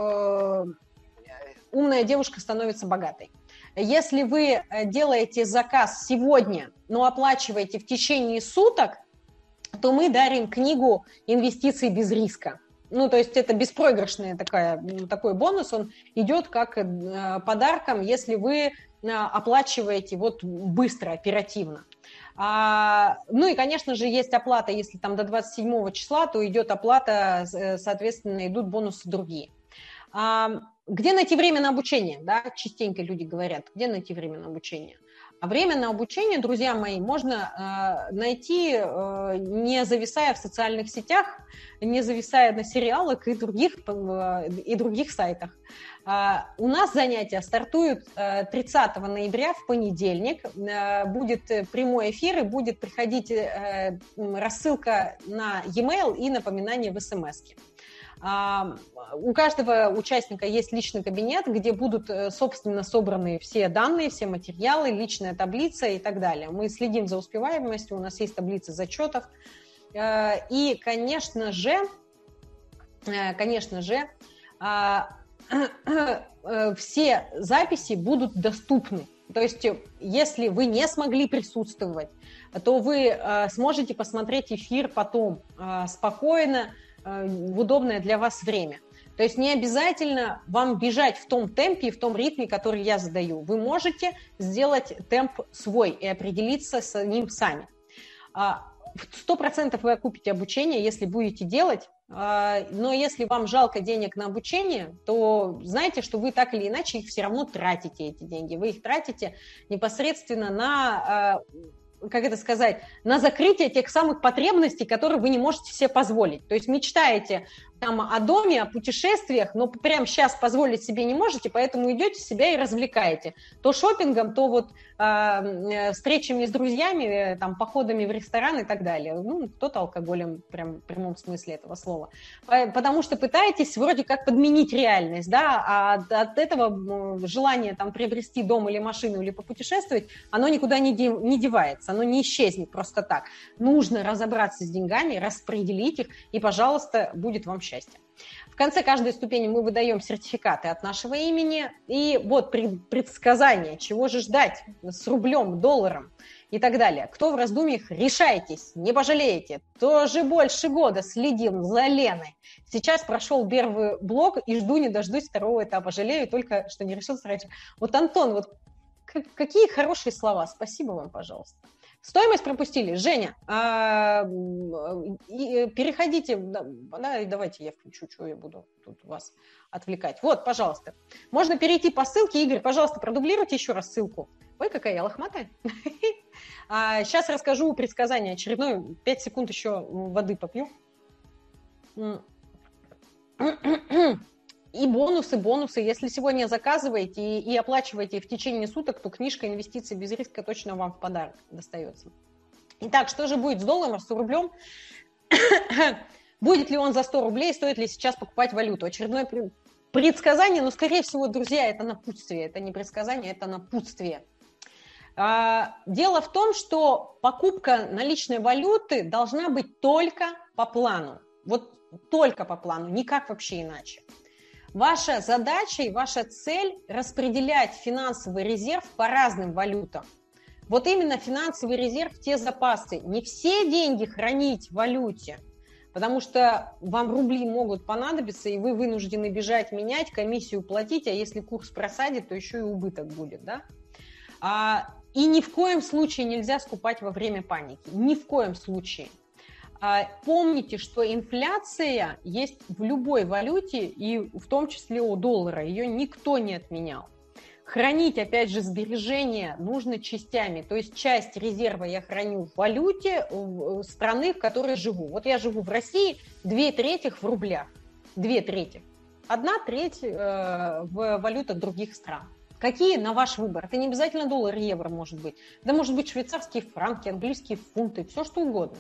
«Умная девушка становится богатой». Если вы делаете заказ сегодня, но оплачиваете в течение суток, то мы дарим книгу «Инвестиции без риска». Ну, то есть это беспроигрышный такая, такой бонус, он идет как подарком, если вы оплачиваете вот быстро, оперативно. А, ну и, конечно же, есть оплата, если там до двадцать седьмого числа, то идет оплата, соответственно, идут бонусы другие. А, где найти время на обучение? Да? Частенько люди говорят, где найти время на обучение? А время на обучение, друзья мои, можно э, найти, э, не зависая в социальных сетях, не зависая на сериалах и других, э, и других сайтах. Uh, у нас занятия стартуют uh, тридцатого ноября в понедельник. Uh, будет прямой эфир и будет приходить uh, рассылка на e-mail и напоминание в смс-ке. Uh, у каждого участника есть личный кабинет, где будут, собственно, собраны все данные, все материалы, личная таблица и так далее. Мы следим за успеваемостью, у нас есть таблица зачетов. Uh, и, конечно же, uh, конечно же, uh, все записи будут доступны. То есть, если вы не смогли присутствовать, то вы э, сможете посмотреть эфир потом э, спокойно, э, в удобное для вас время. То есть не обязательно вам бежать в том темпе и в том ритме, который я задаю. Вы можете сделать темп свой и определиться с ним сами. Сто процентов вы окупите обучение, если будете делать. Но если вам жалко денег на обучение, то знайте, что вы так или иначе их все равно тратите, эти деньги. Вы их тратите непосредственно на как это сказать, на закрытие тех самых потребностей, которые вы не можете себе позволить. То есть мечтаете там о доме, о путешествиях, но прямо сейчас позволить себе не можете, поэтому идете себя и развлекаете. То шопингом, то вот э, встречами с друзьями, там, походами в ресторан и так далее. Ну, кто-то алкоголем, прям в прямом смысле этого слова. Потому что пытаетесь вроде как подменить реальность, да, а от, от этого желание там приобрести дом или машину или попутешествовать, оно никуда не, де, не девается, оно не исчезнет просто так. Нужно разобраться с деньгами, распределить их, и, пожалуйста, будет вам счастье. Счастья. В конце каждой ступени мы выдаем сертификаты от нашего имени, и вот предсказание, чего же ждать с рублем, долларом и так далее. Кто в раздумьях, решайтесь, не пожалеете. Тоже больше года следим за Леной. Сейчас прошел первый блок, и жду не дождусь второго этапа. Жалею только, что не решил раньше. Вот, Антон, вот какие хорошие слова. Спасибо вам, пожалуйста. Стоимость пропустили. Женя, а, и, переходите, да, давайте я включу, что я буду тут вас отвлекать. Вот, пожалуйста. Можно перейти по ссылке. Игорь, пожалуйста, продублируйте еще раз ссылку. Ой, какая я лохматая. Сейчас расскажу предсказание очередное. Пять секунд еще воды попью. И бонусы, бонусы. Если сегодня заказываете и, и оплачиваете в течение суток, то книжка «Инвестиции без риска» точно вам в подарок достается. Итак, что же будет с долларом, с рублем? Будет ли он за сто рублей, стоит ли сейчас покупать валюту? Очередное предсказание, но, скорее всего, друзья, это напутствие. Это не предсказание, это напутствие. Дело в том, что покупка наличной валюты должна быть только по плану. Вот только по плану, никак вообще иначе. Ваша задача и ваша цель – распределять финансовый резерв по разным валютам. Вот именно финансовый резерв, те запасы. Не все деньги хранить в валюте, потому что вам рубли могут понадобиться, и вы вынуждены бежать менять, комиссию платить, а если курс просадит, то еще и убыток будет, да? А, и ни в коем случае нельзя скупать во время паники. Ни в коем случае. Помните, что инфляция есть в любой валюте, и в том числе у доллара. Ее никто не отменял. Хранить, опять же, сбережения нужно частями. То есть часть резерва я храню в валюте страны, в которой живу. Вот я живу в России, две трети в рублях. Две трети. Одна треть э, в валютах других стран. Какие на ваш выбор? Это не обязательно доллар и евро может быть. Это может быть швейцарские франки, английские фунты, все что угодно.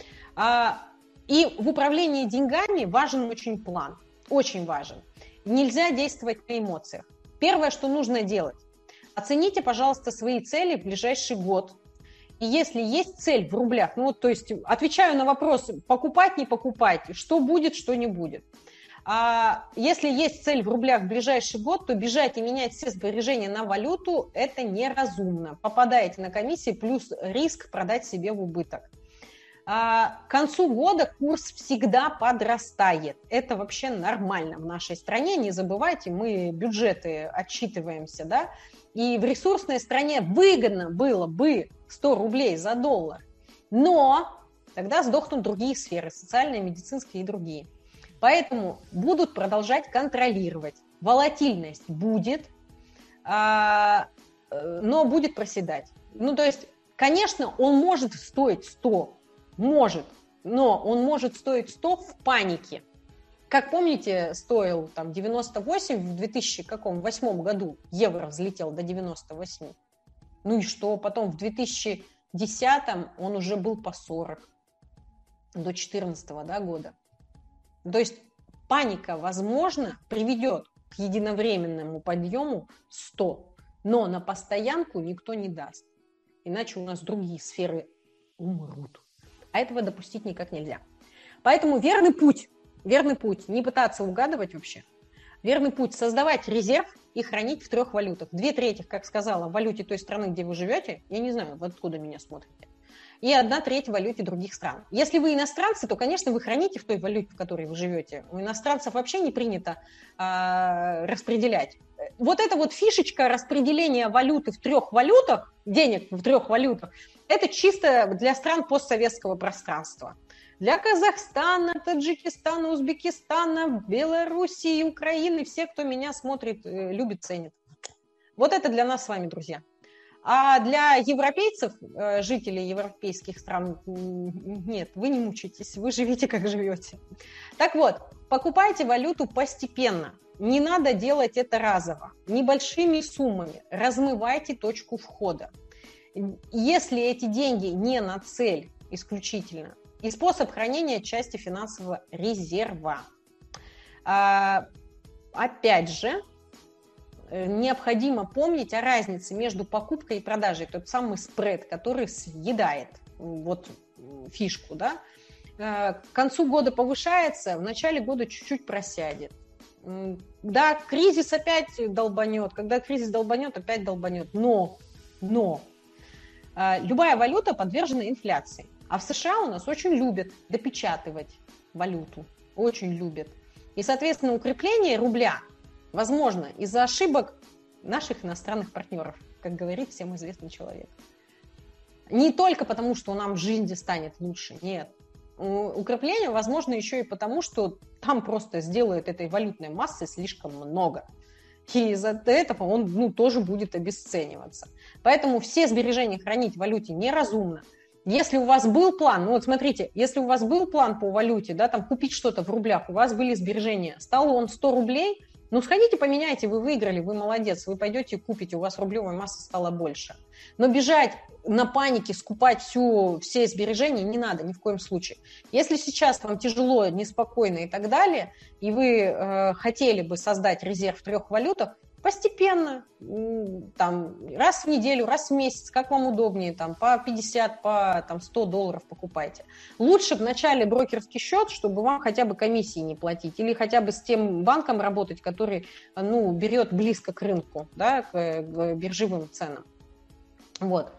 И в управлении деньгами важен очень план, очень важен. Нельзя действовать на эмоциях. Первое, что нужно делать, оцените, пожалуйста, свои цели в ближайший год. И если есть цель в рублях, ну, то есть отвечаю на вопрос, покупать, не покупать, что будет, что не будет. А если есть цель в рублях в ближайший год, то бежать и менять все сбережения на валюту – это неразумно. Попадаете на комиссии, плюс риск продать себе в убыток. К концу года курс всегда подрастает. Это вообще нормально в нашей стране. Не забывайте, мы бюджеты отчитываемся, да? И в ресурсной стране выгодно было бы сто рублей за доллар. Но тогда сдохнут другие сферы, социальные, медицинские и другие. Поэтому будут продолжать контролировать. Волатильность будет, но будет проседать. Ну, то есть, конечно, он может стоить сто. Может, но он может стоить сто в панике. Как помните, стоил там девяносто восемь в две тысячи восьмом году, евро взлетел до девяноста восьми. Ну и что? Потом в две тысячи десятом он уже был по сорок, до две тысячи четырнадцатого, да, года. То есть паника, возможно, приведет к единовременному подъему сто, но на постоянку никто не даст. Иначе у нас другие сферы умрут. А этого допустить никак нельзя. Поэтому верный путь, верный путь, не пытаться угадывать вообще, верный путь создавать резерв и хранить в трех валютах. Две трети, как сказала, в валюте той страны, где вы живете, я не знаю, откуда меня смотрите, и одна треть в валюте других стран. Если вы иностранцы, то, конечно, вы храните в той валюте, в которой вы живете. У иностранцев вообще не принято э, распределять. Вот эта вот фишечка распределения валюты в трех валютах, денег в трех валютах, это чисто для стран постсоветского пространства. Для Казахстана, Таджикистана, Узбекистана, Белоруссии, Украины, все, кто меня смотрит, любит, ценит. Вот это для нас с вами, друзья. А для европейцев, жителей европейских стран, нет, вы не мучаетесь, вы живете, как живете. Так вот, покупайте валюту постепенно. Не надо делать это разово, небольшими суммами. Размывайте точку входа. Если эти деньги не на цель исключительно, и способ хранения части финансового резерва. А, опять же, необходимо помнить о разнице между покупкой и продажей. Тот самый спред, который съедает вот фишку. Да? К концу года повышается, в начале года чуть-чуть просядет. Да, кризис опять долбанет. Когда кризис долбанет, опять долбанет. Но, но любая валюта подвержена инфляции. А в США у нас очень любят допечатывать валюту. Очень любят. И, соответственно, укрепление рубля возможно из-за ошибок наших иностранных партнеров, как говорит всем известный человек. Не только потому, что нам в жизни станет лучше, нет. Укрепление возможно еще и потому, что там просто сделают этой валютной массы слишком много. И из-за этого он ну, тоже будет обесцениваться. Поэтому все сбережения хранить в валюте неразумно. Если у вас был план, ну вот смотрите, если у вас был план по валюте, да, там купить что-то в рублях, у вас были сбережения, стал он сто рублей, ну сходите поменяйте, вы выиграли, вы молодец, вы пойдете и купите, у вас рублевая масса стала больше. Но бежать на панике, скупать всю, все сбережения не надо ни в коем случае. Если сейчас вам тяжело, неспокойно и так далее, и вы э, хотели бы создать резерв в трех валютах, постепенно, там, раз в неделю, раз в месяц, как вам удобнее, там, по пятьдесят, по там, сто долларов покупайте. Лучше вначале брокерский счет, чтобы вам хотя бы комиссии не платить, или хотя бы с тем банком работать, который ну, берет близко к рынку, да, к, к биржевым ценам. Вот.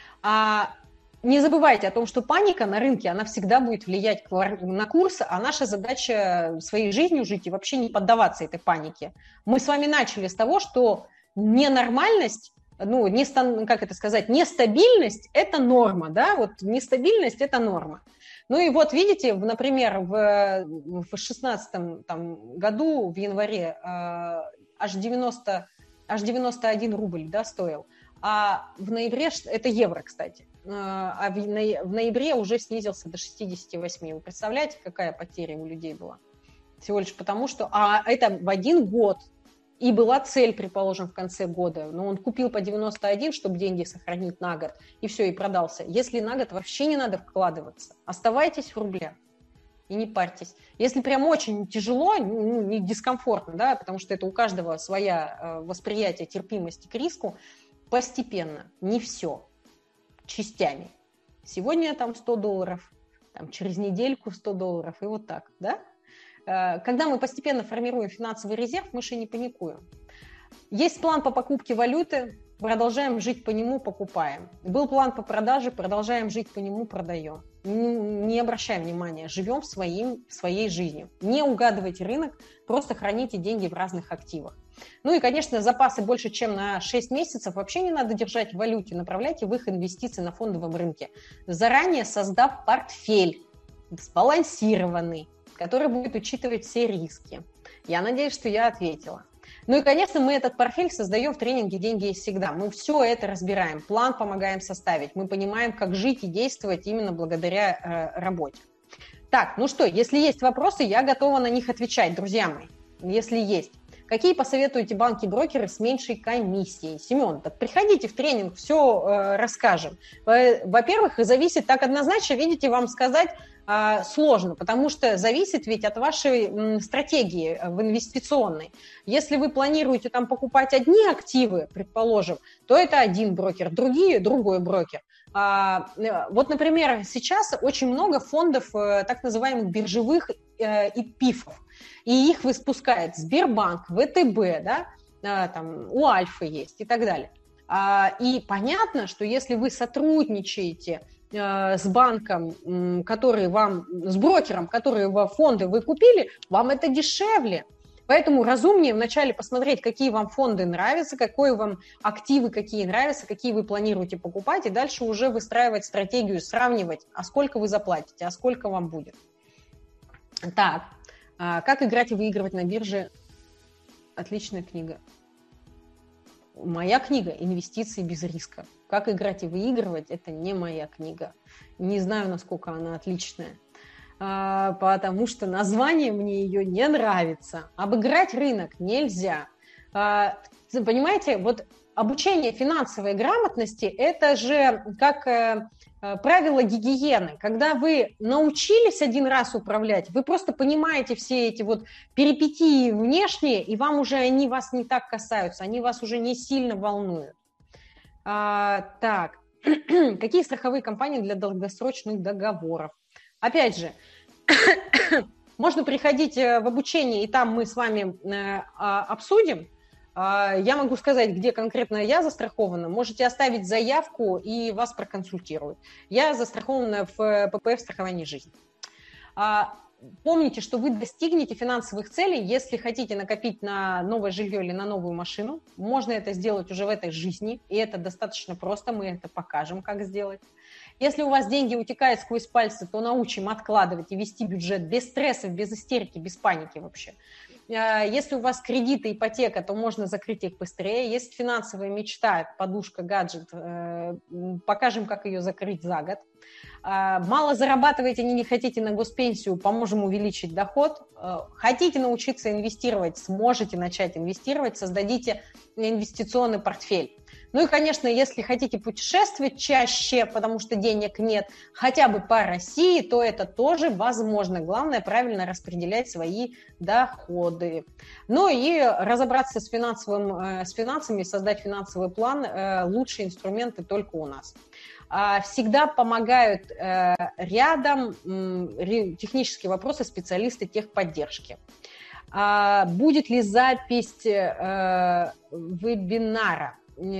А не забывайте о том, что паника на рынке, она всегда будет влиять на курс, а наша задача своей жизнью жить и вообще не поддаваться этой панике. Мы с вами начали с того, что ненормальность, ну, не, как это сказать, нестабильность – это норма, да, вот нестабильность – это норма. Ну и вот видите, например, в две тысячи шестнадцатом там, году в январе э, аж, девяносто, аж девяносто один рубль, да, стоил, а в ноябре, это евро, кстати, а в ноябре уже снизился до шестьдесят восемь. Вы представляете, какая потеря у людей была? Всего лишь потому, что... А это в один год. И была цель, предположим, в конце года. Но он купил по девяносто один, чтобы деньги сохранить на год. И все, и продался. Если на год вообще не надо вкладываться, оставайтесь в рублях. И не парьтесь. Если прям очень тяжело, ну, не дискомфортно, да, потому что это у каждого своя восприятие терпимости к риску, постепенно, не все. Частями. Сегодня там сто долларов, там, через недельку сто долларов, и вот так, да? Когда мы постепенно формируем финансовый резерв, мы же не паникуем. Есть план по покупке валюты, продолжаем жить по нему, покупаем. Был план по продаже, продолжаем жить по нему, продаем. Не обращаем внимания, живем своим, своей жизнью. Не угадывайте рынок, просто храните деньги в разных активах. Ну и, конечно, запасы больше, чем на шесть месяцев вообще не надо держать в валюте, направляйте в их инвестиции на фондовом рынке, заранее создав портфель сбалансированный, который будет учитывать все риски. Я надеюсь, что я ответила. Ну и, конечно, мы этот портфель создаем в тренинге «Деньги есть всегда». Мы все это разбираем, план помогаем составить, мы понимаем, как жить и действовать именно благодаря э, работе. Так, ну что, если есть вопросы, я готова на них отвечать, друзья мои, если есть. Какие посоветуете банки-брокеры с меньшей комиссией? Семен, так приходите в тренинг, все э, расскажем. Во-первых, зависит так однозначно, видите, вам сказать э, сложно, потому что зависит ведь от вашей м, стратегии в инвестиционной. Если вы планируете там покупать одни активы, предположим, то это один брокер, другие – другой брокер. А, вот, например, сейчас очень много фондов э, так называемых биржевых э, и пифов. И их выпускает Сбербанк, ВТБ, да, а, там, у Альфы есть и так далее. А, и понятно, что если вы сотрудничаете а, с банком, м, который вам, с брокером, который вы фонды вы купили, вам это дешевле. Поэтому разумнее вначале посмотреть, какие вам фонды нравятся, какие вам активы какие нравятся, какие вы планируете покупать, и дальше уже выстраивать стратегию, сравнивать, а сколько вы заплатите, а сколько вам будет. Так. Как играть и выигрывать на бирже? Отличная книга. моя книга «Инвестиции без риска». Как играть и выигрывать – это не моя книга. Не знаю, насколько она отличная, потому что название мне ее не нравится. Обыграть рынок нельзя. Понимаете, вот обучение финансовой грамотности – это же как правило гигиены. Когда вы научились один раз управлять, вы просто понимаете все эти вот перипетии внешние, и вам уже они вас не так касаются, они вас уже не сильно волнуют. А, так, какие страховые компании для долгосрочных договоров? Опять же, можно приходить в обучение, и там мы с вами обсудим. Я могу сказать, где конкретно я застрахована. Можете оставить заявку, и вас проконсультируют. Я застрахована в ППФ страхования жизни. Помните, что вы достигнете финансовых целей, если хотите накопить на новое жилье или на новую машину. Можно это сделать уже в этой жизни, и это достаточно просто, мы это покажем, как сделать. Если у вас деньги утекают сквозь пальцы, то научим откладывать и вести бюджет без стрессов, без истерики, без паники вообще. Если у вас кредиты, ипотека, то можно закрыть их быстрее. Есть финансовая мечта, подушка, гаджет, покажем, как ее закрыть за год. Мало зарабатываете, не хотите на госпенсию, поможем увеличить доход. Хотите научиться инвестировать, сможете начать инвестировать, создадите инвестиционный портфель. Ну и, конечно, если хотите путешествовать чаще, потому что денег нет, хотя бы по России, то это тоже возможно. Главное, правильно распределять свои доходы. Ну и разобраться с, финансовым, с финансами, создать финансовый план, лучшие инструменты только у нас. Всегда помогают рядом технические вопросы специалисты техподдержки. Будет ли запись вебинара?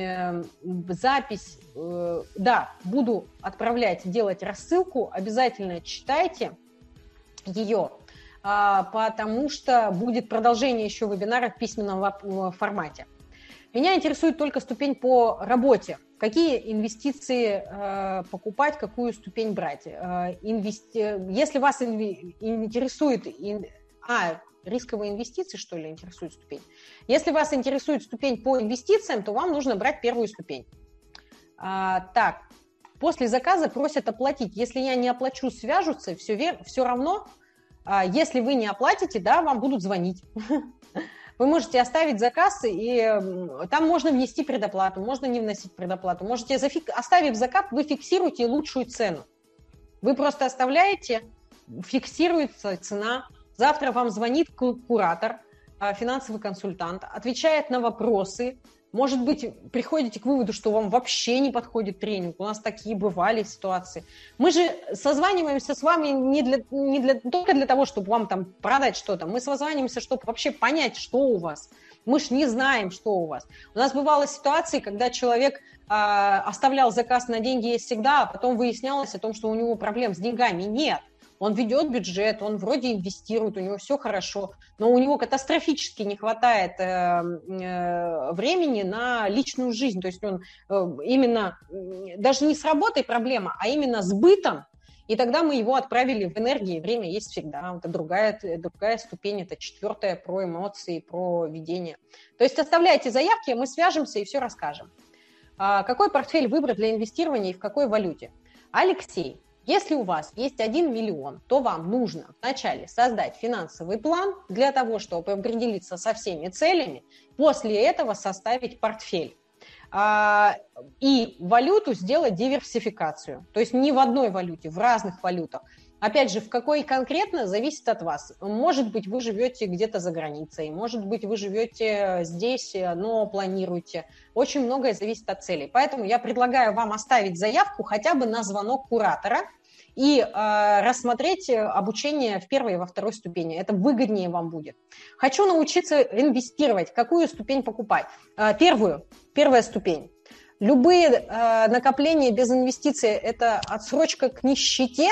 Запись, да, буду отправлять, делать рассылку, обязательно читайте ее, потому что будет продолжение еще вебинара в письменном формате. Меня интересует только ступень по работе. Какие инвестиции покупать, какую ступень брать. Инвести... Если вас интересует... А, рисковые инвестиции, что ли, интересует ступень? Если вас интересует ступень по инвестициям, то вам нужно брать первую ступень. А, так, после заказа просят оплатить. Если я не оплачу, свяжутся, все, вер... все равно, а, если вы не оплатите, да, вам будут звонить. Вы можете оставить заказ, и там можно внести предоплату, можно не вносить предоплату. Можете, зафик... оставив заказ, вы фиксируете лучшую цену. Вы просто оставляете, фиксируется цена. Завтра вам звонит куратор, финансовый консультант, отвечает на вопросы. Может быть, приходите к выводу, что вам вообще не подходит тренинг. У нас такие бывали ситуации. Мы же созваниваемся с вами не, для, не для, только для того, чтобы вам там продать что-то. Мы созваниваемся, чтобы вообще понять, что у вас. Мы же не знаем, что у вас. У нас бывали ситуации, когда человек э, оставлял заказ на деньги есть всегда, а потом выяснялось о том, что у него проблем с деньгами нет. Он ведет бюджет, он вроде инвестирует, у него все хорошо, но у него катастрофически не хватает э, э, времени на личную жизнь. То есть он э, именно, даже не с работой проблема, а именно с бытом. И тогда мы его отправили в энергии. Время есть всегда. Это другая, другая ступень, это четвертая про эмоции, про ведение. То есть оставляйте заявки, мы свяжемся и все расскажем. А какой портфель выбрать для инвестирования и в какой валюте? Алексей. Если у вас есть один миллион, то вам нужно вначале создать финансовый план для того, чтобы определиться со всеми целями, после этого составить портфель. И валюту сделать диверсификацию, то есть не в одной валюте, в разных валютах. Опять же, в какой конкретно, зависит от вас. Может быть, вы живете где-то за границей, может быть, вы живете здесь, но планируете. Очень многое зависит от целей. Поэтому я предлагаю вам оставить заявку хотя бы на звонок куратора и э, рассмотреть обучение в первой и во второй ступени. Это выгоднее вам будет. Хочу научиться инвестировать. Какую ступень покупать? Э, первую. Первая ступень. Любые э, накопления без инвестиций – это отсрочка к нищете.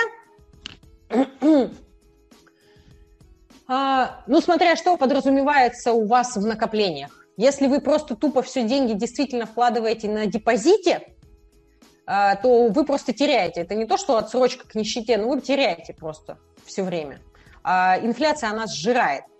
а, ну, смотря что подразумевается у вас в накоплениях. Если вы просто тупо все деньги действительно вкладываете на депозите, а, то вы просто теряете. Это не то, что отсрочка к нищете, но вы теряете просто все время. А, инфляция, она сжирает.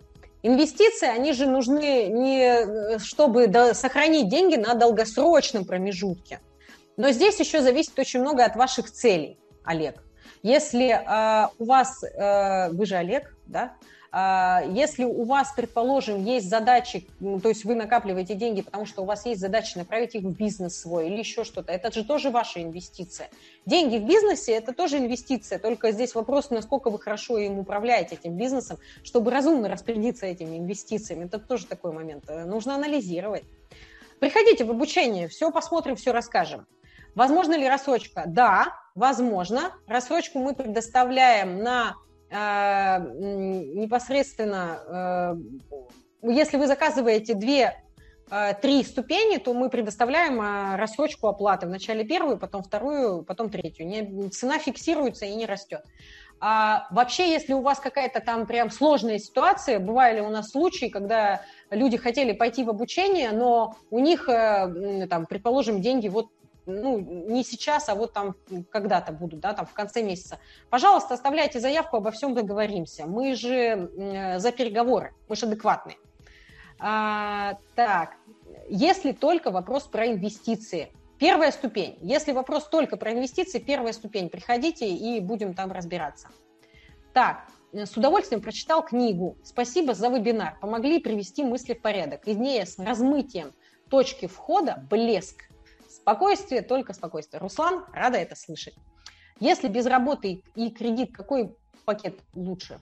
Инвестиции, они же нужны не чтобы сохранить деньги на долгосрочном промежутке. Но здесь еще зависит очень много от ваших целей, Олег. Если э, у вас, э, вы же Олег, да? Э, если у вас, предположим, есть задачи, ну, то есть вы накапливаете деньги, потому что у вас есть задача направить их в бизнес свой или еще что-то, это же тоже ваша инвестиция. Деньги в бизнесе – это тоже инвестиция, только здесь вопрос, насколько вы хорошо им управляете, этим бизнесом, чтобы разумно распорядиться этими инвестициями. Это тоже такой момент. Нужно анализировать. Приходите в обучение, все посмотрим, все расскажем. Возможно ли рассрочка? Да, возможно. Рассрочку мы предоставляем на э, непосредственно, э, если вы заказываете две, э, три ступени, то мы предоставляем э, рассрочку оплаты. Вначале первую, потом вторую, потом третью. Не, цена фиксируется и не растет. А вообще, если у вас какая-то там прям сложная ситуация, бывали у нас случаи, когда люди хотели пойти в обучение, но у них, э, там, предположим, деньги вот ну, не сейчас, а вот там когда-то будут, да, там в конце месяца. Пожалуйста, оставляйте заявку, обо всем договоримся. Мы же э, за переговоры, мы же адекватные. А, так, если только вопрос про инвестиции. Первая ступень. Если вопрос только про инвестиции, первая ступень. Приходите и будем там разбираться. Так, с удовольствием прочитал книгу. Спасибо за вебинар. Помогли привести мысли в порядок. Идея с размытием точки входа – блеск. Спокойствие, только спокойствие. Руслан, рада это слышать. Если без работы и кредит, какой пакет лучше?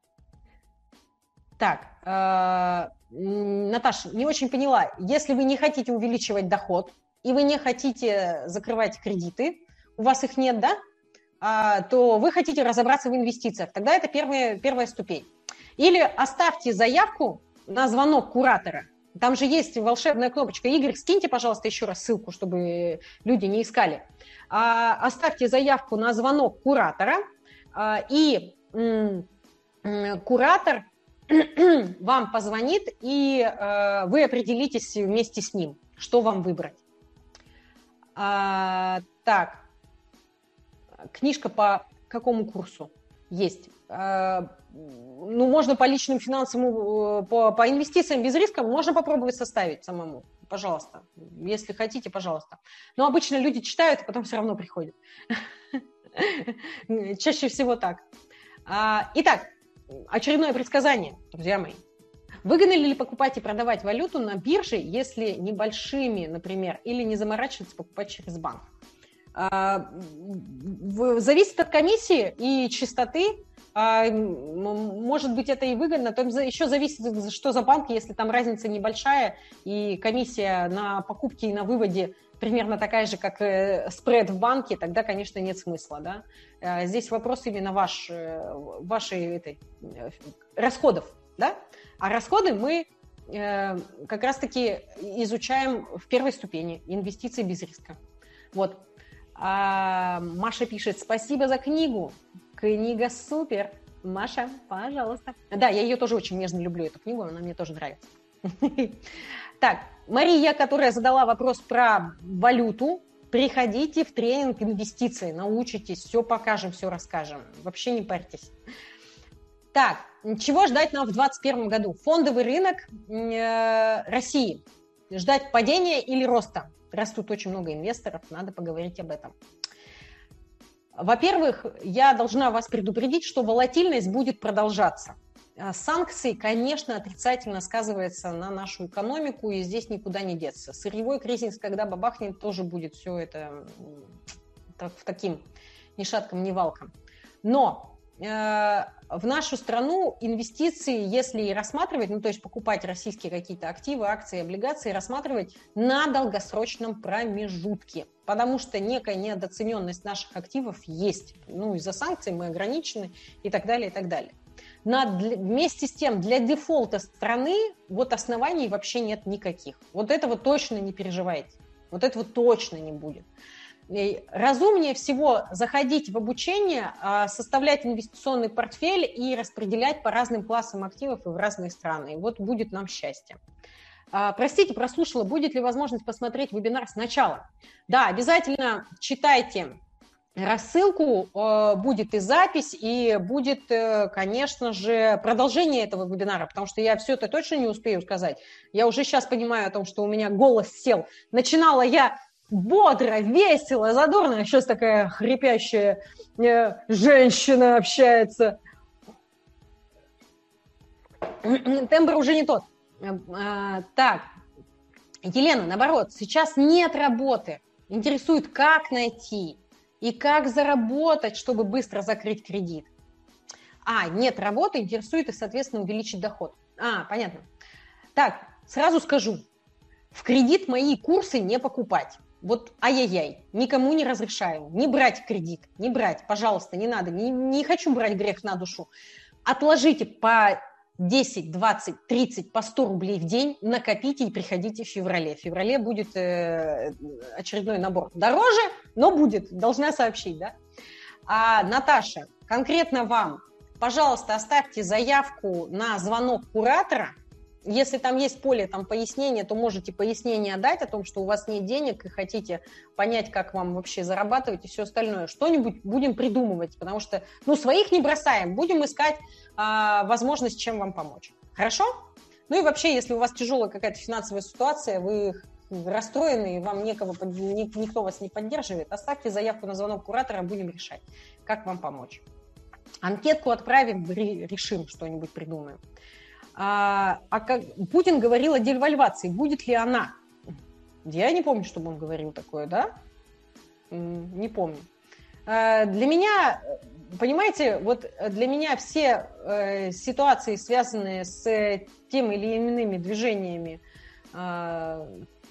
Так, э, Наташа, не очень поняла. Если вы не хотите увеличивать доход, и вы не хотите закрывать кредиты, у вас их нет, да? А, то вы хотите разобраться в инвестициях. Тогда это первая, первая ступень. Или оставьте заявку на звонок куратора. Там же есть волшебная кнопочка. Игорь, скиньте, пожалуйста, еще раз ссылку, чтобы люди не искали. А, оставьте заявку на звонок куратора, а, и м, м, куратор вам позвонит, и а, вы определитесь вместе с ним, что вам выбрать. А, так, книжка по какому курсу есть? А, ну, можно по личным финансам, по, по инвестициям без риска, можно попробовать составить самому. Пожалуйста, если хотите, пожалуйста. Но обычно люди читают, а потом все равно приходят. Чаще всего так. Итак, очередное предсказание, друзья мои. Выгодно ли покупать и продавать валюту на бирже, если небольшими, например, или не заморачиваться покупать через банк? Зависит от комиссии и частоты. Может быть, это и выгодно. Там еще зависит, что за банк, если там разница небольшая, и комиссия на покупке и на выводе примерно такая же, как спред в банке, тогда, конечно, нет смысла. Да? Здесь вопрос именно ваш, вашей этой, расходов. Да? А расходы мы э, как раз-таки изучаем в первой ступени. Инвестиции без риска. Вот. А Маша пишет: спасибо за книгу. Книга супер. Маша, пожалуйста. Да, я ее тоже очень нежно люблю, эту книгу, она мне тоже нравится. Так, Мария, которая задала вопрос про валюту. Приходите в тренинг инвестиций, научитесь, все покажем, все расскажем. Вообще не парьтесь. Так, чего ждать нам в двадцать первом году? Фондовый рынок э, России. Ждать падения или роста? Растут очень много инвесторов, надо поговорить об этом. Во-первых, я должна вас предупредить, что волатильность будет продолжаться. Санкции, конечно, отрицательно сказываются на нашу экономику, и здесь никуда не деться. Сырьевой кризис, когда бабахнет, тоже будет все это в таким ни шатком, ни валком. Но в нашу страну инвестиции, если и рассматривать, ну то есть покупать российские какие-то активы, акции, облигации, рассматривать на долгосрочном промежутке, потому что некая недооцененность наших активов есть. Ну из-за санкций мы ограничены и так далее, и так далее. На, вместе с тем, для дефолта страны вот оснований вообще нет никаких. Вот этого точно не переживайте. Вот этого точно не будет. Разумнее всего заходить в обучение, составлять инвестиционный портфель и распределять по разным классам активов и в разные страны. И вот будет нам счастье. Простите, прослушала. Будет ли возможность посмотреть вебинар сначала? Да, обязательно читайте рассылку, э, будет и запись, и будет, э, конечно же, продолжение этого вебинара, потому что я все это точно не успею сказать. Я уже сейчас понимаю о том, что у меня голос сел. Начинала я бодро, весело, задорно, а сейчас такая хрипящая э, женщина общается. Тембр уже не тот. А, так, Елена, наоборот, сейчас нет работы. Интересует, как найти и как заработать, чтобы быстро закрыть кредит. А, нет работы, интересует и, соответственно, увеличить доход. А, понятно. Так, сразу скажу. В кредит мои курсы не покупать. Вот ай-яй-яй, никому не разрешаю. Не брать кредит, не брать, пожалуйста, не надо. Не, не хочу брать грех на душу. Отложите по десять, двадцать, тридцать, по сто рублей в день, накопите и приходите в феврале. В феврале будет э, очередной набор. Дороже, но будет, должна сообщить, да? А, Наташа, конкретно вам, пожалуйста, оставьте заявку на звонок куратора. Если там есть поле там, пояснения, то можете пояснение дать о том, что у вас нет денег и хотите понять, как вам вообще зарабатывать и все остальное. Что-нибудь будем придумывать, потому что, ну, своих не бросаем, будем искать а, возможность, чем вам помочь. Хорошо? Ну и вообще, если у вас тяжелая какая-то финансовая ситуация, вы расстроены, и вам некого, никто вас не поддерживает, оставьте заявку на звонок куратора, будем решать, как вам помочь. Анкетку отправим, решим, что-нибудь придумаем. А, а как Путин говорил о девальвации, будет ли она? Я не помню, чтобы он говорил такое, да? Не помню. А, для меня, понимаете, вот для меня все э, ситуации, связанные с тем или иными движениями, э,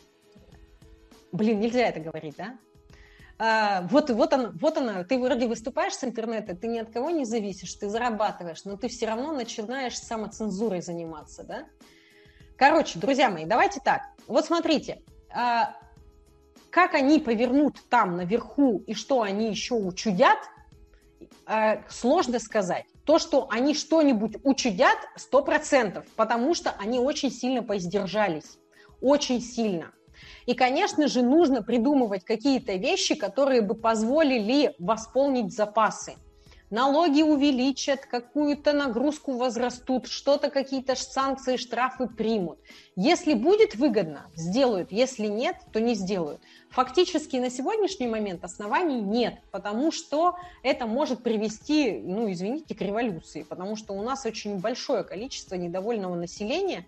блин, нельзя это говорить, да? А, вот, вот, он, вот она, ты вроде выступаешь с интернета, ты ни от кого не зависишь, ты зарабатываешь, но ты все равно начинаешь самоцензурой заниматься, да? Короче, друзья мои, давайте так. Вот смотрите, а, как они повернут там наверху и что они еще учудят, а, сложно сказать. То, что они что-нибудь учудят, сто процентов, потому что они очень сильно поиздержались, очень сильно. И, конечно же, нужно придумывать какие-то вещи, которые бы позволили восполнить запасы. Налоги увеличат, какую-то нагрузку возрастут, что-то, какие-то санкции, штрафы примут. Если будет выгодно, сделают. Если нет, то не сделают. Фактически на сегодняшний момент оснований нет, потому что это может привести, ну, извините, к революции, потому что у нас очень большое количество недовольного населения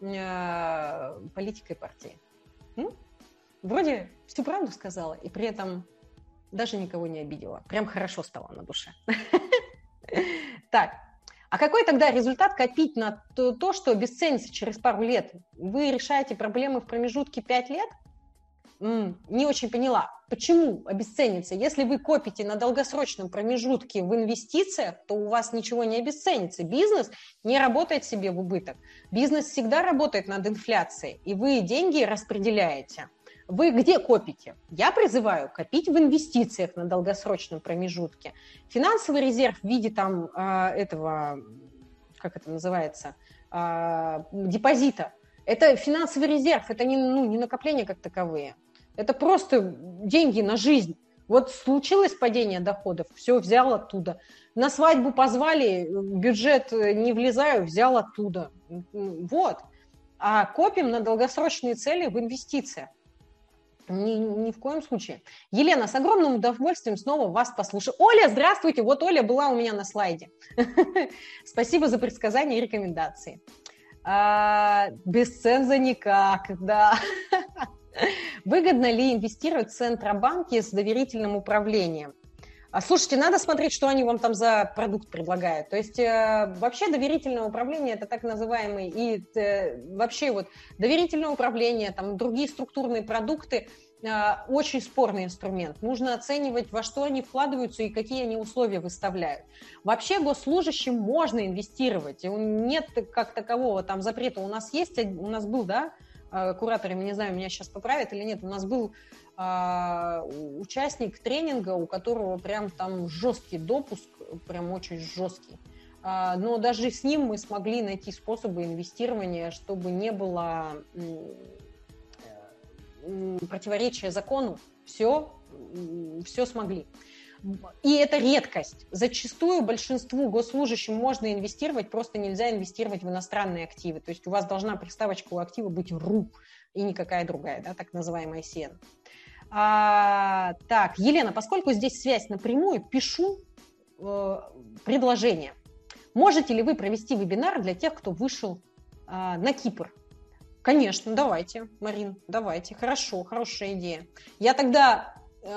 э, политикой партии. Ну, вроде всю правду сказала, и при этом даже никого не обидела. Прям хорошо стало на душе. Так, а какой тогда результат копить на то, что обесценится через пару лет? Вы решаете проблемы в промежутке пять лет? Не очень поняла. Почему обесценится? Если вы копите на долгосрочном промежутке в инвестициях, то у вас ничего не обесценится. Бизнес не работает себе в убыток. Бизнес всегда работает над инфляцией, и вы деньги распределяете. Вы где копите? Я призываю копить в инвестициях на долгосрочном промежутке. Финансовый резерв в виде там этого, как это называется, депозита. Это финансовый резерв, это не, ну, не накопления как таковые. Это просто деньги на жизнь. Вот случилось падение доходов, все, взял оттуда. На свадьбу позвали, бюджет не влезаю, взял оттуда. Вот. А копим на долгосрочные цели в инвестициях. Ни, ни в коем случае. Елена, с огромным удовольствием снова вас послушаю. Оля, здравствуйте. Вот Оля была у меня на слайде. Спасибо за предсказания и рекомендации. Без ценза никак, да. Выгодно ли инвестировать в Центробанке с доверительным управлением? Слушайте, надо смотреть, что они вам там за продукт предлагают. То есть вообще доверительное управление – это так называемый, и вообще вот доверительное управление, там другие структурные продукты – очень спорный инструмент. Нужно оценивать, во что они вкладываются и какие они условия выставляют. Вообще госслужащим можно инвестировать. Нет как такового там запрета. У нас есть, у нас был, да, кураторы, не знаю, меня сейчас поправят или нет, у нас был а, участник тренинга, у которого прям там жесткий допуск, прям очень жесткий. А, но даже с ним мы смогли найти способы инвестирования, чтобы не было м, противоречия закону. Все, все смогли. И это редкость. Зачастую большинству госслужащим можно инвестировать, просто нельзя инвестировать в иностранные активы. То есть у вас должна приставочка у актива быть РУ и никакая другая, да, так называемая СИЭН. А, так, Елена, поскольку здесь связь напрямую, пишу э, предложение. Можете ли вы провести вебинар для тех, кто вышел э, на Кипр? Конечно, давайте, Марин, давайте. Хорошо, хорошая идея. Я тогда...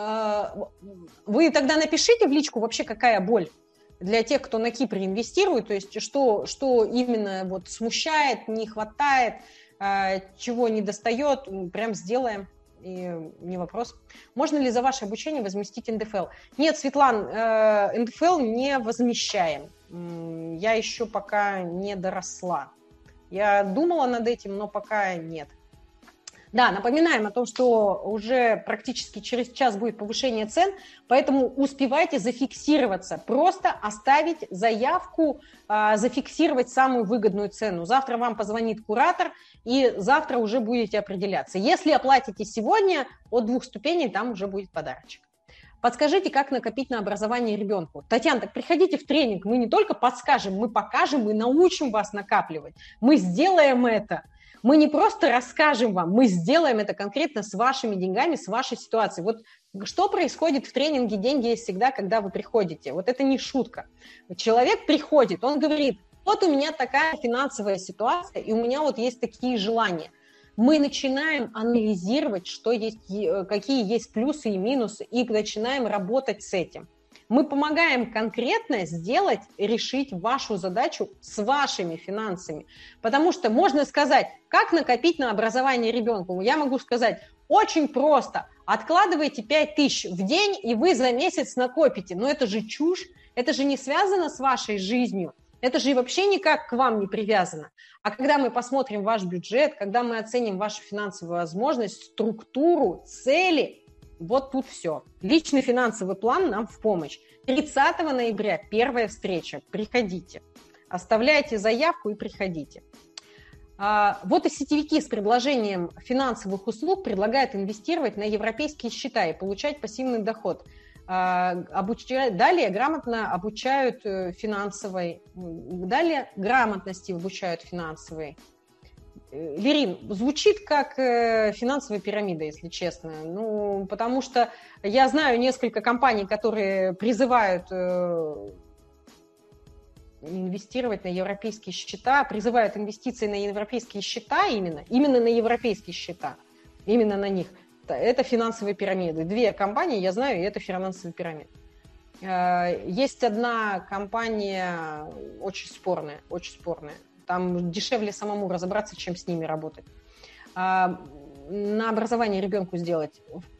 Вы тогда напишите в личку вообще, какая боль для тех, кто на Кипре инвестирует, то есть что, что именно вот смущает, не хватает, чего не достает, прям сделаем, и не вопрос. Можно ли за ваше обучение возместить эн дэ эф эл? Нет, Светлан, эн дэ эф эл не возмещаем, я еще пока не доросла. Я думала над этим, но пока нет. Да, напоминаем о том, что уже практически через час будет повышение цен, поэтому успевайте зафиксироваться, просто оставить заявку, зафиксировать самую выгодную цену. Завтра вам позвонит куратор, и завтра уже будете определяться. Если оплатите сегодня, от двух ступеней там уже будет подарочек. Подскажите, как накопить на образование ребенку. Татьяна, так приходите в тренинг, мы не только подскажем, мы покажем, мы научим вас накапливать. Мы сделаем это. Мы не просто расскажем вам, мы сделаем это конкретно с вашими деньгами, с вашей ситуацией. Вот что происходит в тренинге «Деньги есть всегда», когда вы приходите? Вот это не шутка. Человек приходит, он говорит, вот у меня такая финансовая ситуация, и у меня вот есть такие желания. Мы начинаем анализировать, что есть, какие есть плюсы и минусы, и начинаем работать с этим. Мы помогаем конкретно сделать, решить вашу задачу с вашими финансами. Потому что можно сказать, как накопить на образование ребенку. Я могу сказать, очень просто. Откладывайте пять тысяч в день, и вы за месяц накопите. Но это же чушь, это же не связано с вашей жизнью. Это же вообще никак к вам не привязано. А когда мы посмотрим ваш бюджет, когда мы оценим вашу финансовую возможность, структуру, цели, вот тут все. Личный финансовый план нам в помощь. тридцатого ноября первая встреча. Приходите. Оставляйте заявку и приходите. А, вот и сетевики с предложением финансовых услуг предлагают инвестировать на европейские счета и получать пассивный доход. А, обучают, далее грамотно обучают финансовой, далее грамотности обучают финансовой. Лерин, звучит как финансовая пирамида, если честно. Ну, потому что я знаю несколько компаний, которые призывают инвестировать на европейские счета, призывают инвестиции на европейские счета именно, именно на европейские счета, именно на них. Это финансовые пирамиды. Две компании, я знаю, и это финансовые пирамиды. Есть одна компания очень спорная, очень спорная. Там дешевле самому разобраться, чем с ними работать. А, на образование ребенку сделать.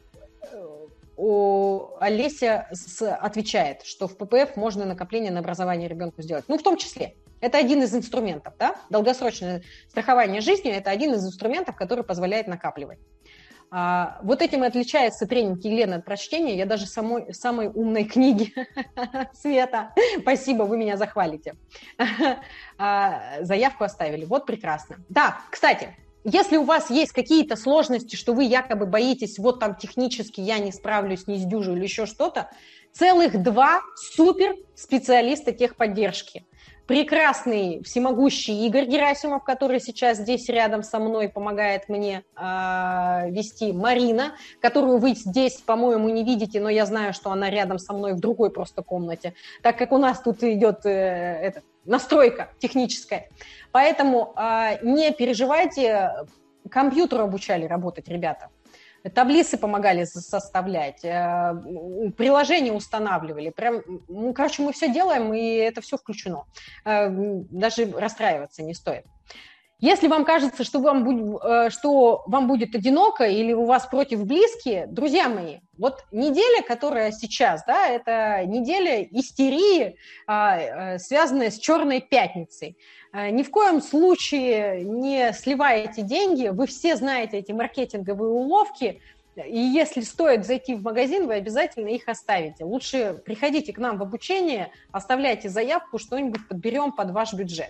О, Олеся с, отвечает, что в пэ пэ эф можно накопление на образование ребенку сделать. Ну, в том числе. Это один из инструментов, да? Долгосрочное страхование жизнью – это один из инструментов, который позволяет накапливать. А, вот этим и отличается тренинг Елены от прочтения. Я даже самой, самой умной книги Света. Спасибо, вы меня захвалите. А, заявку оставили. Вот прекрасно. Да, кстати, если у вас есть какие-то сложности, что вы якобы боитесь, вот там технически я не справлюсь, не сдюжу или еще что-то, целых два супер специалиста техподдержки. Прекрасный, всемогущий Игорь Герасимов, который сейчас здесь рядом со мной помогает мне э, вести. Марина, которую вы здесь, по-моему, не видите, но я знаю, что она рядом со мной в другой просто комнате, так как у нас тут идет э, это, настройка техническая. Поэтому э, не переживайте, компьютеру обучали работать ребята. Таблицы помогали составлять, приложения устанавливали. Прям, ну, короче, мы все делаем, и это все включено. Даже расстраиваться не стоит. Если вам кажется, что вам будет, что вам будет одиноко или у вас против близкие, друзья мои, вот неделя, которая сейчас, да, это неделя истерии, связанная с Черной пятницей. Ни в коем случае не сливайте деньги, вы все знаете эти маркетинговые уловки, и если стоит зайти в магазин, вы обязательно их оставите. Лучше приходите к нам в обучение, оставляйте заявку, что-нибудь подберем под ваш бюджет.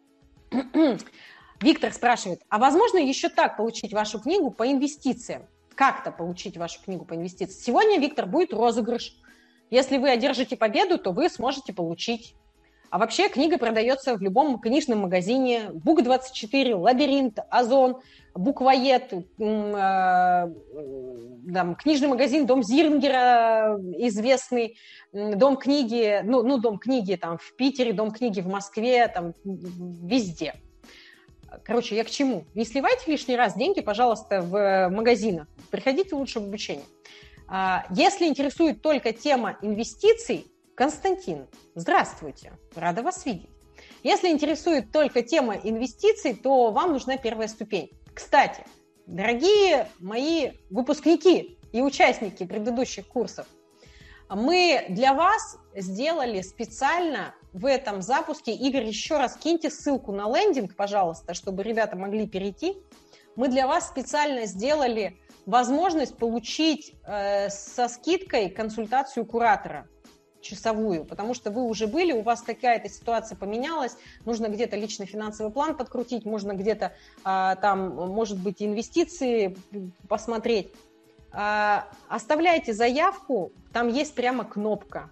Виктор спрашивает, а возможно еще так получить вашу книгу по инвестициям? Как-то получить вашу книгу по инвестициям? Сегодня, Виктор, будет розыгрыш. Если вы одержите победу, то вы сможете получить. А вообще книга продается в любом книжном магазине. Бук двадцать четыре, Лабиринт, Озон, Буквоед, э, э, там, книжный магазин Дом Зингера, известный, Дом книги, ну, ну, Дом книги там в Питере, Дом книги в Москве, там везде. Короче, я к чему? Не сливайте лишний раз деньги, пожалуйста, в магазинах. Приходите лучше в обучение. Если интересует только тема инвестиций, Константин, здравствуйте, рада вас видеть. Если интересует только тема инвестиций, то вам нужна первая ступень. Кстати, дорогие мои выпускники и участники предыдущих курсов, мы для вас сделали специально в этом запуске, Игорь, еще раз киньте ссылку на лендинг, пожалуйста, чтобы ребята могли перейти. Мы для вас специально сделали возможность получить э, со скидкой консультацию куратора часовую, потому что вы уже были, у вас какая-то ситуация поменялась, нужно где-то личный финансовый план подкрутить, можно где-то а, там, может быть, инвестиции посмотреть. А, оставляйте заявку, там есть прямо кнопка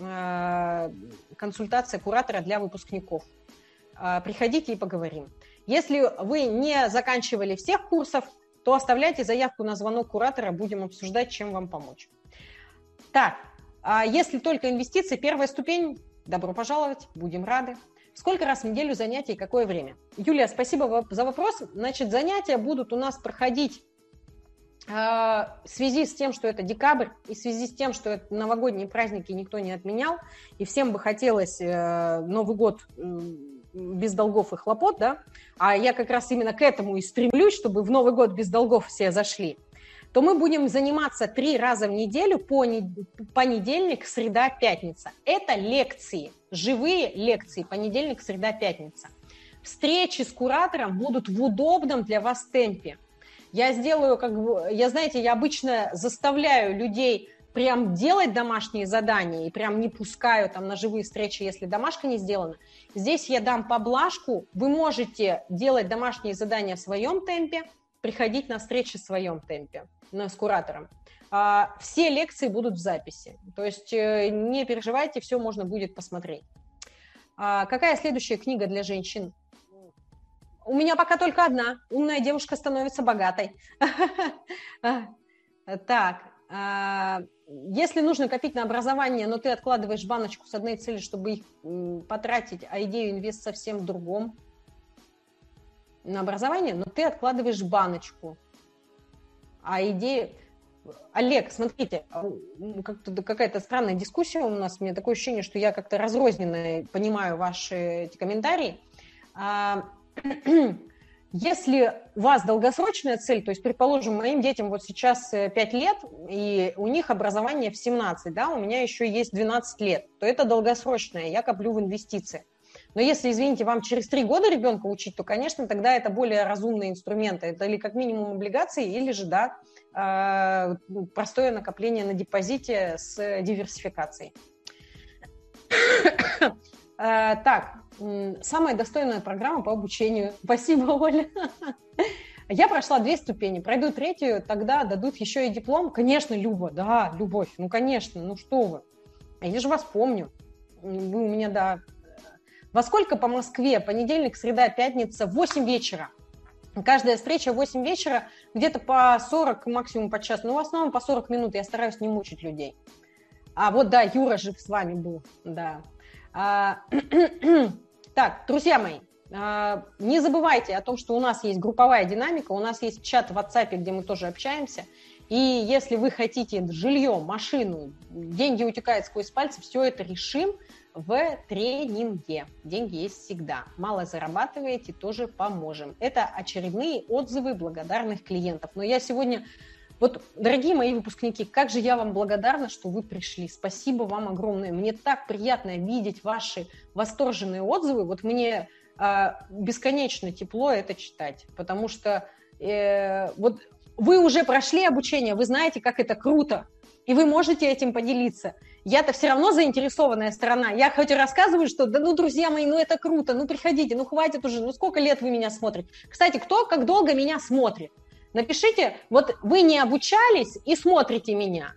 а, консультация куратора для выпускников. А, приходите и поговорим. Если вы не заканчивали всех курсов, то оставляйте заявку на звонок куратора, будем обсуждать, чем вам помочь. Так, а если только инвестиции, первая ступень, добро пожаловать, будем рады. Сколько раз в неделю занятий и какое время? Юлия, спасибо за вопрос. Значит, занятия будут у нас проходить э, в связи с тем, что это декабрь, и в связи с тем, что это новогодние праздники никто не отменял, и всем бы хотелось э, Новый год э, без долгов и хлопот, да, а я как раз именно к этому и стремлюсь, чтобы в Новый год без долгов все зашли, то мы будем заниматься три раза в неделю, понедельник, среда, пятница. Это лекции, живые лекции, понедельник, среда, пятница. Встречи с куратором будут в удобном для вас темпе. Я сделаю, как бы, я, знаете, я обычно заставляю людей прям делать домашние задания и прям не пускаю там на живые встречи, если домашка не сделана. Здесь я дам поблажку, вы можете делать домашние задания в своем темпе, приходить на встречи в своем темпе, с куратором. Все лекции будут в записи, то есть не переживайте, все можно будет посмотреть. Какая следующая книга для женщин? У меня пока только одна. «Умная девушка становится богатой». Так, если нужно копить на образование, но ты откладываешь баночку с одной целью, чтобы их потратить, а идею инвест совсем в другом, на образование, но ты откладываешь баночку. А идея... Олег, смотрите, как-то какая-то странная дискуссия у нас. У меня такое ощущение, что я как-то разрозненно понимаю ваши эти комментарии. Если у вас долгосрочная цель, то есть, предположим, моим детям вот сейчас пять лет, и у них образование в семнадцать, да, у меня еще есть двенадцать лет, то это долгосрочное, я коплю в инвестиции. Но если, извините, вам через три года ребенка учить, то, конечно, тогда это более разумные инструменты. Это или как минимум облигации, или же, да, простое накопление на депозите с диверсификацией. Так, самая достойная программа по обучению. Спасибо, Оля. Я прошла две ступени, пройду третью, тогда дадут еще и диплом. Конечно, Люба, да, Любовь, ну, конечно, ну что вы. Я же вас помню. Вы у меня, да... Во сколько по Москве? Понедельник, среда, пятница, в восемь вечера. Каждая встреча в восемь вечера, где-то по сорок, максимум по час. Но в основном по сорок минут, я стараюсь не мучить людей. А вот, да, Юра же с вами был, да. А, так, друзья мои, а, не забывайте о том, что у нас есть групповая динамика, у нас есть чат в WhatsApp, где мы тоже общаемся. И если вы хотите жилье, машину, деньги утекают сквозь пальцы, все это решим в тренинге. Деньги есть всегда. Мало зарабатываете, тоже поможем. Это очередные отзывы благодарных клиентов. Но я сегодня... Вот, дорогие мои выпускники, как же я вам благодарна, что вы пришли. Спасибо вам огромное. Мне так приятно видеть ваши восторженные отзывы. Вот мне э, бесконечно тепло это читать, потому что э, вот вы уже прошли обучение, вы знаете, как это круто, и вы можете этим поделиться. Я-то все равно заинтересованная сторона. Я хоть и рассказываю, что, да ну, друзья мои, ну это круто, ну приходите, ну хватит уже, ну сколько лет вы меня смотрите. Кстати, кто как долго меня смотрит? Напишите, вот вы не обучались и смотрите меня.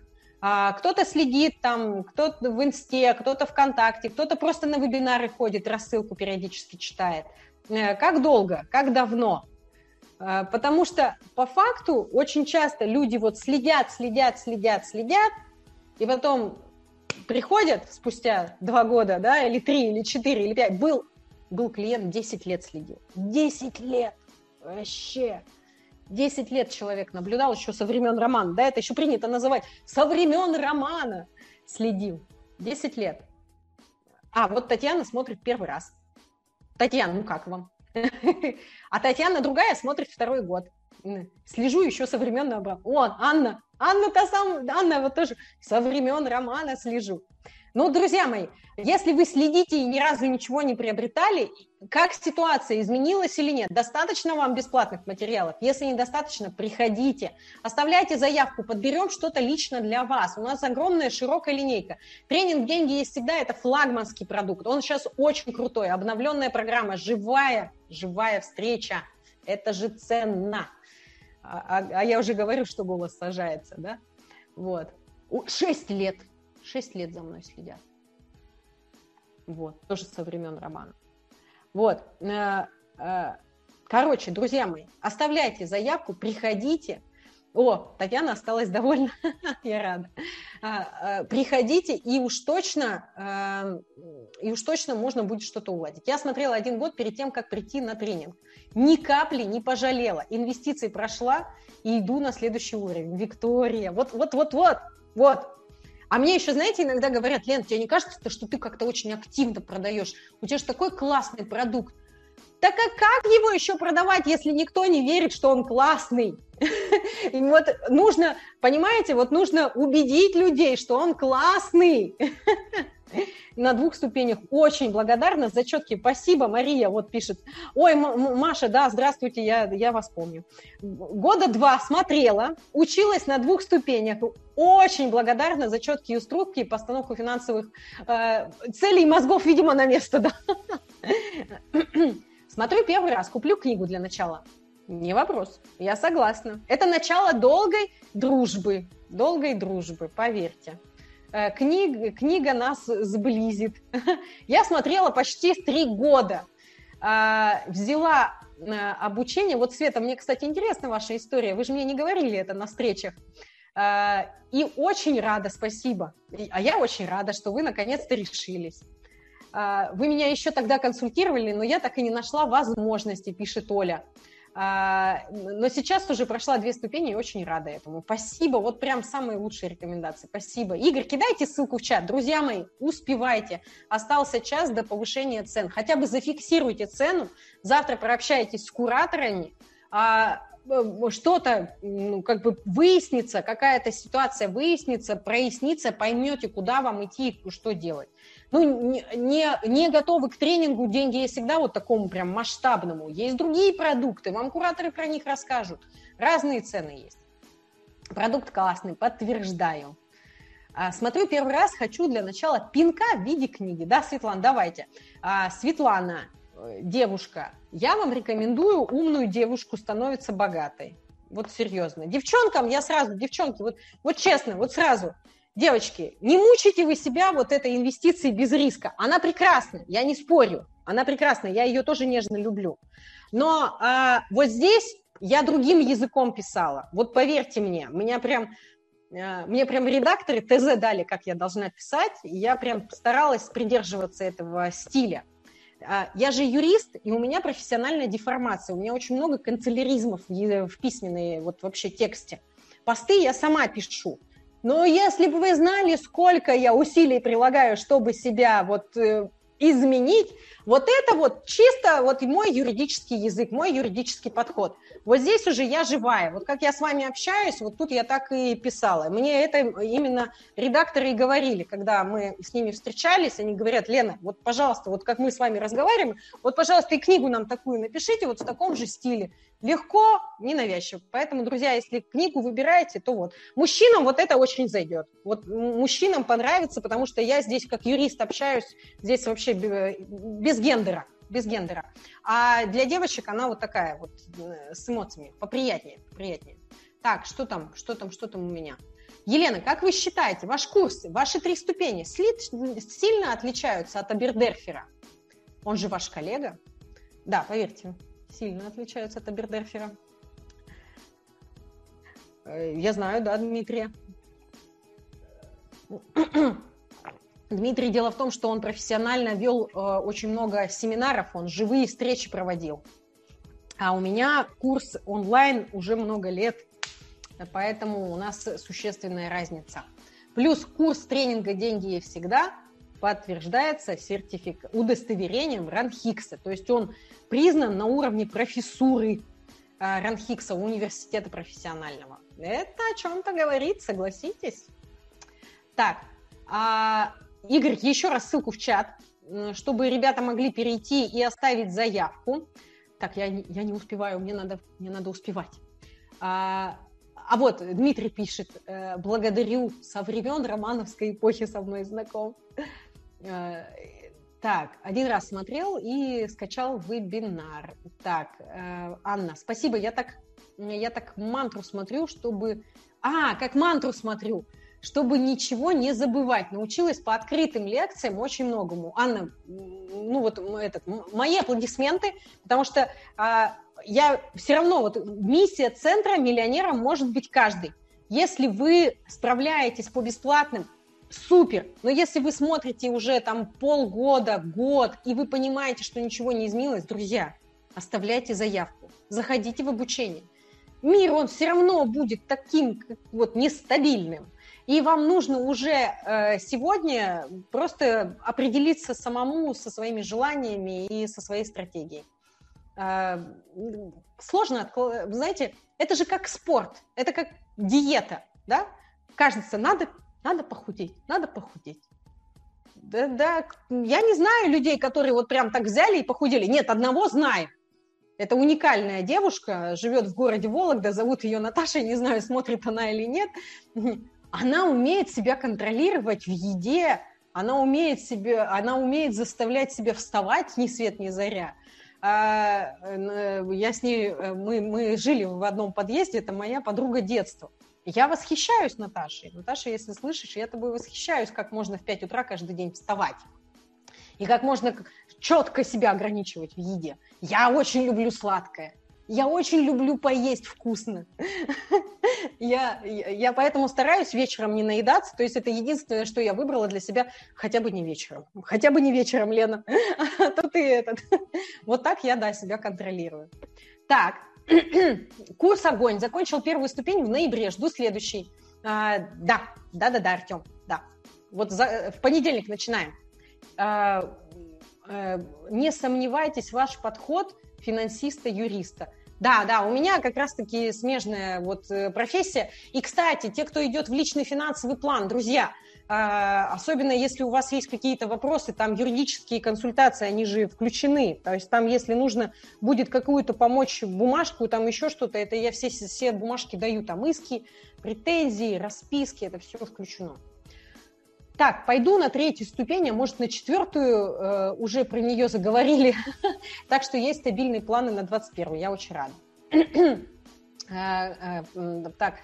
Кто-то следит там, кто-то в Инсте, кто-то ВКонтакте, кто-то просто на вебинары ходит, рассылку периодически читает. Как долго, как давно? Потому что по факту очень часто люди вот следят, следят, следят, следят, и потом приходят спустя два года, да, или три, или четыре, или пять. Был, был клиент, десять лет следил. десять лет! Вообще! десять лет человек наблюдал еще со времен романа. Да, это еще принято называть со времен романа следил. десять лет. А вот Татьяна смотрит первый раз. Татьяна, ну как вам? А Татьяна другая смотрит второй год. Слежу еще со времен романа. О, Анна, Анна та самая, Анна вот тоже со времен романа слежу. Ну, друзья мои, если вы следите и ни разу ничего не приобретали, как ситуация изменилась или нет? Достаточно вам бесплатных материалов? Если недостаточно, приходите, оставляйте заявку, подберем что-то лично для вас. У нас огромная широкая линейка. Тренинг «Деньги есть всегда» – это флагманский продукт. Он сейчас очень крутой, обновленная программа, живая, живая встреча. Это же ценно. А, а, а я уже говорю, что голос сажается, да? Вот. Шесть лет. Шесть лет за мной следят. Вот. Тоже со времен романа. Вот. Короче, друзья мои, оставляйте заявку, приходите. О, Татьяна осталась довольна. Я рада. Приходите, и уж точно, и уж точно можно будет что-то уладить. Я смотрела один год перед тем, как прийти на тренинг. Ни капли не пожалела. Инвестиции прошла, и иду на следующий уровень. Виктория. Вот, вот, вот, вот, вот. А мне еще, знаете, иногда говорят: Лен, тебе не кажется, что ты как-то очень активно продаешь? У тебя же такой классный продукт. Так а как его еще продавать, если никто не верит, что он классный? И вот нужно, понимаете, вот нужно убедить людей, что он классный. На двух ступенях. Очень благодарна за четкие. Спасибо, Мария вот пишет. Ой, Маша, да, здравствуйте, я, я вас помню. Года два смотрела, училась на двух ступенях. Очень благодарна за четкие инструкции и постановку финансовых э, целей и мозгов, видимо, на место. Да? Смотрю первый раз, куплю книгу для начала. Не вопрос, я согласна. Это начало долгой дружбы. Долгой дружбы, поверьте. Книга, книга нас сблизит. Я смотрела почти три года. Взяла обучение. Вот, Света, мне, кстати, интересна ваша история. Вы же мне не говорили это на встречах. И очень рада, спасибо. А я очень рада, что вы наконец-то решились. Вы меня еще тогда консультировали, но я так и не нашла возможности, пишет Оля. Но сейчас уже прошла две ступени и очень рада этому. Спасибо, вот прям самые лучшие рекомендации. Спасибо. Игорь, кидайте ссылку в чат. Друзья мои, успевайте. Остался час до повышения цен. Хотя бы зафиксируйте цену. Завтра прообщайтесь с кураторами. Что-то, ну, как бы выяснится, какая-то ситуация выяснится, прояснится, поймете, куда вам идти и что делать. Ну, не, не, не готовы к тренингу, деньги есть всегда вот такому прям масштабному. Есть другие продукты, вам кураторы про них расскажут. Разные цены есть. Продукт классный, подтверждаю. Смотрю первый раз, хочу для начала пинка в виде книги. Да, Светлана, давайте. Светлана, девушка, я вам рекомендую умную девушку становится богатой. Вот серьезно. Девчонкам я сразу, девчонки, вот, вот честно, вот сразу. Девочки, не мучайте вы себя вот этой инвестицией без риска. Она прекрасна, я не спорю. Она прекрасна, я ее тоже нежно люблю. Но а, вот здесь я другим языком писала. Вот поверьте мне, меня прям, а, мне прям редакторы ТЗ дали, как я должна писать. И я прям старалась придерживаться этого стиля. А, я же юрист, и у меня профессиональная деформация. У меня очень много канцеляризмов в, в письменной вот вообще тексте. Посты я сама пишу. Но если бы вы знали, сколько я усилий прилагаю, чтобы себя вот э, изменить, вот это вот чисто вот мой юридический язык, мой юридический подход. Вот здесь уже я живая. Вот как я с вами общаюсь, вот тут я так и писала. Мне это именно редакторы и говорили, когда мы с ними встречались, они говорят: Лена, вот, пожалуйста, вот как мы с вами разговариваем, вот, пожалуйста, и книгу нам такую напишите вот в таком же стиле. Легко, ненавязчиво. Поэтому, друзья, если книгу выбираете, то вот. Мужчинам вот это очень зайдет. Вот мужчинам понравится, потому что я здесь как юрист общаюсь, здесь вообще без гендера. Без гендера. А для девочек она вот такая вот с эмоциями. Поприятнее, поприятнее. Так, что там, что там, что там у меня? Елена, как вы считаете, ваш курс, ваши три ступени сильно отличаются от Абердерфера? Он же ваш коллега. Да, поверьте, сильно отличаются от Абердерфера. Я знаю, да, Дмитрия. Дмитрий, дело в том, что он профессионально вел э, очень много семинаров, он живые встречи проводил. А у меня курс онлайн уже много лет, поэтому у нас существенная разница. Плюс курс тренинга «Деньги всегда» подтверждается сертифик... удостоверением РАНХИКСа, то есть он признан на уровне профессуры э, РАНХИКСа, университета профессионального. Это о чем-то говорит, согласитесь? Так, а... Игорь, еще раз ссылку в чат, чтобы ребята могли перейти и оставить заявку. Так, я, я не успеваю, мне надо, мне надо успевать. А, а вот Дмитрий пишет, благодарю, со времен романовской эпохи со мной знаком. А, так, один раз смотрел и скачал вебинар. Так, Анна, спасибо, я так, я так мантру смотрю, чтобы... А, как мантру смотрю. Чтобы ничего не забывать. Научилась по открытым лекциям очень многому. Анна, ну вот этот, мои аплодисменты, потому что а, я все равно, вот миссия центра миллионером может быть каждый. Если вы справляетесь по бесплатным, супер. Но если вы смотрите уже там полгода, год, и вы понимаете, что ничего не изменилось, друзья, оставляйте заявку, заходите в обучение. Мир, он все равно будет таким вот нестабильным. И вам нужно уже э, сегодня просто определиться самому со своими желаниями и со своей стратегией. Э, сложно, знаете, это же как спорт, это как диета, да? Кажется, надо, надо похудеть, надо похудеть. Да, да, я не знаю людей, которые вот прям так взяли и похудели. Нет, одного знаю. Это уникальная девушка, живет в городе Вологда, зовут ее Наташа, не знаю, смотрит она или нет. Она умеет себя контролировать в еде, она умеет, себе, она умеет заставлять себя вставать ни свет ни заря. Я с ней, мы, мы жили в одном подъезде, это моя подруга детства. Я восхищаюсь Наташей. Наташа, если слышишь, я тобой восхищаюсь, как можно в пять утра каждый день вставать. И как можно четко себя ограничивать в еде. Я очень люблю сладкое. Я очень люблю поесть вкусно. Я, я поэтому стараюсь вечером не наедаться. То есть это единственное, что я выбрала для себя. Хотя бы не вечером. Хотя бы не вечером, Лена. А то ты этот. Вот так я, да, себя контролирую. Так, курс «Огонь». Закончил первую ступень в ноябре. Жду следующий. А, да, да-да-да, Артем. Да. Вот за, в понедельник начинаем. А, а, не сомневайтесь, ваш подход финансиста-юриста. Да, да, у меня как раз-таки смежная вот профессия. И, кстати, те, кто идет в личный финансовый план, друзья, особенно если у вас есть какие-то вопросы, там юридические консультации, они же включены. То есть там, если нужно будет какую-то помочь бумажку, там еще что-то, это я все, все бумажки даю, там иски, претензии, расписки, это все включено. Так, пойду на третью ступень, а может на четвертую, э, уже про нее заговорили. Так что есть стабильные планы на двадцать первую, я очень рада. Так,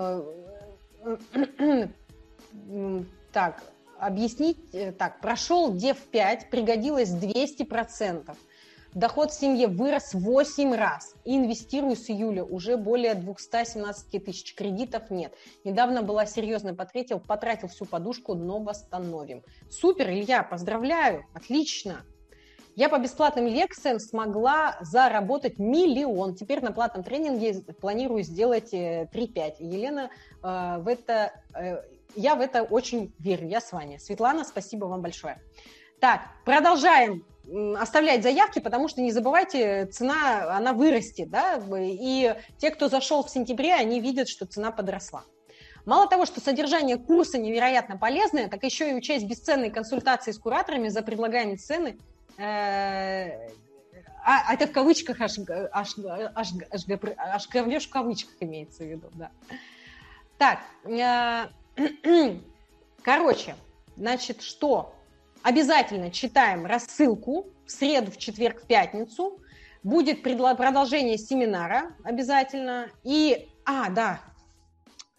так, объяснить, так, прошел дев пять, пригодилось двести процентов. Доход в семье вырос восемь раз. И инвестирую с июля уже более двести семнадцать тысяч. Кредитов нет. Недавно была серьезно потратил, потратил всю подушку, но восстановим. Супер, Илья, поздравляю. Отлично. Я по бесплатным лекциям смогла заработать миллион. Теперь на платном тренинге планирую сделать три-пять. Елена, э, в это, э, я в это очень верю. Я с вами. Светлана, спасибо вам большое. Так, продолжаем оставлять заявки, потому что, не забывайте, цена, она вырастет, да, и те, кто зашел в сентябре, они видят, что цена подросла. Мало того, что содержание курса невероятно полезное, так еще и часть бесценной консультации с кураторами за предлагаемые цены, э, а это в кавычках, аж, аж, аж, аж, аж говнешь в кавычках имеется в виду, да. Так, э, короче, значит, что? Обязательно читаем рассылку в среду, в четверг, в пятницу. Будет продолжение семинара обязательно. И, а, да,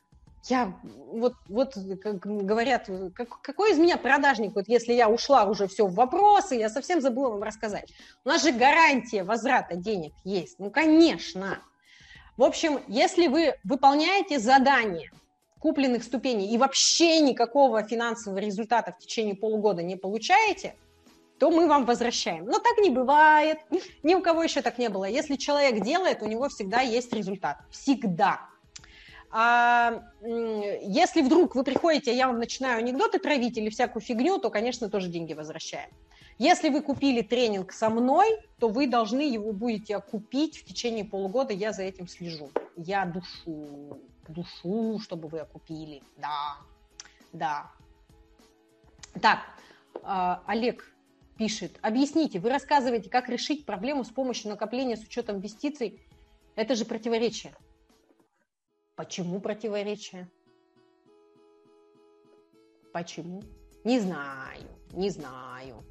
Я, вот, вот как говорят, как, какой из меня продажник, вот если я ушла уже все в вопросы, я совсем забыла вам рассказать. У нас же гарантия возврата денег есть, ну, конечно. В общем, если вы выполняете задание купленных ступеней и вообще никакого финансового результата в течение полугода не получаете, то мы вам возвращаем. Но так не бывает, ни у кого еще так не было. Если человек делает, у него всегда есть результат, всегда. А если вдруг вы приходите, я вам начинаю анекдоты травить или всякую фигню, то, конечно, тоже деньги возвращаем. Если вы купили тренинг со мной, то вы должны его будете купить в течение полугода, я за этим слежу. Я душу, душу, чтобы вы окупили. Да, да. Так, Олег пишет, объясните, вы рассказываете, как решить проблему с помощью накопления с учетом инвестиций. Это же противоречие. Почему противоречие? Почему? Не знаю, не знаю.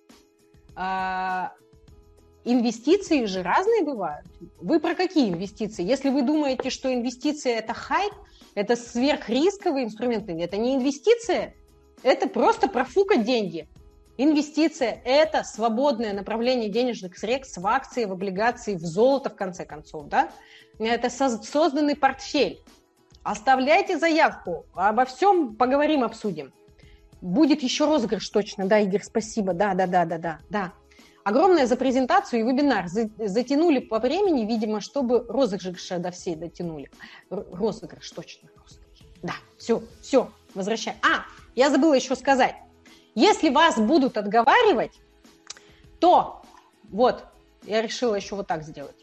А, инвестиции же разные бывают. Вы про какие инвестиции? Если вы думаете, что инвестиции – это хайп, это сверхрисковые инструменты, это не инвестиция, это просто профукать деньги. Инвестиция – это свободное направление денежных средств в акции, в облигации, в золото, в конце концов. Да? Это созданный портфель. Оставляйте заявку, обо всем поговорим, обсудим. Будет еще розыгрыш точно, да, Игорь, спасибо, да, да, да, да, да, да. Огромное за презентацию и вебинар. Затянули по времени, видимо, чтобы розыгрыша до всей дотянули. Розыгрыш, точно, розыгрыш. Да, все, все, возвращаем. А, я забыла еще сказать. Если вас будут отговаривать, то вот, я решила еще вот так сделать.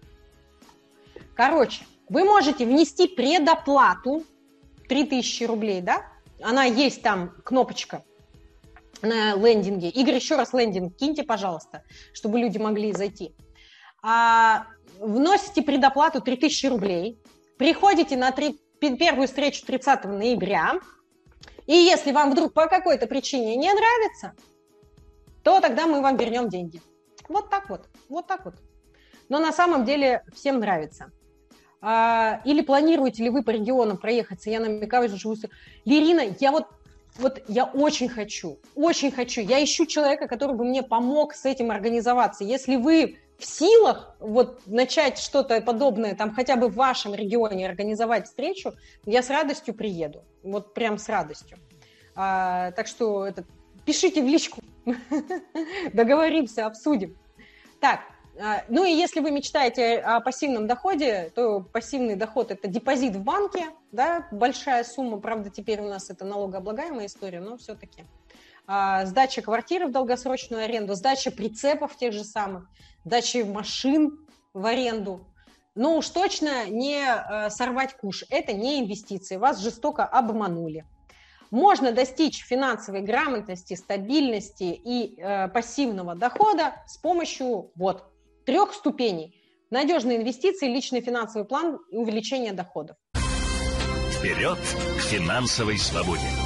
Короче, вы можете внести предоплату три тысячи рублей, да? Она есть там, кнопочка на лендинге. Игорь, еще раз лендинг киньте, пожалуйста, чтобы люди могли зайти. А, вносите предоплату три тысячи рублей, приходите на три, первую встречу тридцатого ноября, и если вам вдруг по какой-то причине не нравится, то тогда мы вам вернем деньги. Вот так вот, вот так вот. Но на самом деле всем нравится. Или планируете ли вы по регионам проехаться? Я намекаю, что живу... Ирина, я вот, вот я очень хочу, очень хочу. Я ищу человека, который бы мне помог с этим организоваться. Если вы в силах вот начать что-то подобное, там хотя бы в вашем регионе организовать встречу, я с радостью приеду. Вот прям с радостью. А, так что это, пишите в личку. Договоримся, обсудим. Так. Ну и если вы мечтаете о пассивном доходе, то пассивный доход – это депозит в банке, да, большая сумма, правда, теперь у нас это налогооблагаемая история, но все-таки. Сдача квартиры в долгосрочную аренду, сдача прицепов тех же самых, сдача машин в аренду. Но уж точно не сорвать куш, это не инвестиции, вас жестоко обманули. Можно достичь финансовой грамотности, стабильности и э, пассивного дохода с помощью вот трех ступеней. Надежные инвестиции, личный финансовый план и увеличение доходов. Вперед к финансовой свободе!